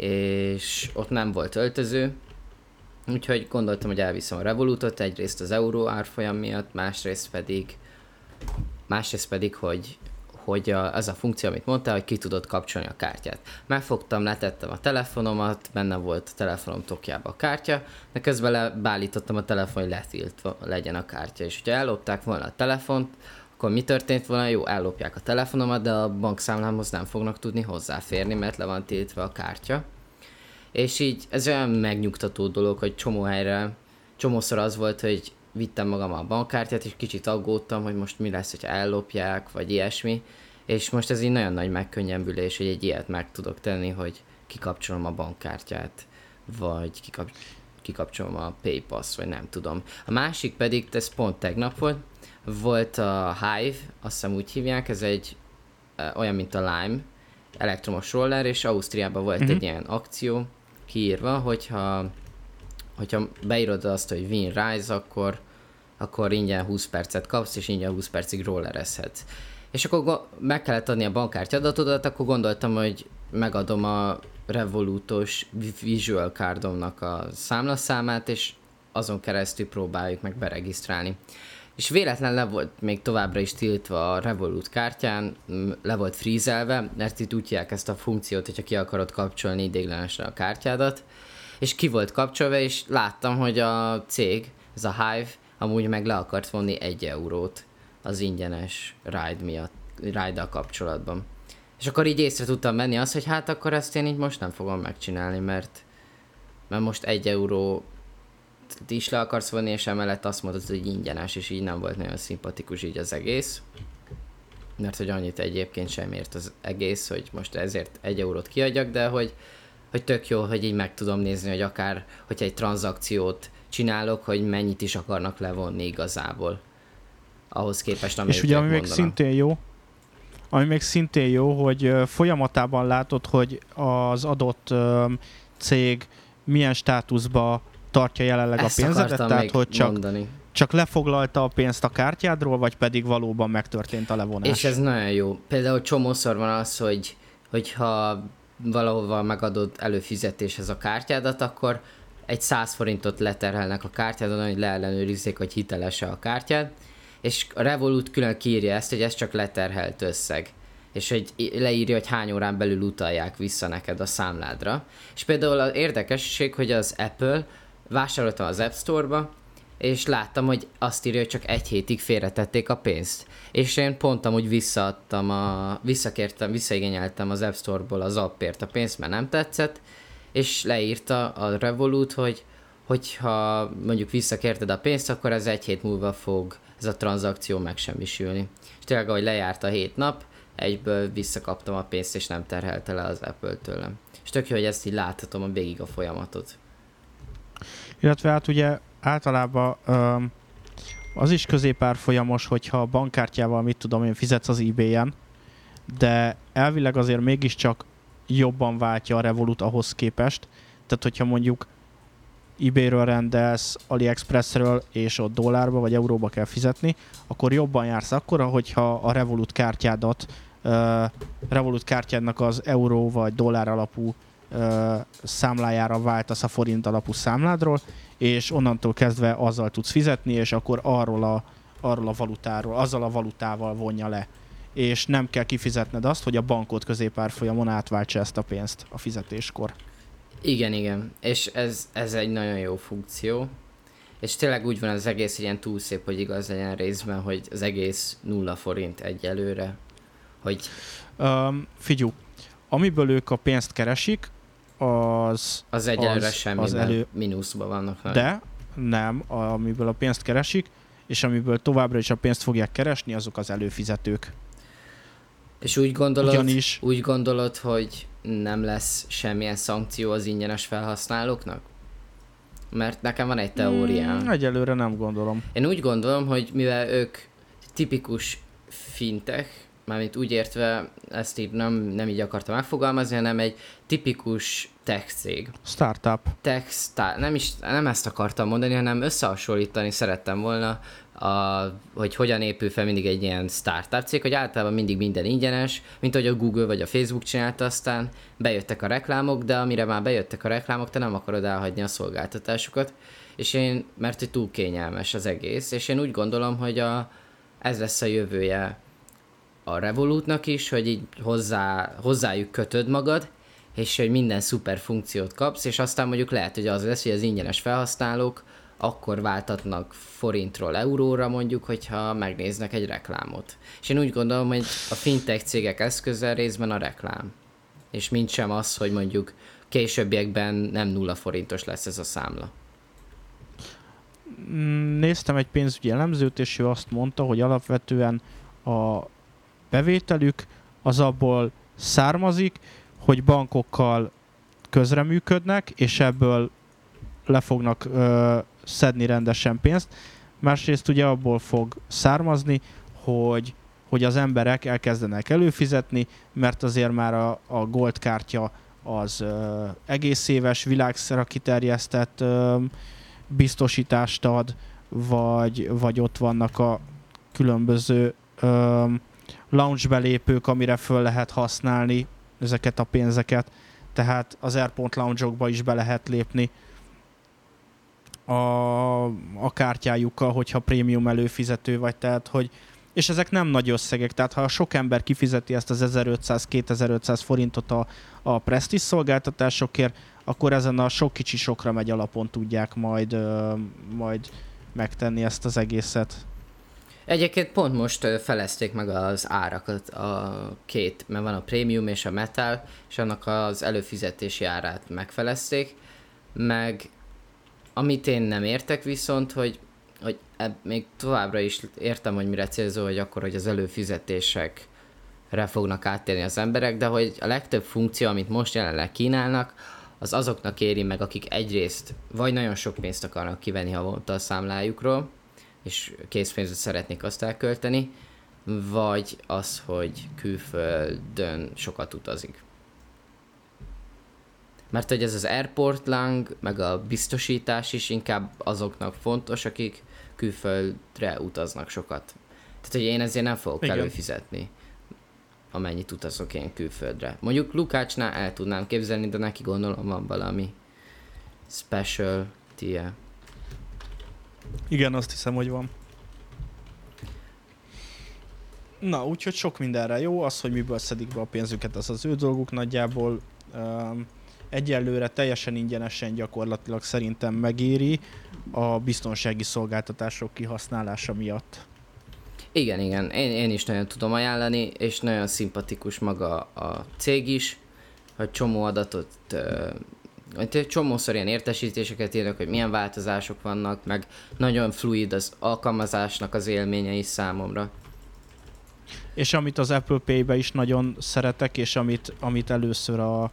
és ott nem volt öltöző, úgyhogy gondoltam, hogy elviszem a Revolutot, egyrészt az euró árfolyam miatt, másrészt pedig, másrészt pedig hogy, hogy a, az a funkció, amit mondtál, hogy ki tudod kapcsolni a kártyát. Megfogtam, letettem a telefonomat, benne volt a telefonom tokjában a kártya, de közben le, beállítottam a telefon, hogy letiltva legyen a kártya. És hogyha ellopták volna a telefont, akkor mi történt volna? Jó, ellopják a telefonomat, de a bankszámlámhoz nem fognak tudni hozzáférni, mert le van tiltva a kártya. És így ez olyan megnyugtató dolog, hogy csomó helyre, csomószor az volt, hogy vittem magammal a bankkártyát, és kicsit aggódtam, hogy most mi lesz, hogy ellopják, vagy ilyesmi. És most ez így nagyon nagy megkönnyebbülés, hogy egy ilyet meg tudok tenni, hogy kikapcsolom a bankkártyát, vagy kikap- kikapcsolom a PayPass, vagy nem tudom. A másik pedig, ez pont tegnap volt, volt a Hive, azt hiszem úgy hívják, ez egy olyan, mint a Lime, elektromos roller, és Ausztriában volt uh-huh. egy ilyen akció kiírva, hogyha hogyha beírod azt, hogy Win Rise, akkor, akkor ingyen húsz percet kapsz, és ingyen húsz percig rollerezhetsz. És akkor go- meg kellett adni a bankkártya adatodat, akkor gondoltam, hogy megadom a Revolutos Visual Cardomnak a számlaszámát, és azon keresztül próbáljuk meg beregisztrálni. És véletlen le volt még továbbra is tiltva a Revolut kártyán, le volt frízelve, mert itt úgy hívják ezt a funkciót, hogyha ki akarod kapcsolni ideiglenesen a kártyádat, és ki volt kapcsolva, és láttam, hogy a cég, ez a Hive, amúgy meg le akart vonni egy eurót az ingyenes ride miatt, ride-dal kapcsolatban. És akkor így észre tudtam venni azt, hogy hát akkor ezt én így most nem fogom megcsinálni, mert, mert most egy euró is le akarsz vonni, és emellett azt mondod, hogy ingyenes, és így nem volt nagyon szimpatikus így az egész. Mert hogy annyit egyébként sem ért az egész, hogy most ezért egy eurót kiadjak, de hogy, hogy tök jó, hogy így meg tudom nézni, hogy akár, hogyha egy tranzakciót csinálok, hogy mennyit is akarnak levonni igazából. Ahhoz képest, amit és ugye ami még szintén jó, ami még szintén jó, hogy folyamatában látod, hogy az adott um, cég milyen státuszba tartja jelenleg Ezt a pénzedet, tehát hogy csak, csak lefoglalta a pénzt a kártyádról, vagy pedig valóban megtörtént a levonás. És ez nagyon jó. Például csomószor van az, hogy hogyha valahova megadod előfizetéshez a kártyádat, akkor egy száz forintot leterhelnek a kártyádon, hogy leellenőrizzék, hogy hiteles-e a kártyád, és a Revolut külön kiírja ezt, hogy ez csak leterhelt összeg. És hogy leírja, hogy hány órán belül utalják vissza neked a számládra. És például az érdekesség, hogy az Apple, vásároltam az App Store-ba, és láttam, hogy azt írja, hogy csak egy hétig félretették a pénzt. És én pont amúgy visszaadtam, a, visszakértem, visszaigényeltem az App Store-ból az appért a pénzt, mert nem tetszett, és leírta a Revolut, hogy hogyha mondjuk visszakérted a pénzt, akkor ez egy hét múlva fog ez a tranzakció megsemmisülni. És tényleg, ahogy lejárt a hét nap, egyből visszakaptam a pénzt, és nem terhelte le az Apple tőlem. És tök jó, hogy ezt így láthatom a végig a folyamatot. Illetve hát ugye általában um, az is középárfolyamos, hogyha a bankkártyával, mit tudom én, fizetsz az eBay-en, de elvileg azért mégiscsak jobban váltja a Revolut ahhoz képest. Tehát, hogyha mondjuk eBay-ről rendelsz, AliExpressről, és ott dollárba vagy euróba kell fizetni, akkor jobban jársz akkor, hogyha a Revolut kártyádat, uh, Revolut kártyádnak az euró vagy dollár alapú uh, számlájára váltasz a forint alapú számládról, és onnantól kezdve azzal tudsz fizetni, és akkor arról a, arról a valutáról, azzal a valutával vonja le. És nem kell kifizetned azt, hogy a bankod középárfolyamon átváltsa ezt a pénzt a fizetéskor. Igen, igen. És ez, ez egy nagyon jó funkció. És tényleg úgy van az egész, ilyen túl szép, hogy igaz legyen részben, hogy az egész nulla forint egyelőre. Hogy... Um, figyú, amiből ők a pénzt keresik, az... Az egyelőre az, semmi, az elő... mínuszban vannak. De nem, amiből a pénzt keresik, és amiből továbbra is a pénzt fogják keresni, azok az előfizetők. És úgy gondolod, Ugyanis... úgy gondolod, hogy nem lesz semmilyen szankció az ingyenes felhasználóknak? Mert nekem van egy teóriám. Mm, egyelőre nem gondolom. Én úgy gondolom, hogy mivel ők tipikus fintech, mármint úgy értve, ezt így nem, nem így akartam megfogalmazni, hanem egy tipikus tech cég. Startup. Tech, start, nem is, nem ezt akartam mondani, hanem összehasonlítani szerettem volna, a, hogy hogyan épül fel mindig egy ilyen startup cég, hogy általában mindig minden ingyenes, mint ahogy a Google vagy a Facebook csinálta, aztán bejöttek a reklámok, de amire már bejöttek a reklámok, te nem akarod elhagyni a szolgáltatásukat, és én, mert hogy túl kényelmes az egész, és én úgy gondolom, hogy a, ez lesz a jövője a Revolutnak is, hogy így hozzá, hozzájuk kötöd magad, és hogy minden szuper funkciót kapsz, és aztán mondjuk lehet, hogy az lesz, hogy az ingyenes felhasználók akkor váltatnak forintról euróra mondjuk, hogyha megnéznek egy reklámot. És én úgy gondolom, hogy a fintech cégek eszköze részben a reklám. És mint sem az, hogy mondjuk későbbiekben nem nulla forintos lesz ez a számla. Néztem egy pénzügyi elemzőt, és ő azt mondta, hogy alapvetően a bevételük az abból származik, hogy bankokkal közreműködnek, és ebből le fognak ö, szedni rendesen pénzt. Másrészt ugye abból fog származni, hogy, hogy az emberek elkezdenek előfizetni, mert azért már a, a Gold kártya az ö, egész éves világszerte kiterjesztett ö, biztosítást ad, vagy, vagy ott vannak a különböző ö, launch belépők, amire föl lehet használni ezeket a pénzeket, tehát az Airport Lounge-okba is be lehet lépni a, a kártyájukkal, hogyha prémium előfizető vagy, tehát hogy, és ezek nem nagy összegek, tehát ha sok ember kifizeti ezt az ezerötszáz-kétezer-ötszáz forintot a, a Prestige szolgáltatásokért, akkor ezen a sok kicsi sokra megy alapon tudják majd, majd megtenni ezt az egészet. Egyébként pont most ö, felezték meg az árakat, a két, mert van a Premium és a Metal, és annak az előfizetési árát megfelezték, meg amit én nem értek viszont, hogy, hogy eb, még továbbra is értem, hogy mire célzó, hogy akkor, hogy az előfizetésekre fognak áttérni az emberek, de hogy a legtöbb funkció, amit most jelenleg kínálnak, az azoknak éri meg, akik egyrészt vagy nagyon sok pénzt akarnak kivenni havonta a számlájukról, és készpénzet szeretnék azt elkölteni, vagy az, hogy külföldön sokat utazik. Mert hogy ez az airport lang, meg a biztosítás is inkább azoknak fontos, akik külföldre utaznak sokat. Tehát, hogy én ezért nem fogok Igen. előfizetni, amennyit utazok én külföldre. Mondjuk Lukácsnál el tudnám képzelni, de neki gondolom van valami special tie. Igen, azt hiszem, hogy van. Na, úgyhogy sok mindenre jó. Az, hogy miből szedik be a pénzüket, az az ő dolguk nagyjából. Um, egyelőre teljesen ingyenesen gyakorlatilag szerintem megéri a biztonsági szolgáltatások kihasználása miatt. Igen, igen, én, én is nagyon tudom ajánlani, és nagyon szimpatikus maga a cég is, hogy csomó adatot, ö, hogy csomószor ilyen értesítéseket írnak, hogy milyen változások vannak, meg nagyon fluid az alkalmazásnak az élménye is számomra. És amit az Apple Pay-be is nagyon szeretek, és amit, amit először a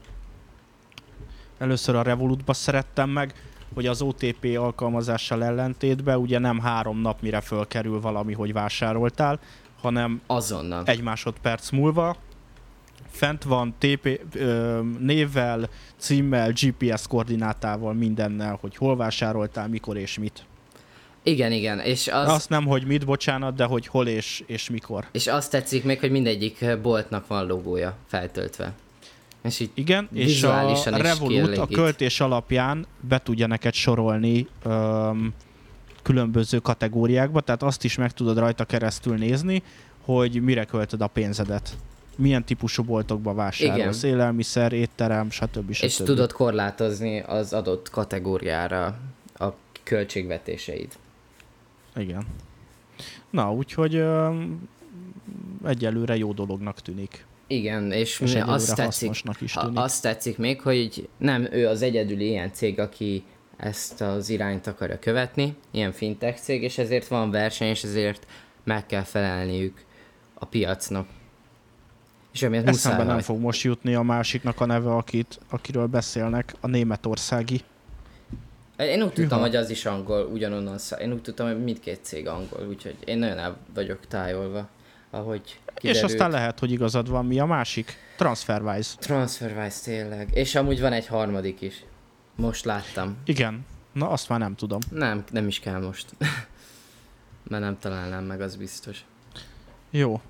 először a Revolutba szerettem meg, hogy az o té pé alkalmazással ellentétben ugye nem három nap mire fölkerül valami, hogy vásároltál, hanem Azonnal. egy másodperc múlva fent van té pé, ö, névvel, címmel, gé pé es koordinátával, mindennel, hogy hol vásároltál, mikor és mit. Igen, igen, és az... Azt nem, hogy mit, bocsánat, de hogy hol és, és mikor. És azt tetszik még, hogy mindegyik boltnak van logója feltöltve. És így Igen, és a vizuálisan is Revolut a kielégít. költés alapján be tudja neked sorolni öm, különböző kategóriákba, tehát azt is meg tudod rajta keresztül nézni, hogy mire költöd a pénzedet. Milyen típusú boltokba vásárolsz, élelmiszer, étterem, stb. stb. És tudod korlátozni az adott kategóriára a költségvetéseid. Igen. Na, úgyhogy öm, egyelőre jó dolognak tűnik. Igen, és, És azt egyelőre tetszik, hasznosnak is a- tűnik. azt tetszik még, hogy nem ő az egyedüli ilyen cég, aki ezt az irányt akarja követni, ilyen fintech cég, és ezért van verseny, és ezért meg kell felelniük a piacnak. És emiatt muszáj, Eszembe nem hogy- fog most jutni a másiknak a neve, akit, akiről beszélnek, a németországi. Én úgy tudtam, Hűha. hogy az is angol, ugyanonnan szá... Én úgy tudtam, hogy mindkét cég angol, úgyhogy én nagyon el vagyok tájolva, ahogy kiderült. És aztán lehet, hogy igazad van. Mi a másik? TransferWise. TransferWise tényleg. És amúgy van egy harmadik is. Most láttam. Igen. Na, azt már nem tudom. Nem, nem is kell most. Mert nem találnám meg, az biztos. Jó.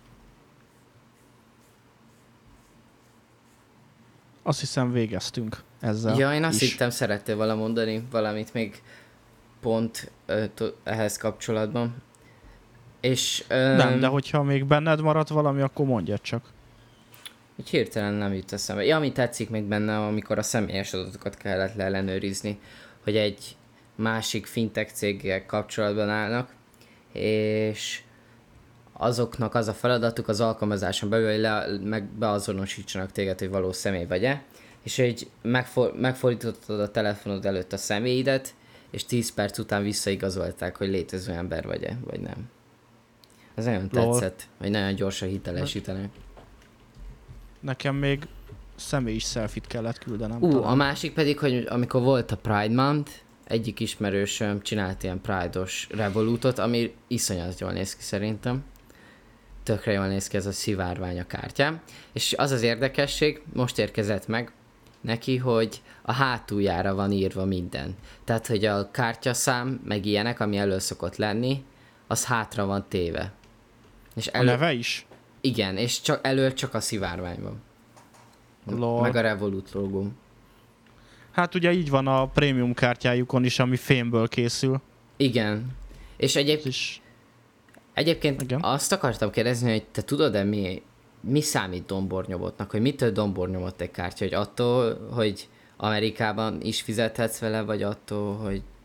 Azt hiszem végeztünk ezzel Ja, én azt is. hittem, szerettél vala mondani valamit még pont ö, to- ehhez kapcsolatban. És... Ö, Nem, de hogyha még benned maradt valami, akkor mondjad csak. Így hirtelen nem jut eszembe. Ja, ami tetszik még benne, amikor a személyes adatokat kellett leellenőrizni, hogy egy másik fintech céggel kapcsolatban állnak, és azoknak az a feladatuk az alkalmazáson belül, hogy le, meg beazonosítsanak téged, hogy valós személy vagy-e, és hogy megfor, megfordítottad a telefonod előtt a személyidet, és tíz perc után visszaigazolták, hogy létező ember vagy-e, vagy nem. Ez nagyon Lol. tetszett, hogy nagyon gyorsan hitelesítenek. Nekem még személyi selfie-t kellett küldenem. Ú, talán. a másik pedig, hogy amikor volt a Pride Month, egyik ismerősöm csinált ilyen Pride-os Revolutot, ami iszonyat jól néz ki szerintem. Tökre jól néz ki ez a szivárvány a kártyám. És az az érdekesség, most érkezett meg neki, hogy a hátuljára van írva minden. Tehát, hogy a kártyaszám, meg ilyenek, ami elő szokott lenni, az hátra van téve. És A elő... neve is? Igen, és csak elő csak a szivárvány van. Lol. Meg a Revolut logóm. Hát ugye így van a prémium kártyájukon is, ami fémből készül. Igen. És egyéb, Ez is... egyébként Igen. azt akartam kérdezni, hogy te tudod-e mi, mi számít dombornyomotnak, hogy mitől dombornyomott egy kártya, hogy attól, hogy Amerikában is fizethetsz vele, vagy attól, hogy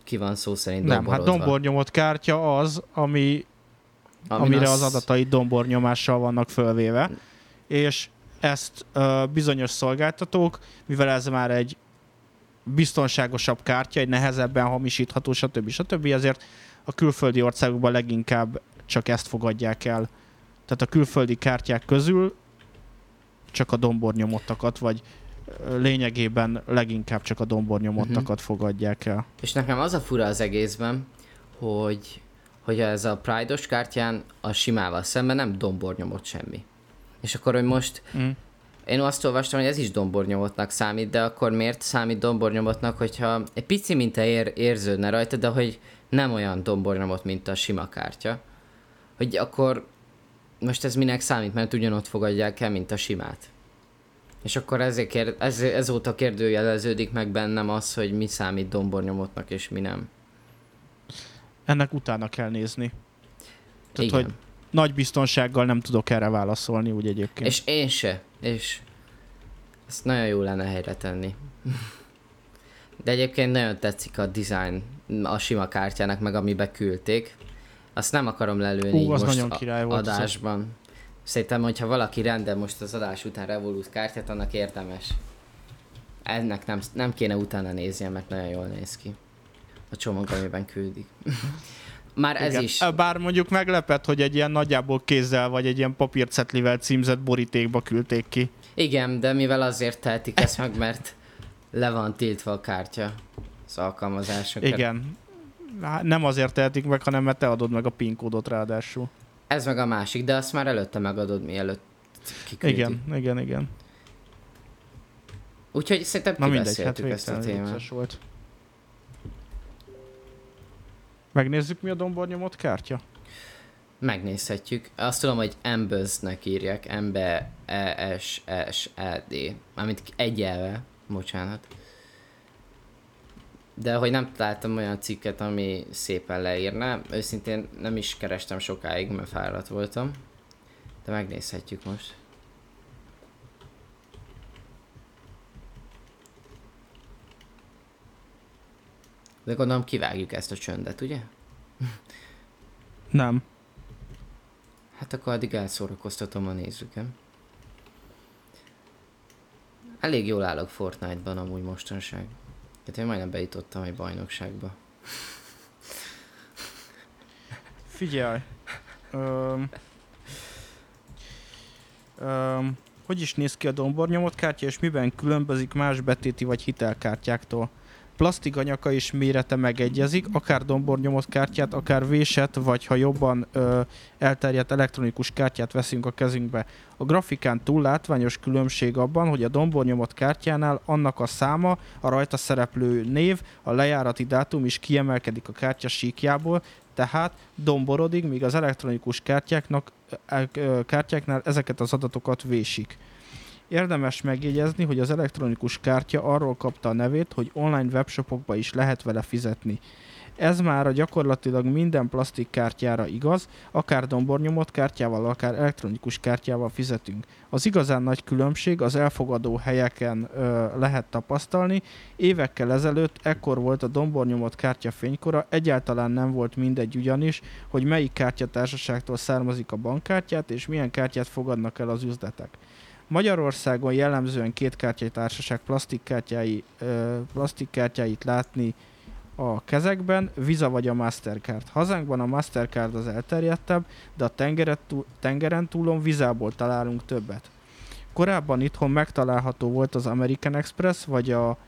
ki van szó szerint Nem, domborozva. hát dombornyomott kártya az, ami, Amin amire az... az adatai dombornyomással vannak fölvéve, és ezt uh, bizonyos szolgáltatók, mivel ez már egy biztonságosabb kártya, egy nehezebben hamisítható, stb. stb. Ezért a külföldi országokban leginkább csak ezt fogadják el. Tehát a külföldi kártyák közül csak a dombornyomottakat, vagy lényegében leginkább csak a dombornyomottakat uh-huh. fogadják el. És nekem az a fura az egészben, hogy, hogy ez a Pride-os kártyán a simával szemben nem dombornyomott semmi. És akkor, hogy most mm. én azt olvastam, hogy ez is dombornyomottnak számít, de akkor miért számít dombornyomottnak, hogyha egy pici minta ér, érződne rajta, de hogy nem olyan dombornyomott, mint a sima kártya. Hogy akkor most ez minek számít, mert ugyanott fogadják el, mint a simát. És akkor ezért kér, ez, ezóta kérdőjeleződik meg bennem az, hogy mi számít dombornyomottnak és mi nem. Ennek utána kell nézni. Tehát, igen. hogy nagy biztonsággal nem tudok erre válaszolni, úgy egyébként. És én se. És ezt nagyon jó lenne helyre tenni. De egyébként nagyon tetszik a design a sima kártyának, meg amibe küldték. Azt nem akarom lelőni Hú, az most nagyon király volt adásban. Az. Szerintem, hogyha valaki rendel most az adás után Revolut kártyát, annak érdemes. Ennek nem, nem kéne utána néznie, mert nagyon jól néz ki. A csomag, amiben küldik. Már ez igen. is. Bár mondjuk meglepett, hogy egy ilyen nagyjából kézzel, vagy egy ilyen papírcetlivel címzett borítékba küldték ki. Igen, de mivel azért tehetik ezt meg, mert le van tiltva a kártya az alkalmazásokat. Igen. Nem azért tehetik meg, hanem mert te adod meg a PIN kódot ráadásul. Ez meg a másik, de azt már előtte megadod, mielőtt kiküldik. Igen, igen, igen. Úgyhogy szerintem na mindegy, hát ezt a témát. Volt. Megnézzük, mi a dombornyomott kártya? Megnézhetjük. Azt tudom, hogy Embuzz-nek írják. M-B-E-S-S-E-D. Mármint egy elve. Bocsánat. De hogy nem találtam olyan cikket, ami szépen leírná. Őszintén nem is kerestem sokáig, mert fáradt voltam. De megnézhetjük most. De gondolom kivágjuk ezt a csöndet, ugye? Nem. Hát akkor addig elszórakoztatom a nézőket. Elég jól állok Fortnite-ban amúgy mostanság. Hát én majdnem bejutottam egy bajnokságba. Figyelj. Öm, öm, hogy is néz ki a dombornyomott kártya, és miben különbözik más betéti vagy hitelkártyáktól? Plastik anyaka és mérete megegyezik, akár dombornyomott kártyát, akár vésett, vagy ha jobban ö, elterjedt elektronikus kártyát veszünk a kezünkbe. A grafikán túl látványos különbség abban, hogy a dombornyomott kártyánál annak a száma, a rajta szereplő név, a lejárati dátum is kiemelkedik a kártya síkjából, tehát domborodik, míg az elektronikus kártyáknak, kártyáknál ezeket az adatokat vésik. Érdemes megjegyezni, hogy az elektronikus kártya arról kapta a nevét, hogy online webshopokba is lehet vele fizetni. Ez már a gyakorlatilag minden plastikkártyára igaz, akár dombornyomott kártyával, akár elektronikus kártyával fizetünk. Az igazán nagy különbség az elfogadó helyeken ö, lehet tapasztalni. Évekkel ezelőtt ekkor volt a dombornyomott kártya fénykora, egyáltalán nem volt mindegy ugyanis, hogy melyik kártyatársaságtól származik a bankkártyát, és milyen kártyát fogadnak el az üzletek. Magyarországon jellemzően két kártyatársaság plastikkártyái, ö, plastikkártyáit látni a kezekben, Visa vagy a Mastercard. Hazánkban a Mastercard az elterjedtebb, de a tengeren, túl, tengeren túlon Visából találunk többet. Korábban itthon megtalálható volt az American Express vagy a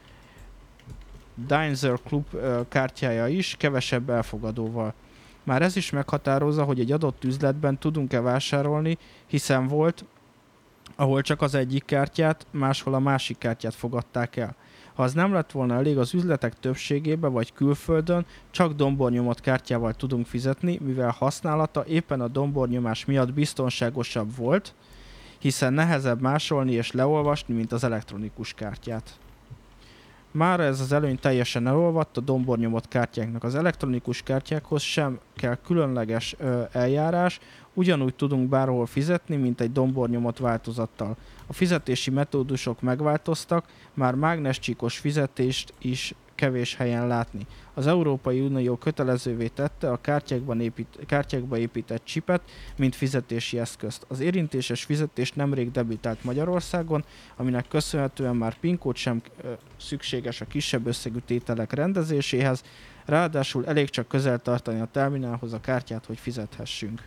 Diners Club ö, kártyája is, kevesebb elfogadóval. Már ez is meghatározza, hogy egy adott üzletben tudunk-e vásárolni, hiszen volt, ahol csak az egyik kártyát, máshol a másik kártyát fogadták el. Ha az nem lett volna elég, az üzletek többségében vagy külföldön csak dombornyomott kártyával tudunk fizetni, mivel használata éppen a dombornyomás miatt biztonságosabb volt, hiszen nehezebb másolni és leolvasni, mint az elektronikus kártyát. Mára ez az előny teljesen elolvadt a dombornyomott kártyáknak. Az elektronikus kártyákhoz sem kell különleges ö, eljárás, ugyanúgy tudunk bárhol fizetni, mint egy dombornyomott változattal. A fizetési metódusok megváltoztak, már mágnescsíkos fizetést is kevés helyen látni. Az Európai Unió kötelezővé tette a kártyákban épít, kártyákba épített csipet, mint fizetési eszközt. Az érintéses fizetés nemrég debütált Magyarországon, aminek köszönhetően már PIN kód sem ö, szükséges a kisebb összegű tételek rendezéséhez, ráadásul elég csak közel tartani a terminálhoz a kártyát, hogy fizethessünk.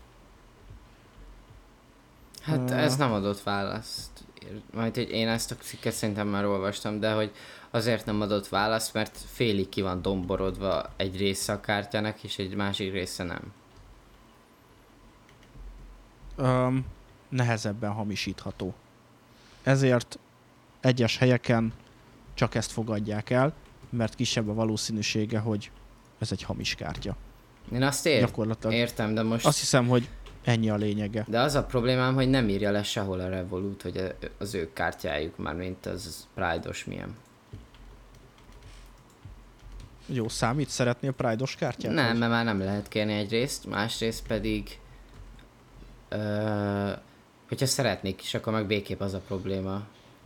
Hát Uh, ez nem adott választ. Majd, hogy én ezt a cikket szerintem már olvastam, de hogy azért nem adott választ, mert félig ki van domborodva egy része a kártyának, és egy másik része nem. Um, nehezebben hamisítható. Ezért egyes helyeken csak ezt fogadják el, mert kisebb a valószínűsége, hogy ez egy hamis kártya. Én azt ér- Gyakorlatilag. értem, de most... Azt hiszem, hogy ennyi a lényege. De az a problémám, hogy nem írja le sehol a Revolut, hogy az ő kártyájuk már, mint az Pride-os milyen. Jó, számít? Szeretnél Pride-os kártyát? Nem, vagy? mert már nem lehet kérni egyrészt, másrészt pedig... Ö, hogyha szeretnék is, akkor meg végképp az a probléma,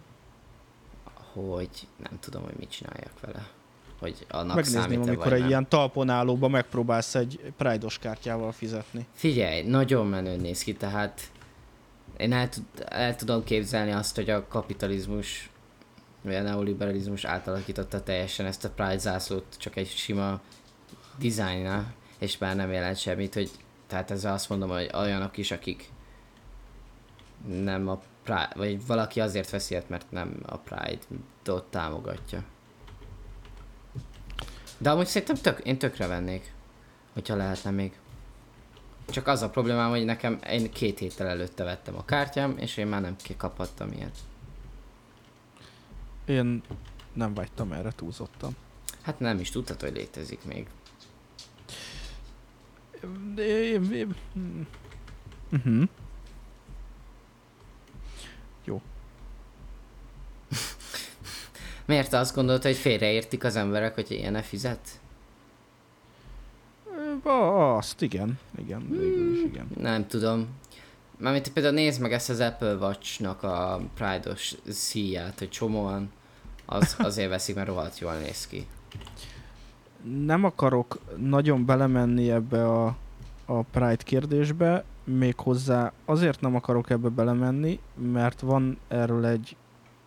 hogy nem tudom, hogy mit csináljak vele. Hogy annak Megnézném, számít-e, amikor vagy egy nem. ilyen talponállóba megpróbálsz egy Pride-os kártyával fizetni. Figyelj, nagyon menő néz ki, tehát én el, tud- el tudom képzelni azt, hogy a kapitalizmus vagy a neoliberalizmus átalakította teljesen ezt a Pride zászlót csak egy sima dizájnnal, és már nem jelent semmit, hogy tehát ezzel azt mondom, hogy olyanok is, akik nem a Pride, vagy valaki azért veszi ilyet, mert nem a Pride-ot támogatja. De amúgy szerintem tök, én tökre vennék, hogyha lehetne még. Csak az a problémám, hogy nekem én két héttel előtte vettem a kártyám, és én már nem kaphattam ilyet. Én nem vágytam erre túlzottan. Hát nem is tudtad, hogy létezik még. Uh-huh. Jó. Miért te azt gondolod, hogy félreértik az emberek, hogy ilyen fizet? Ö, Azt igen, igen, végül is igen. Nem tudom. Mármint például nézd meg ezt az Apple Watch-nak a Pride-os szíját, hogy csomóan az, azért veszik, mert rohadt jól néz ki. Nem akarok nagyon belemenni ebbe a, a Pride kérdésbe, méghozzá azért nem akarok ebbe belemenni, mert van erről egy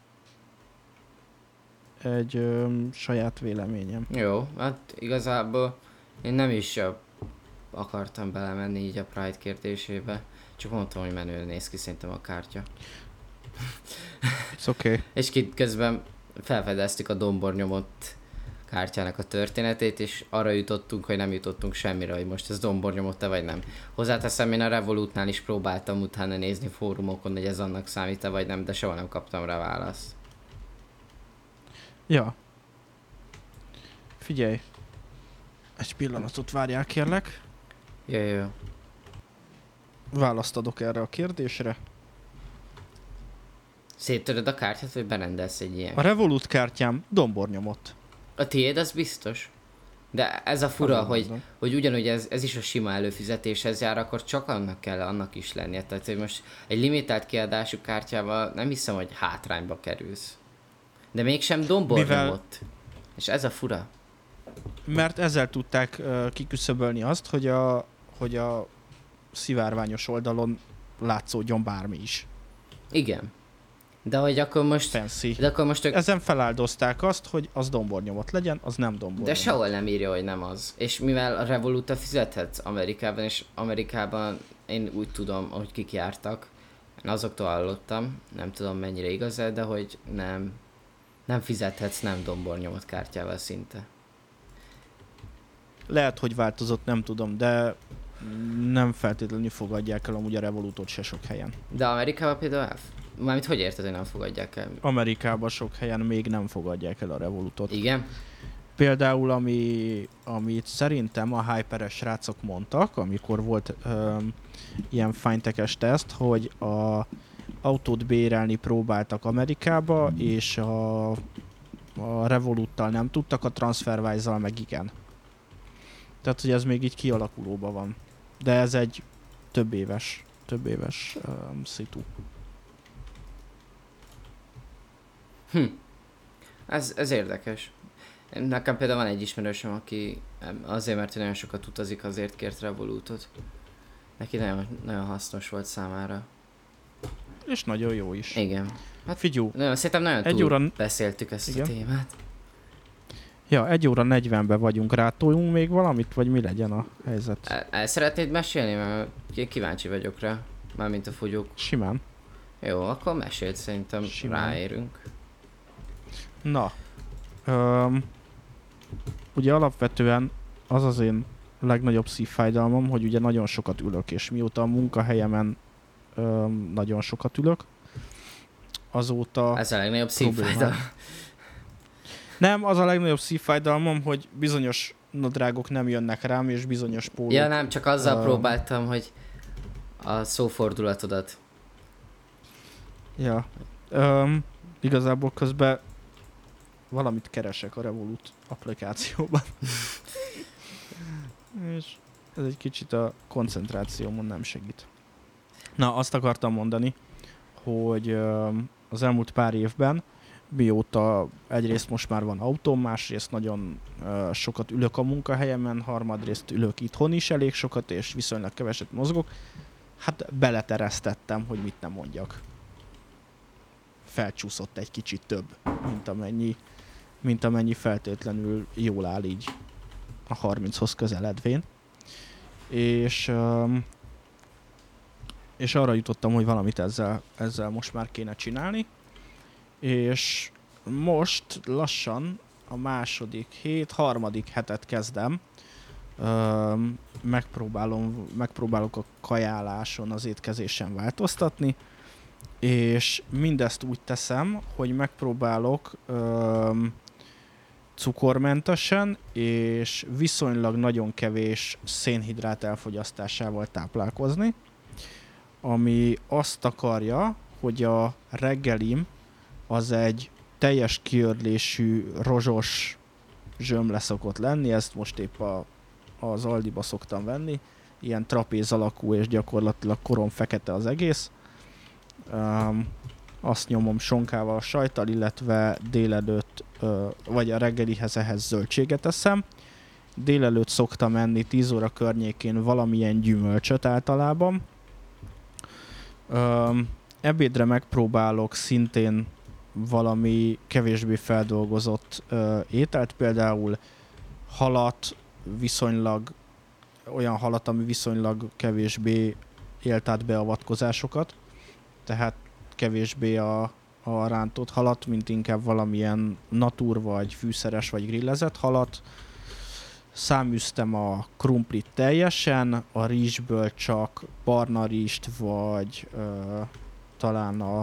egy ö, saját véleményem. Jó, hát igazából én nem is a, akartam belemenni így a Pride kérdésébe, csak mondtam, hogy menően néz ki szerintem a kártya. It's okay. És ki közben felfedeztük a dombornyomott kártyának a történetét, és arra jutottunk, hogy nem jutottunk semmire, hogy most ez dombornyomott-e vagy nem. Hozzáteszem, én a Revolutnál is próbáltam utána nézni fórumokon, hogy ez annak számít-e vagy nem, de soha nem kaptam rá választ. Ja. Figyelj. Egy pillanatot várjál, kérlek. Jó, jó. Választ adok erre a kérdésre. Széttöröd a kártyát, vagy berendelsz egy ilyen? A Revolut kártyám dombornyomott. A tiéd az biztos. De ez a fura, Nagyon hogy, mondom. hogy ugyanúgy ez, ez is a sima előfizetéshez jár, akkor csak annak kell annak is lennie. Tehát, hogy most egy limitált kiadású kártyával nem hiszem, hogy hátrányba kerülsz. De mégsem dombornyomott. Mivel... És ez a fura. Mert ezzel tudták uh, kiküszöbölni azt, hogy a, hogy a szivárványos oldalon látszódjon bármi is. Igen. De hogy akkor most... Fancy. De akkor most ők... Ezen feláldozták azt, hogy az dombornyomott legyen, az nem dombornyomott. De sehol nem írja, hogy nem az. És mivel a Revoluta fizethetsz Amerikában, és Amerikában én úgy tudom, hogy kik jártak, én azoktól hallottam, nem tudom mennyire igaz, de hogy nem, nem fizethetsz nem dombornyomott kártyával szinte. Lehet, hogy változott, nem tudom, de nem feltétlenül fogadják el amúgy a Revolutot se sok helyen. De Amerikában például elf... Mármint hogy érted, hogy nem fogadják el? Amerikában sok helyen még nem fogadják el a Revolutot. Igen? Például, ami, amit szerintem a hyperes srácok mondtak, amikor volt öm, ilyen fine-tech-es teszt, hogy a autót bérelni próbáltak Amerikába, és a, a Revoluttal nem tudtak, a TransferWise-zal meg igen. Tehát, hogy ez még így kialakulóban van. De ez egy több éves, több éves um, szitu. Hm. Ez, ez érdekes. Nekem például van egy ismerősöm, aki azért, mert nagyon sokat utazik, azért kért Revolutot. Neki nagyon, nagyon hasznos volt számára. És nagyon jó is. Igen. Hát figyú. Nagyon, szerintem nagyon egy túl óra... beszéltük ezt Igen. a témát. Ja, egy óra negyvenben vagyunk, rátoljunk még valamit, vagy mi legyen a helyzet? El, el szeretnéd mesélni, mert kíváncsi vagyok rá, mármint a fogyók. Simán. Jó, akkor meséld, szerintem Simán. Ráérünk. Na, öm, ugye alapvetően az az én legnagyobb szívfájdalmam, hogy ugye nagyon sokat ülök, és mióta a munkahelyemen öm, nagyon sokat ülök, azóta... Ez a legnagyobb szívfájdalom. Nem, az a legnagyobb szívfájdalmam, hogy bizonyos nadrágok nem jönnek rám, és bizonyos pólók... Ja nem, csak azzal um, próbáltam, hogy a szófordulatodat. Ja. Um, igazából közben valamit keresek a Revolut applikációban. És ez egy kicsit a koncentrációmon nem segít. Na, azt akartam mondani, hogy um, az elmúlt pár évben, mióta egyrészt most már van autóm, másrészt nagyon uh, sokat ülök a munkahelyemen, harmadrészt ülök itthon is elég sokat, és viszonylag keveset mozgok, hát beleteresztettem, hogy mit nem mondjak. Felcsúszott egy kicsit több, mint amennyi, mint amennyi feltétlenül jól áll így a harminchoz közeledvén. És, um, és arra jutottam, hogy valamit ezzel, ezzel most már kéne csinálni. És most lassan a második hét, harmadik hetet kezdem. Öm, megpróbálom, megpróbálok a kajáláson, az étkezésen változtatni, és mindezt úgy teszem, hogy megpróbálok öm, cukormentesen és viszonylag nagyon kevés szénhidrát elfogyasztásával táplálkozni, ami azt akarja, hogy a reggelim az egy teljes kiörlésű, rozsos zsömle szokott lenni, ezt most épp a, az Aldiba szoktam venni, ilyen trapéz alakú és gyakorlatilag korom fekete az egész. Um, azt nyomom sonkával, sajttal, illetve délelőtt, uh, vagy a reggelihez ehhez zöldséget eszem. Délelőtt szoktam enni tíz óra környékén valamilyen gyümölcsöt általában. Um, ebédre megpróbálok szintén valami kevésbé feldolgozott uh, ételt, például halat, viszonylag olyan halat, ami viszonylag kevésbé élt át beavatkozásokat, tehát kevésbé a, a rántott halat, mint inkább valamilyen natur, vagy fűszeres, vagy grillezett halat. Száműztem a krumplit teljesen, a rizsből csak barna rizst, vagy uh, talán a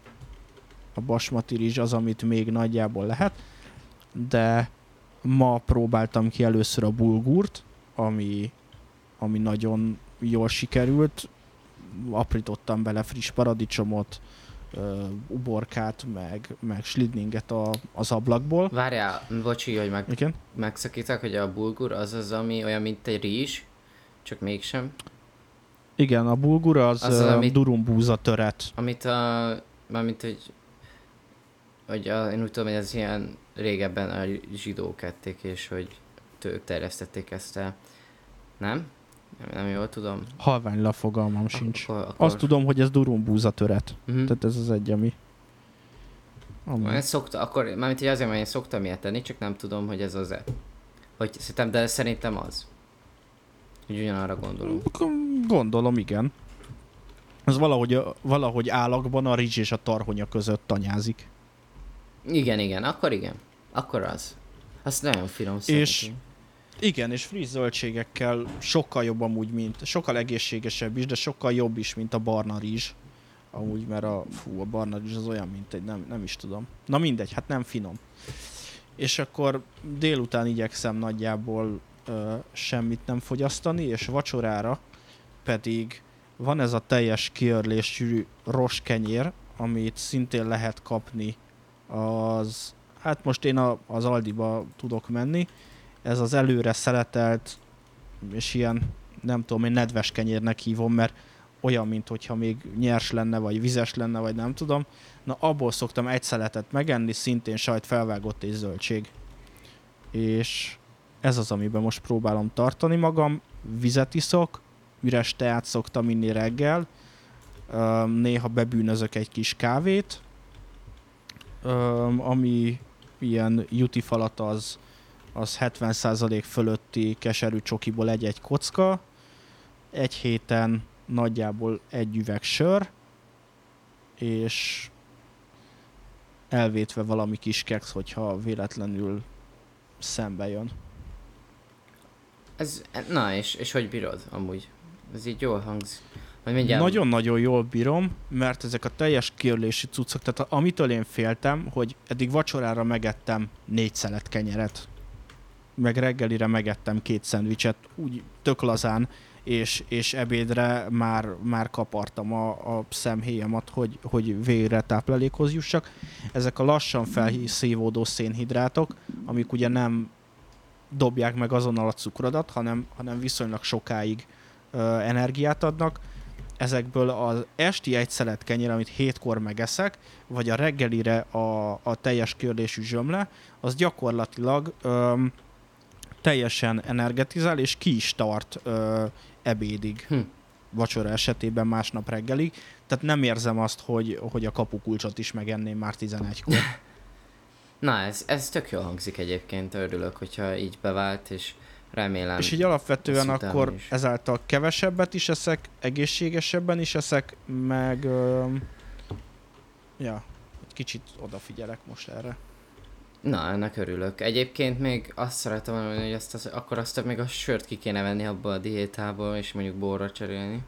a basmati rizs az, amit még nagyjából lehet, de ma próbáltam ki először a bulgurt, ami, ami nagyon jól sikerült. Aprítottam bele friss paradicsomot, uh, uborkát, meg, meg slidninget a, az ablakból. Várjál, bocsi, hogy meg, Igen? megszakítak, hogy a bulgur az az, ami olyan, mint egy rizs, csak mégsem. Igen, a bulgur az, az, az uh, amit, durumbúza töret. Amit a, mármint, hogy hogy a, én úgy tudom, hogy ez ilyen régebben a zsidók ették, és hogy ők terjesztették ezt el. Nem? Nem, nem jól tudom. Halványla fogalmam sincs. Akkor, akkor... Azt tudom, hogy ez durumbúza töret. Uh-huh. Tehát ez az egy, ami... ami... Én szokta, akkor, mármint hogy azért, mert én szoktam ilyet tenni, csak nem tudom, hogy ez az-e. Hogy szerintem, de szerintem az. Úgy ugyanarra gondolom. Gondolom, igen. Ez valahogy, valahogy állagban a rizs és a tarhonya között tanyázik. Igen, igen, akkor igen. Akkor az. Az nagyon finom és szerintem. Igen, és friss zöldségekkel sokkal jobb amúgy, mint, sokkal egészségesebb is, de sokkal jobb is, mint a barna rizs. Amúgy, mert a, fú, a barna rizs az olyan, mint egy, nem, nem is tudom. Na mindegy, hát nem finom. És akkor délután igyekszem nagyjából ö, semmit nem fogyasztani, és vacsorára pedig van ez a teljes kiörlésű rostkenyér, amit szintén lehet kapni az, hát most én a, az Aldiba tudok menni, ez az előre szeletelt, és ilyen, nem tudom, én nedves kenyérnek hívom, mert olyan, mint hogyha még nyers lenne, vagy vizes lenne, vagy nem tudom. Na, abból szoktam egy szeletet megenni, szintén sajt, felvágott és zöldség. és ez az, amiben most próbálom tartani magam. Vizet iszok, üres teát szoktam inni reggel, néha bebűnözök egy kis kávét, ami ilyen jutifalat az, az hetven százalék fölötti keserű csokiból egy-egy kocka, egy héten nagyjából egy üveg sör, és elvétve valami kis keksz, hogyha véletlenül szembe jön. Ez, na, és, és hogy bírod amúgy? Ez így jól hangzik. Mindjárt... Nagyon-nagyon jól bírom, mert ezek a teljes kiörlési cuccok, tehát amitől én féltem, hogy eddig vacsorára megettem négy szelet kenyeret, meg reggelire megettem két szendvicset, úgy tök lazán, és, és ebédre már, már kapartam a, a szemhéjamat, hogy, hogy végre táplálékhoz jussak. Ezek a lassan felszívódó szénhidrátok, amik ugye nem dobják meg azonnal a cukrodat, hanem, hanem viszonylag sokáig ö, energiát adnak. Ezekből az esti egy szelet kenyér, amit hétkor megeszek, vagy a reggelire a, a teljes kiörlésű zsömle, az gyakorlatilag ö, teljesen energetizál, és ki is tart ö, ebédig, hm. vacsora esetében másnap reggelig. Tehát nem érzem azt, hogy, hogy a kapukulcsot is megenném már tizenegykor. Na, ez, ez tök jól hangzik egyébként, örülök, hogyha így bevált, és remélem... És így alapvetően akkor is. Ezáltal kevesebbet is eszek, egészségesebben is eszek, meg... Ö, ja, egy kicsit odafigyelek most erre. Na, ennek örülök. Egyébként még azt szeretem mondani, hogy azt az, akkor azt még a sört ki kéne venni abba a diétából, és mondjuk borra cserélni.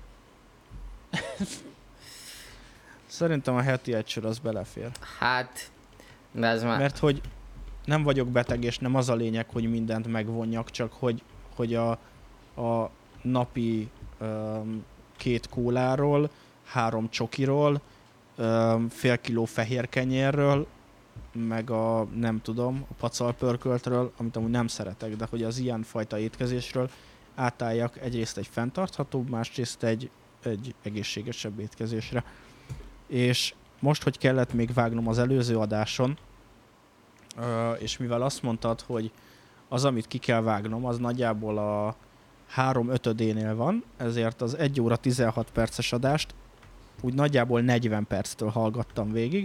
Szerintem a heti egy sör az belefér. Hát, de ez már... Mert hogy nem vagyok beteg, és nem az a lényeg, hogy mindent megvonjak, csak hogy, hogy a, a napi um, két kóláról, három csokiról, um, fél kiló fehér kenyérről, meg a, nem tudom, a pacalpörköltről, amit amúgy nem szeretek, de hogy az ilyen fajta étkezésről átálljak egyrészt egy fenntarthatóbb, másrészt egy, egy egészségesebb étkezésre. És most, hogy kellett még vágnom az előző adáson, és mivel azt mondtad, hogy az, amit ki kell vágnom, az nagyjából a három ötödénél van, ezért az egy óra tizenhat perces adást úgy nagyjából negyven perctől hallgattam végig.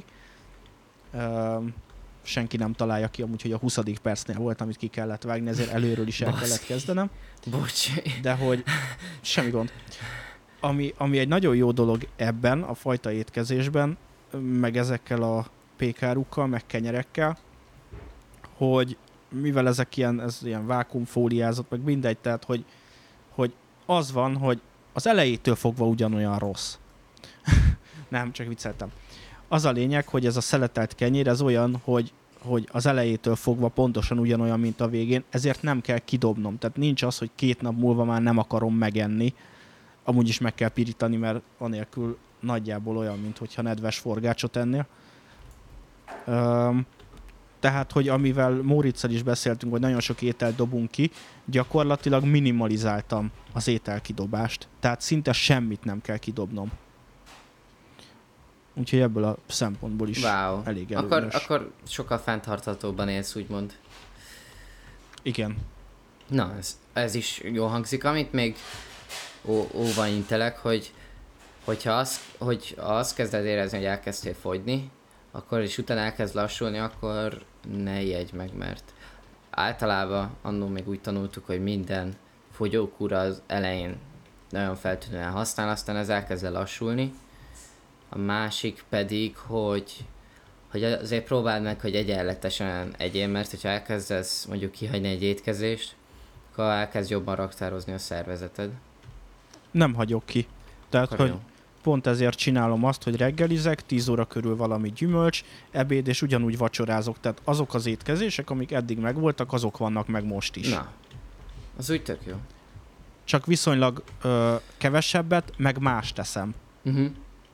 Senki nem találja ki amúgy, hogy a huszadik percnél volt, amit ki kellett vágni, ezért előről is el Basz. kellett kezdenem. Bocs. De hogy semmi gond. Ami, ami egy nagyon jó dolog ebben a fajta étkezésben, meg ezekkel a pékárukkal, meg kenyerekkel, hogy mivel ezek ilyen, ez ilyen vákuumfóliázott, meg mindegy, tehát hogy, hogy az van, hogy az elejétől fogva ugyanolyan rossz. Nem, csak vicceltem. Az a lényeg, hogy ez a szeletelt kenyér, ez olyan, hogy, hogy az elejétől fogva pontosan ugyanolyan, mint a végén, ezért nem kell kidobnom. Tehát nincs az, hogy két nap múlva már nem akarom megenni. Amúgy is meg kell pirítani, mert anélkül nagyjából olyan, mint hogyha nedves forgácsot ennél. Um, tehát, hogy amivel Móriczal is beszéltünk, hogy nagyon sok ételt dobunk ki, gyakorlatilag minimalizáltam az ételkidobást. Tehát szinte semmit nem kell kidobnom. Úgyhogy ebből a szempontból is wow. elég előnyös. Akkor, akkor sokkal fenntarthatóbban élsz, úgymond. Igen. Na, ez, ez is jó hangzik. Amit még ó, óva intelek, hogy hogyha azt, hogy azt kezded érezni, hogy elkezdtél fogyni, akkor is utána elkezd lassulni, akkor ne ijedj meg, mert általában annól még úgy tanultuk, hogy minden fogyókúra az elején nagyon feltűnően használ, aztán ez elkezd lassulni. A másik pedig, hogy, hogy azért próbáld meg, hogy egyenletesen egyél, mert hogyha elkezdesz mondjuk kihagyni egy étkezést, akkor elkezd jobban raktározni a szervezeted. Nem hagyok ki. Tehát, akkor hogy jó. Pont ezért csinálom azt, hogy reggelizek, tíz óra körül valami gyümölcs, ebéd, és ugyanúgy vacsorázok. Tehát azok az étkezések, amik eddig megvoltak, azok vannak meg most is. Na, az úgy tök jó. Csak viszonylag ö, kevesebbet, meg más teszem. Uh-huh.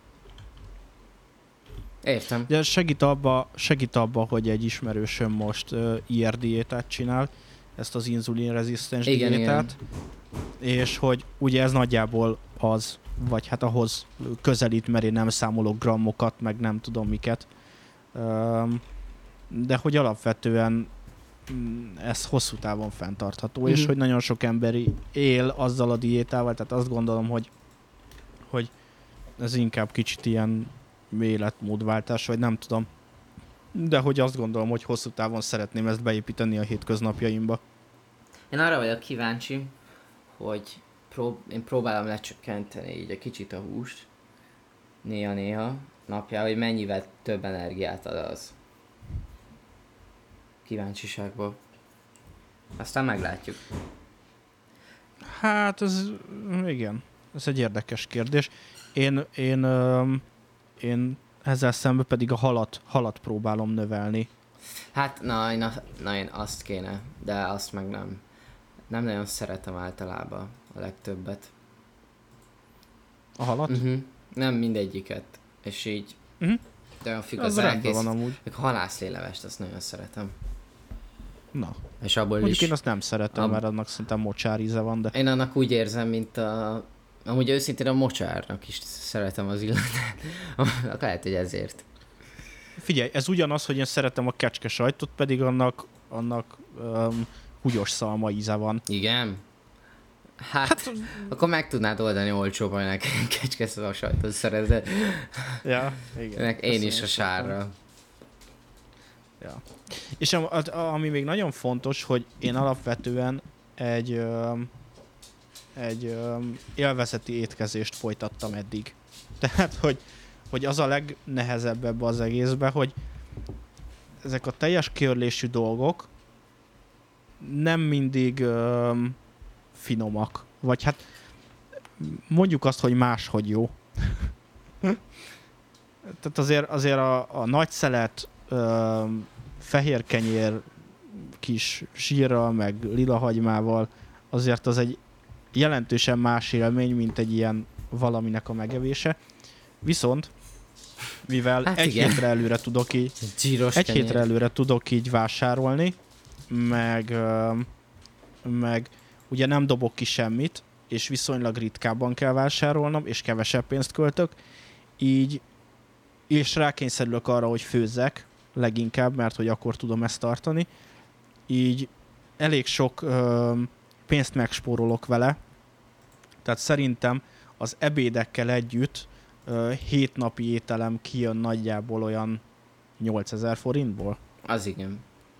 Értem. De segít abba, segít abba, hogy egy ismerősöm most uh, i er diétát csinál, ezt az inzulinrezisztens igen, diétát, igen. És hogy ugye ez nagyjából az, vagy hát ahhoz közelít, mert én nem számolok grammokat, meg nem tudom miket. Um, de hogy alapvetően ez hosszú távon fenntartható, Mhm. és hogy nagyon sok ember él azzal a diétával, tehát azt gondolom, hogy, hogy ez inkább kicsit ilyen életmódváltás, vagy nem tudom. De hogy azt gondolom, hogy hosszú távon szeretném ezt beépíteni a hétköznapjaimba. Én arra vagyok kíváncsi, hogy prób- én próbálom lecsökkenteni így egy kicsit a húst, néha-néha napjá, hogy mennyivel több energiát ad az. Kíváncsiságból. Aztán meglátjuk. Hát ez, igen, ez egy érdekes kérdés. Én, én, öm, én ezzel szemben pedig a halat, halat próbálom növelni. Hát, na, na, na, én azt kéne, de azt meg nem. Nem nagyon szeretem általában a legtöbbet. A halat? Uh-huh. Nem mindegyiket. És így, Uh-huh. de olyan függ Az az rendben elkész. van amúgy. Meg halászlélevest, azt nagyon szeretem. Na, És abból mondjuk is... én azt nem szeretem, Ab- mert annak szerintem mocsár íze van, de... Én annak úgy érzem, mint a... Amúgy őszintén a mocsárnak is szeretem az illatát. Lehet, hogy ezért. Figyelj, ez ugyanaz, hogy én szeretem a kecske sajtot, pedig annak, annak um, húgyos szalma íze van. Igen? Hát, hát akkor meg tudnád oldani olcsóban nekem kecskeszal sajtot szerezed. Ja, igen. Nek én is a Köszönöm. sárra. Ja. És a, a, ami még nagyon fontos, hogy én alapvetően egy, öm, egy öm, élvezeti étkezést folytattam eddig. Tehát, hogy, hogy az a legnehezebb ebbe az egészbe, hogy ezek a teljes kiörlésű dolgok nem mindig öm, finomak. Vagy hát mondjuk azt, hogy máshogy jó. Tehát azért, azért a, a nagy szelet, öm, fehér kenyér kis sírral, meg lila hagymával, azért az egy jelentősen más élmény, mint egy ilyen valaminek a megevése. Viszont, mivel Hát egy igen. hétre előre tudok így, Gyíros egy kenyér. hétre előre tudok így vásárolni, meg, öm, meg ugye nem dobok ki semmit, és viszonylag ritkábban kell vásárolnom, és kevesebb pénzt költök, így, és rákényszerülök arra, hogy főzzek, leginkább, mert hogy akkor tudom ezt tartani. Így elég sok ö, pénzt megspórolok vele, tehát szerintem az ebédekkel együtt ö, hét napi ételem kijön nagyjából olyan nyolcezer forintból, Az igen.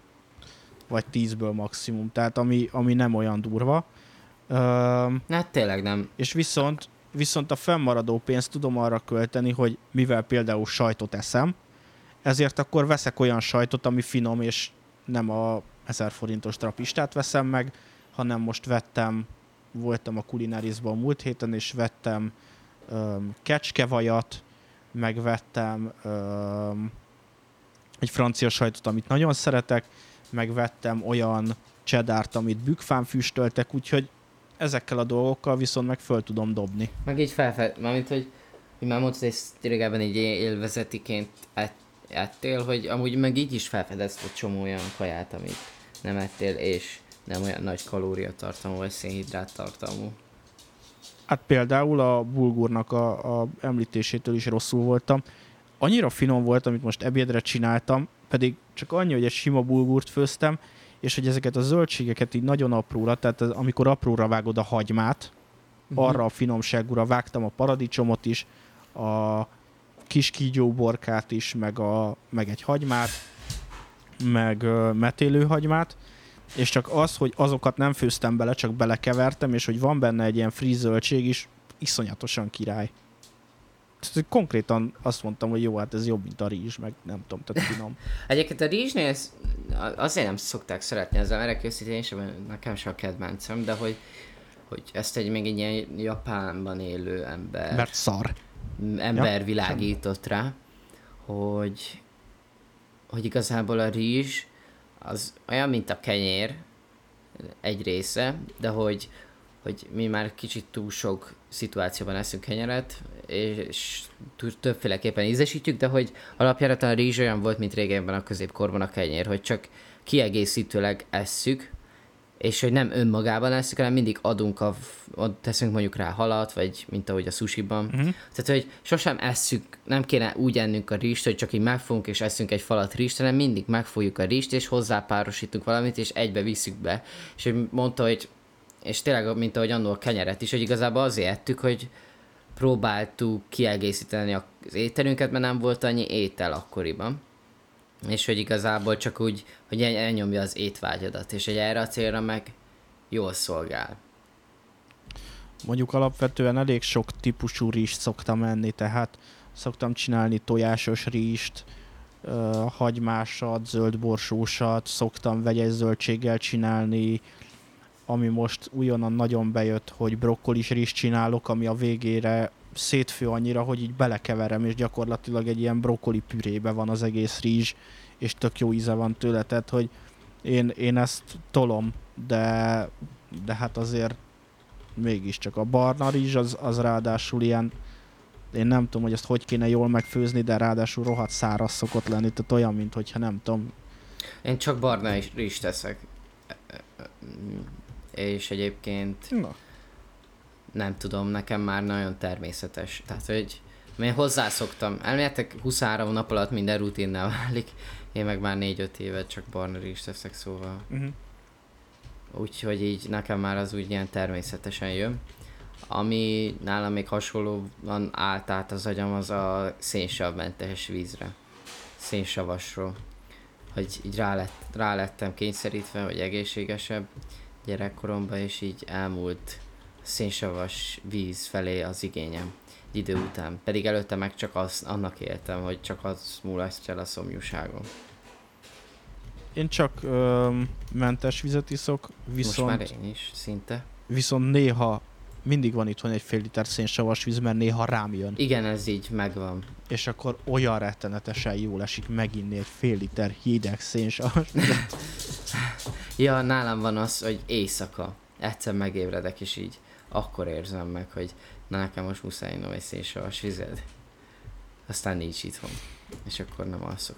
vagy tízből maximum, tehát ami, ami nem olyan durva. Ö, Hát tényleg nem. és viszont, viszont a fennmaradó pénzt tudom arra költeni, hogy mivel például sajtot eszem, ezért akkor veszek olyan sajtot, ami finom, és nem a ezer forintos trapistát veszem meg, hanem most vettem, voltam a Kulinarisban a múlt héten, és vettem öm, kecskevajat, meg vettem öm, egy francia sajtot, amit nagyon szeretek, meg vettem olyan cheddárt, amit bükkfán füstöltek, úgyhogy ezekkel a dolgokkal viszont meg föl tudom dobni. Meg így felfed... Mármint, hogy, hogy már mondtad, hogy ezt ténylegében így élvezetiként ett, ettél, hogy amúgy meg így is felfedezted egy csomó olyan kaját, amit nem ettél, és nem olyan nagy kalóriatartalmú, vagy szénhidrát tartalmú. Hát például a bulgurnak a, a említésétől is rosszul voltam. Annyira finom volt, amit most ebédre csináltam, pedig csak annyi, hogy egy sima bulgurt főztem, és hogy ezeket a zöldségeket így nagyon apróra, tehát az, amikor apróra vágod a hagymát, uh-huh. arra a finomságúra vágtam a paradicsomot is, a kis kígyóborkát is, meg, a, meg egy hagymát, meg uh, metélőhagymát, és csak az, hogy azokat nem főztem bele, csak belekevertem, és hogy van benne egy ilyen friss zöldség is, iszonyatosan király. Tehát konkrétan azt mondtam, hogy jó, hát ez jobb, mint a rizs, meg nem tudom, tehát finom. Egyébként a rizsnél ez, azért nem szokták szeretni az emberek, őszintén én sem, nekem sem a kedvencem, de hogy, hogy ezt egy még egy ilyen Japánban élő ember, Mert szar. ember Ja, világított rá, hogy, hogy igazából a rizs az olyan, mint a kenyér egy része, de hogy, hogy mi már kicsit túl sok szituációban eszünk kenyeret, és többféleképpen ízesítjük, de hogy alapjáraton a rizs olyan volt, mint régenben a középkorban a kenyér, hogy csak kiegészítőleg esszük, és hogy nem önmagában eszünk, hanem mindig adunk, a, ad, teszünk mondjuk rá halat, vagy mint ahogy a sushiban. Uh-huh. Tehát, hogy sosem esszük, nem kéne úgy ennünk a rizst, hogy csak így megfogunk és eszünk egy falat rizst, hanem mindig megfogjuk a rizst, és hozzápárosítunk valamit, és egybe visszük be. És hogy mondta, hogy, és tényleg, mint ahogy annól a kenyeret is, hogy igazából azért ettük, hogy próbáltuk kiegészíteni az ételünket, mert nem volt annyi étel akkoriban. És hogy igazából csak úgy, hogy elnyomja az étvágyadat, és hogy erre a célra meg jól szolgál. Mondjuk alapvetően elég sok típusú rizst szoktam enni, tehát szoktam csinálni tojásos rizst, hagymásat, zöldborsósat, szoktam vegyes zöldséggel csinálni, ami most újonnan nagyon bejött, hogy brokkolis rizst csinálok, ami a végére szétfő annyira, hogy így belekeverem, és gyakorlatilag egy ilyen brokkoli pürébe van az egész rizs, és tök jó íze van tőle, tehát hogy én, én ezt tolom, de, de hát azért mégiscsak a barna rizs az, az ráadásul ilyen, én nem tudom, hogy ezt hogy kéne jól megfőzni, de ráadásul rohadt száraz szokott lenni, tehát olyan, mint hogyha nem tudom. Én csak barna rizs teszek. És egyébként Na. nem tudom, nekem már nagyon természetes. Tehát, hogy én hozzászoktam. Elméletek huszonhárom nap alatt minden rutinnál válik. Én meg már négy-öt évet csak barna rizs teszek, szóval. Uh-huh. Úgyhogy így nekem már az úgy ilyen természetesen jön. Ami nálam még hasonlóan állt át az agyam, az a szénsavmentes vízre. Szénsavasról. Hogy így rá, lett, rá lettem kényszerítve, hogy egészségesebb gyerekkoromban, és így elmúlt szénsavas víz felé az igényem egy idő után. Pedig előtte meg csak az, annak éltem, hogy csak az mulasztja el a szomjúságon. Én csak ö, mentes vizet iszok, viszont... Most már én is, szinte. Viszont néha mindig van itthon egy fél liter szénsavas víz, mert néha rám jön. Igen, ez így megvan. És akkor olyan rettenetesen jól esik meginni egy fél liter hideg szénsavas. Ja, nálam van az, hogy éjszaka. Egyszer megébredek, és így akkor érzem meg, hogy na nekem most muszáj innom egy szénsavas vizet. Aztán nincs itthon. És akkor nem alszok.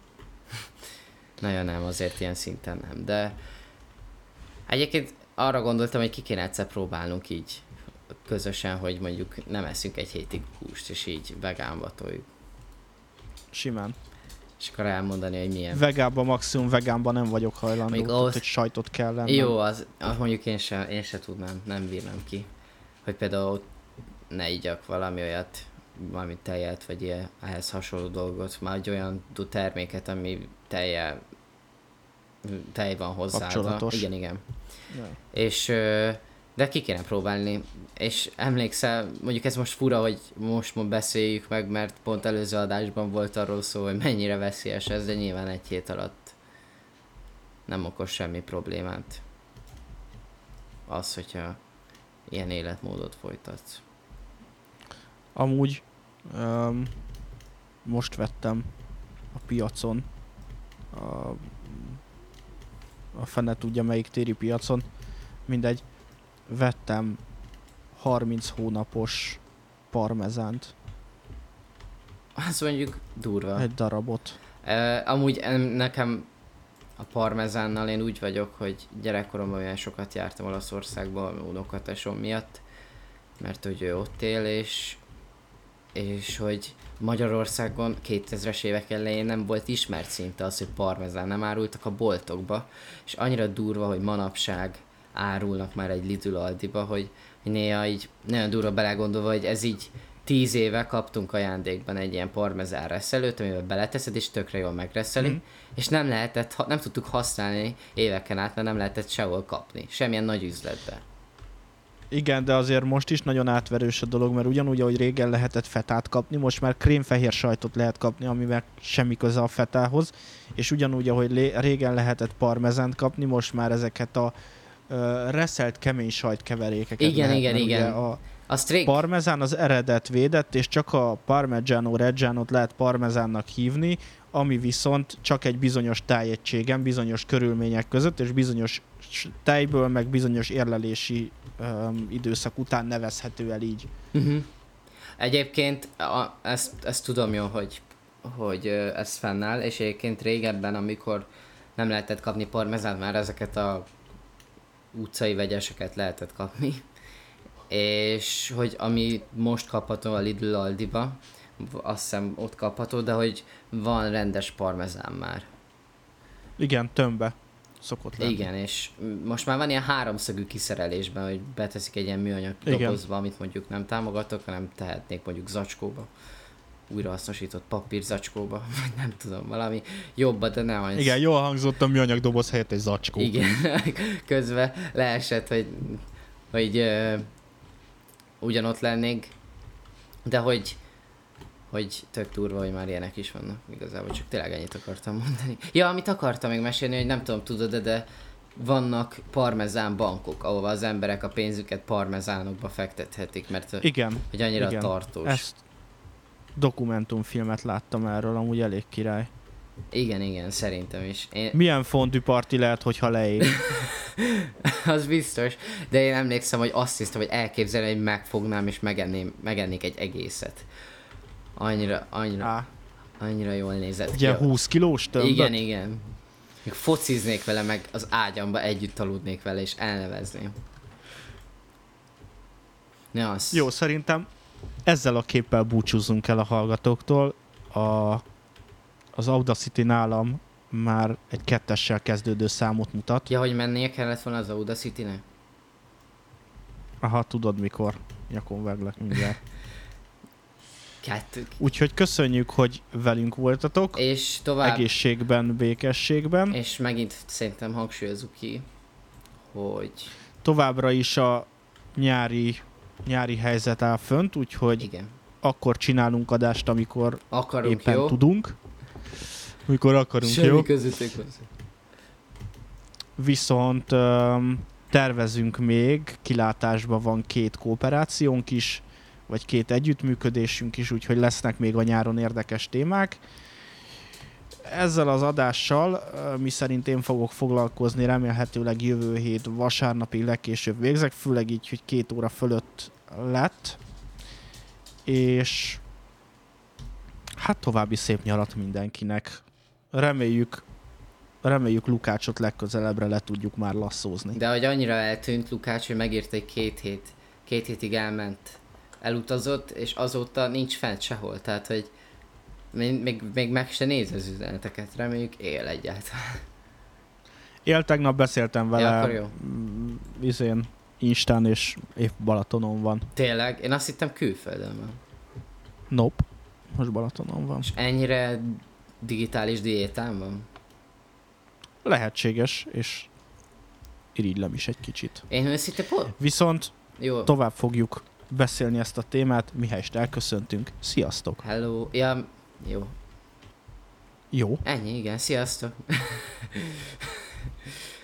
Nagyon nem, azért ilyen szinten nem. De egyébként arra gondoltam, hogy ki kéne egyszer próbálnunk így közösen, hogy mondjuk nem eszünk egy hétig húst, és így vegánba toljuk. Simán. És akkor elmondani, hogy milyen. Vegánban maximum, vegánban nem vagyok hajlandó, Még tehát, ahhoz... hogy sajtot kell lennem. Jó, az, az mondjuk én se, én se tudnám, nem bírnám ki. Hogy például ne igyak valami olyat, valami tejet, vagy ilyen, ehhez hasonló dolgot, már egy olyan terméket, ami telje, tej van hozzá. Kapcsolatos. Igen, igen. Ja. És, de ki kéne próbálni. És emlékszel, mondjuk ez most fura, hogy most ma beszéljük meg, mert pont előző adásban volt arról szó, hogy mennyire veszélyes ez, de nyilván egy hét alatt nem okoz semmi problémát. Az, hogyha ilyen életmódot folytatsz. Amúgy um, most vettem a piacon, a, a fene tudja melyik téri piacon, mindegy, vettem harminc hónapos parmezánt. Az mondjuk durva. Egy darabot. Uh, amúgy nekem a parmezánnal én úgy vagyok, hogy gyerekkoromban olyan sokat jártam Olaszországba unokatesom miatt, mert hogy ő ott él, és, és hogy Magyarországon kétezres évek elején nem volt ismert szinte az, hogy parmezán, nem árultak a boltokba, és annyira durva, hogy manapság árulnak már egy Lidl Aldiba, hogy néha így nagyon durva belegondolva, hogy ez így tíz éve kaptunk ajándékban egy ilyen parmezán reszelőt, amivel beleteszed, és tökre jól megreszeli, mm. és nem lehetett, nem tudtuk használni éveken át, mert nem lehetett sehol kapni, semmilyen nagy üzletben. Igen, de azért most is nagyon átverős a dolog, mert ugyanúgy, ahogy régen lehetett fetát kapni, most már krémfehér sajtot lehet kapni, amivel semmi köze a fetához, és ugyanúgy, ahogy lé- régen lehetett parmezánt kapni, most már ezeket a uh, reszelt kemény sajtkeverékeket igen, lehet, igen, igen. A Azt rég... parmezán az eredet védett, és csak a Parmigiano Reggianót lehet parmezánnak hívni, ami viszont csak egy bizonyos tájegységen, bizonyos körülmények között, és bizonyos tejből, meg bizonyos érlelési um, időszak után nevezhető el így. Uh-huh. Egyébként a, ezt, ezt tudom jó, hogy, hogy ez fennáll, és egyébként régebben, amikor nem lehetett kapni parmezánt, már ezeket a utcai vegyeseket lehetett kapni, és hogy ami most kapható a Lidl Aldiba, azt hiszem ott kapható, de hogy van rendes parmezán már. Igen, tömbbe szokott lenni. Igen, és most már van ilyen háromszögű kiszerelésben, hogy beteszik egy ilyen műanyag dobozba, amit mondjuk nem támogatok, hanem tehetnék mondjuk zacskóba. Újrahasznosított papír zacskóba, vagy nem tudom, valami jobbat, de nem az. Igen, jól hangzott a műanyag doboz helyett egy zacskó. Igen, közben leesett, hogy, hogy ö, ugyanott lennék, de hogy hogy tök durva, hogy már ilyenek is vannak. Igazából csak tényleg ennyit akartam mondani. Ja, amit akartam még mesélni, hogy nem tudom, tudod, de, de vannak parmezán bankok, ahova az emberek a pénzüket parmezánokba fektethetik, mert igen, hogy annyira igen. tartós. Ezt dokumentumfilmet láttam erről, amúgy elég király. Igen, igen, szerintem is. Én... Milyen fondű parti lehet, hogyha leég? Az biztos, de én emlékszem, hogy azt hiszem, hogy elképzelni, hogy megfognám és megenném, megennék egy egészet. Annyira, annyira, Á. annyira jól nézett Ugye ki. húsz kilós tömböt? Igen, igen. Még fociznék vele, meg az ágyamba együtt aludnék vele, és elnevezném. Ja, az... Jó, szerintem ezzel a képpel búcsúzzunk el a hallgatóktól. A, az Audacity nálam már egy kettessel kezdődő számot mutat. Ja, hogy mennie kellett volna az Audacity-nek? Aha, tudod mikor. Nyakon veglek mindjárt. Kettő. Úgyhogy köszönjük, hogy velünk voltatok. És tovább... Egészségben, békességben. És megint szerintem hangsúlyozzuk ki, hogy... Továbbra is a nyári, nyári helyzet áll fönt, úgyhogy igen. akkor csinálunk adást, amikor akarunk, éppen jó? tudunk. Amikor akarunk, Semmi jó? közöttük hozzá. Viszont um, tervezünk még, kilátásban van két kooperációnk is, vagy két együttműködésünk is, úgyhogy lesznek még a nyáron érdekes témák. Ezzel az adással, mi szerint én fogok foglalkozni, remélhetőleg jövő hét vasárnapig legkésőbb végzek, főleg így, hogy két óra fölött lett. És hát további szép nyarat mindenkinek. Reméljük, reméljük Lukácsot legközelebbre le tudjuk már lasszózni. De hogy annyira eltűnt Lukács, hogy megírta, hogy két hét, két hétig elment, elutazott, és azóta nincs fent sehol, tehát hogy még, még, még meg se néz az üzeneteket, reméljük él egyáltalán. Él, tegnap beszéltem vele, Ja, akkor jó. Izén, Instán, és épp Balatonon van. Tényleg? Én azt hittem külföldön van. Nope, most Balatonon van. És ennyire digitális diétán van? Lehetséges, és irigylem is egy kicsit. Én őszinte po... Viszont Jó. tovább fogjuk beszélni ezt a témát, mihelyest elköszöntünk. Sziasztok! Hello. Ja, jó. Jó. Ennyi, igen. Sziasztok.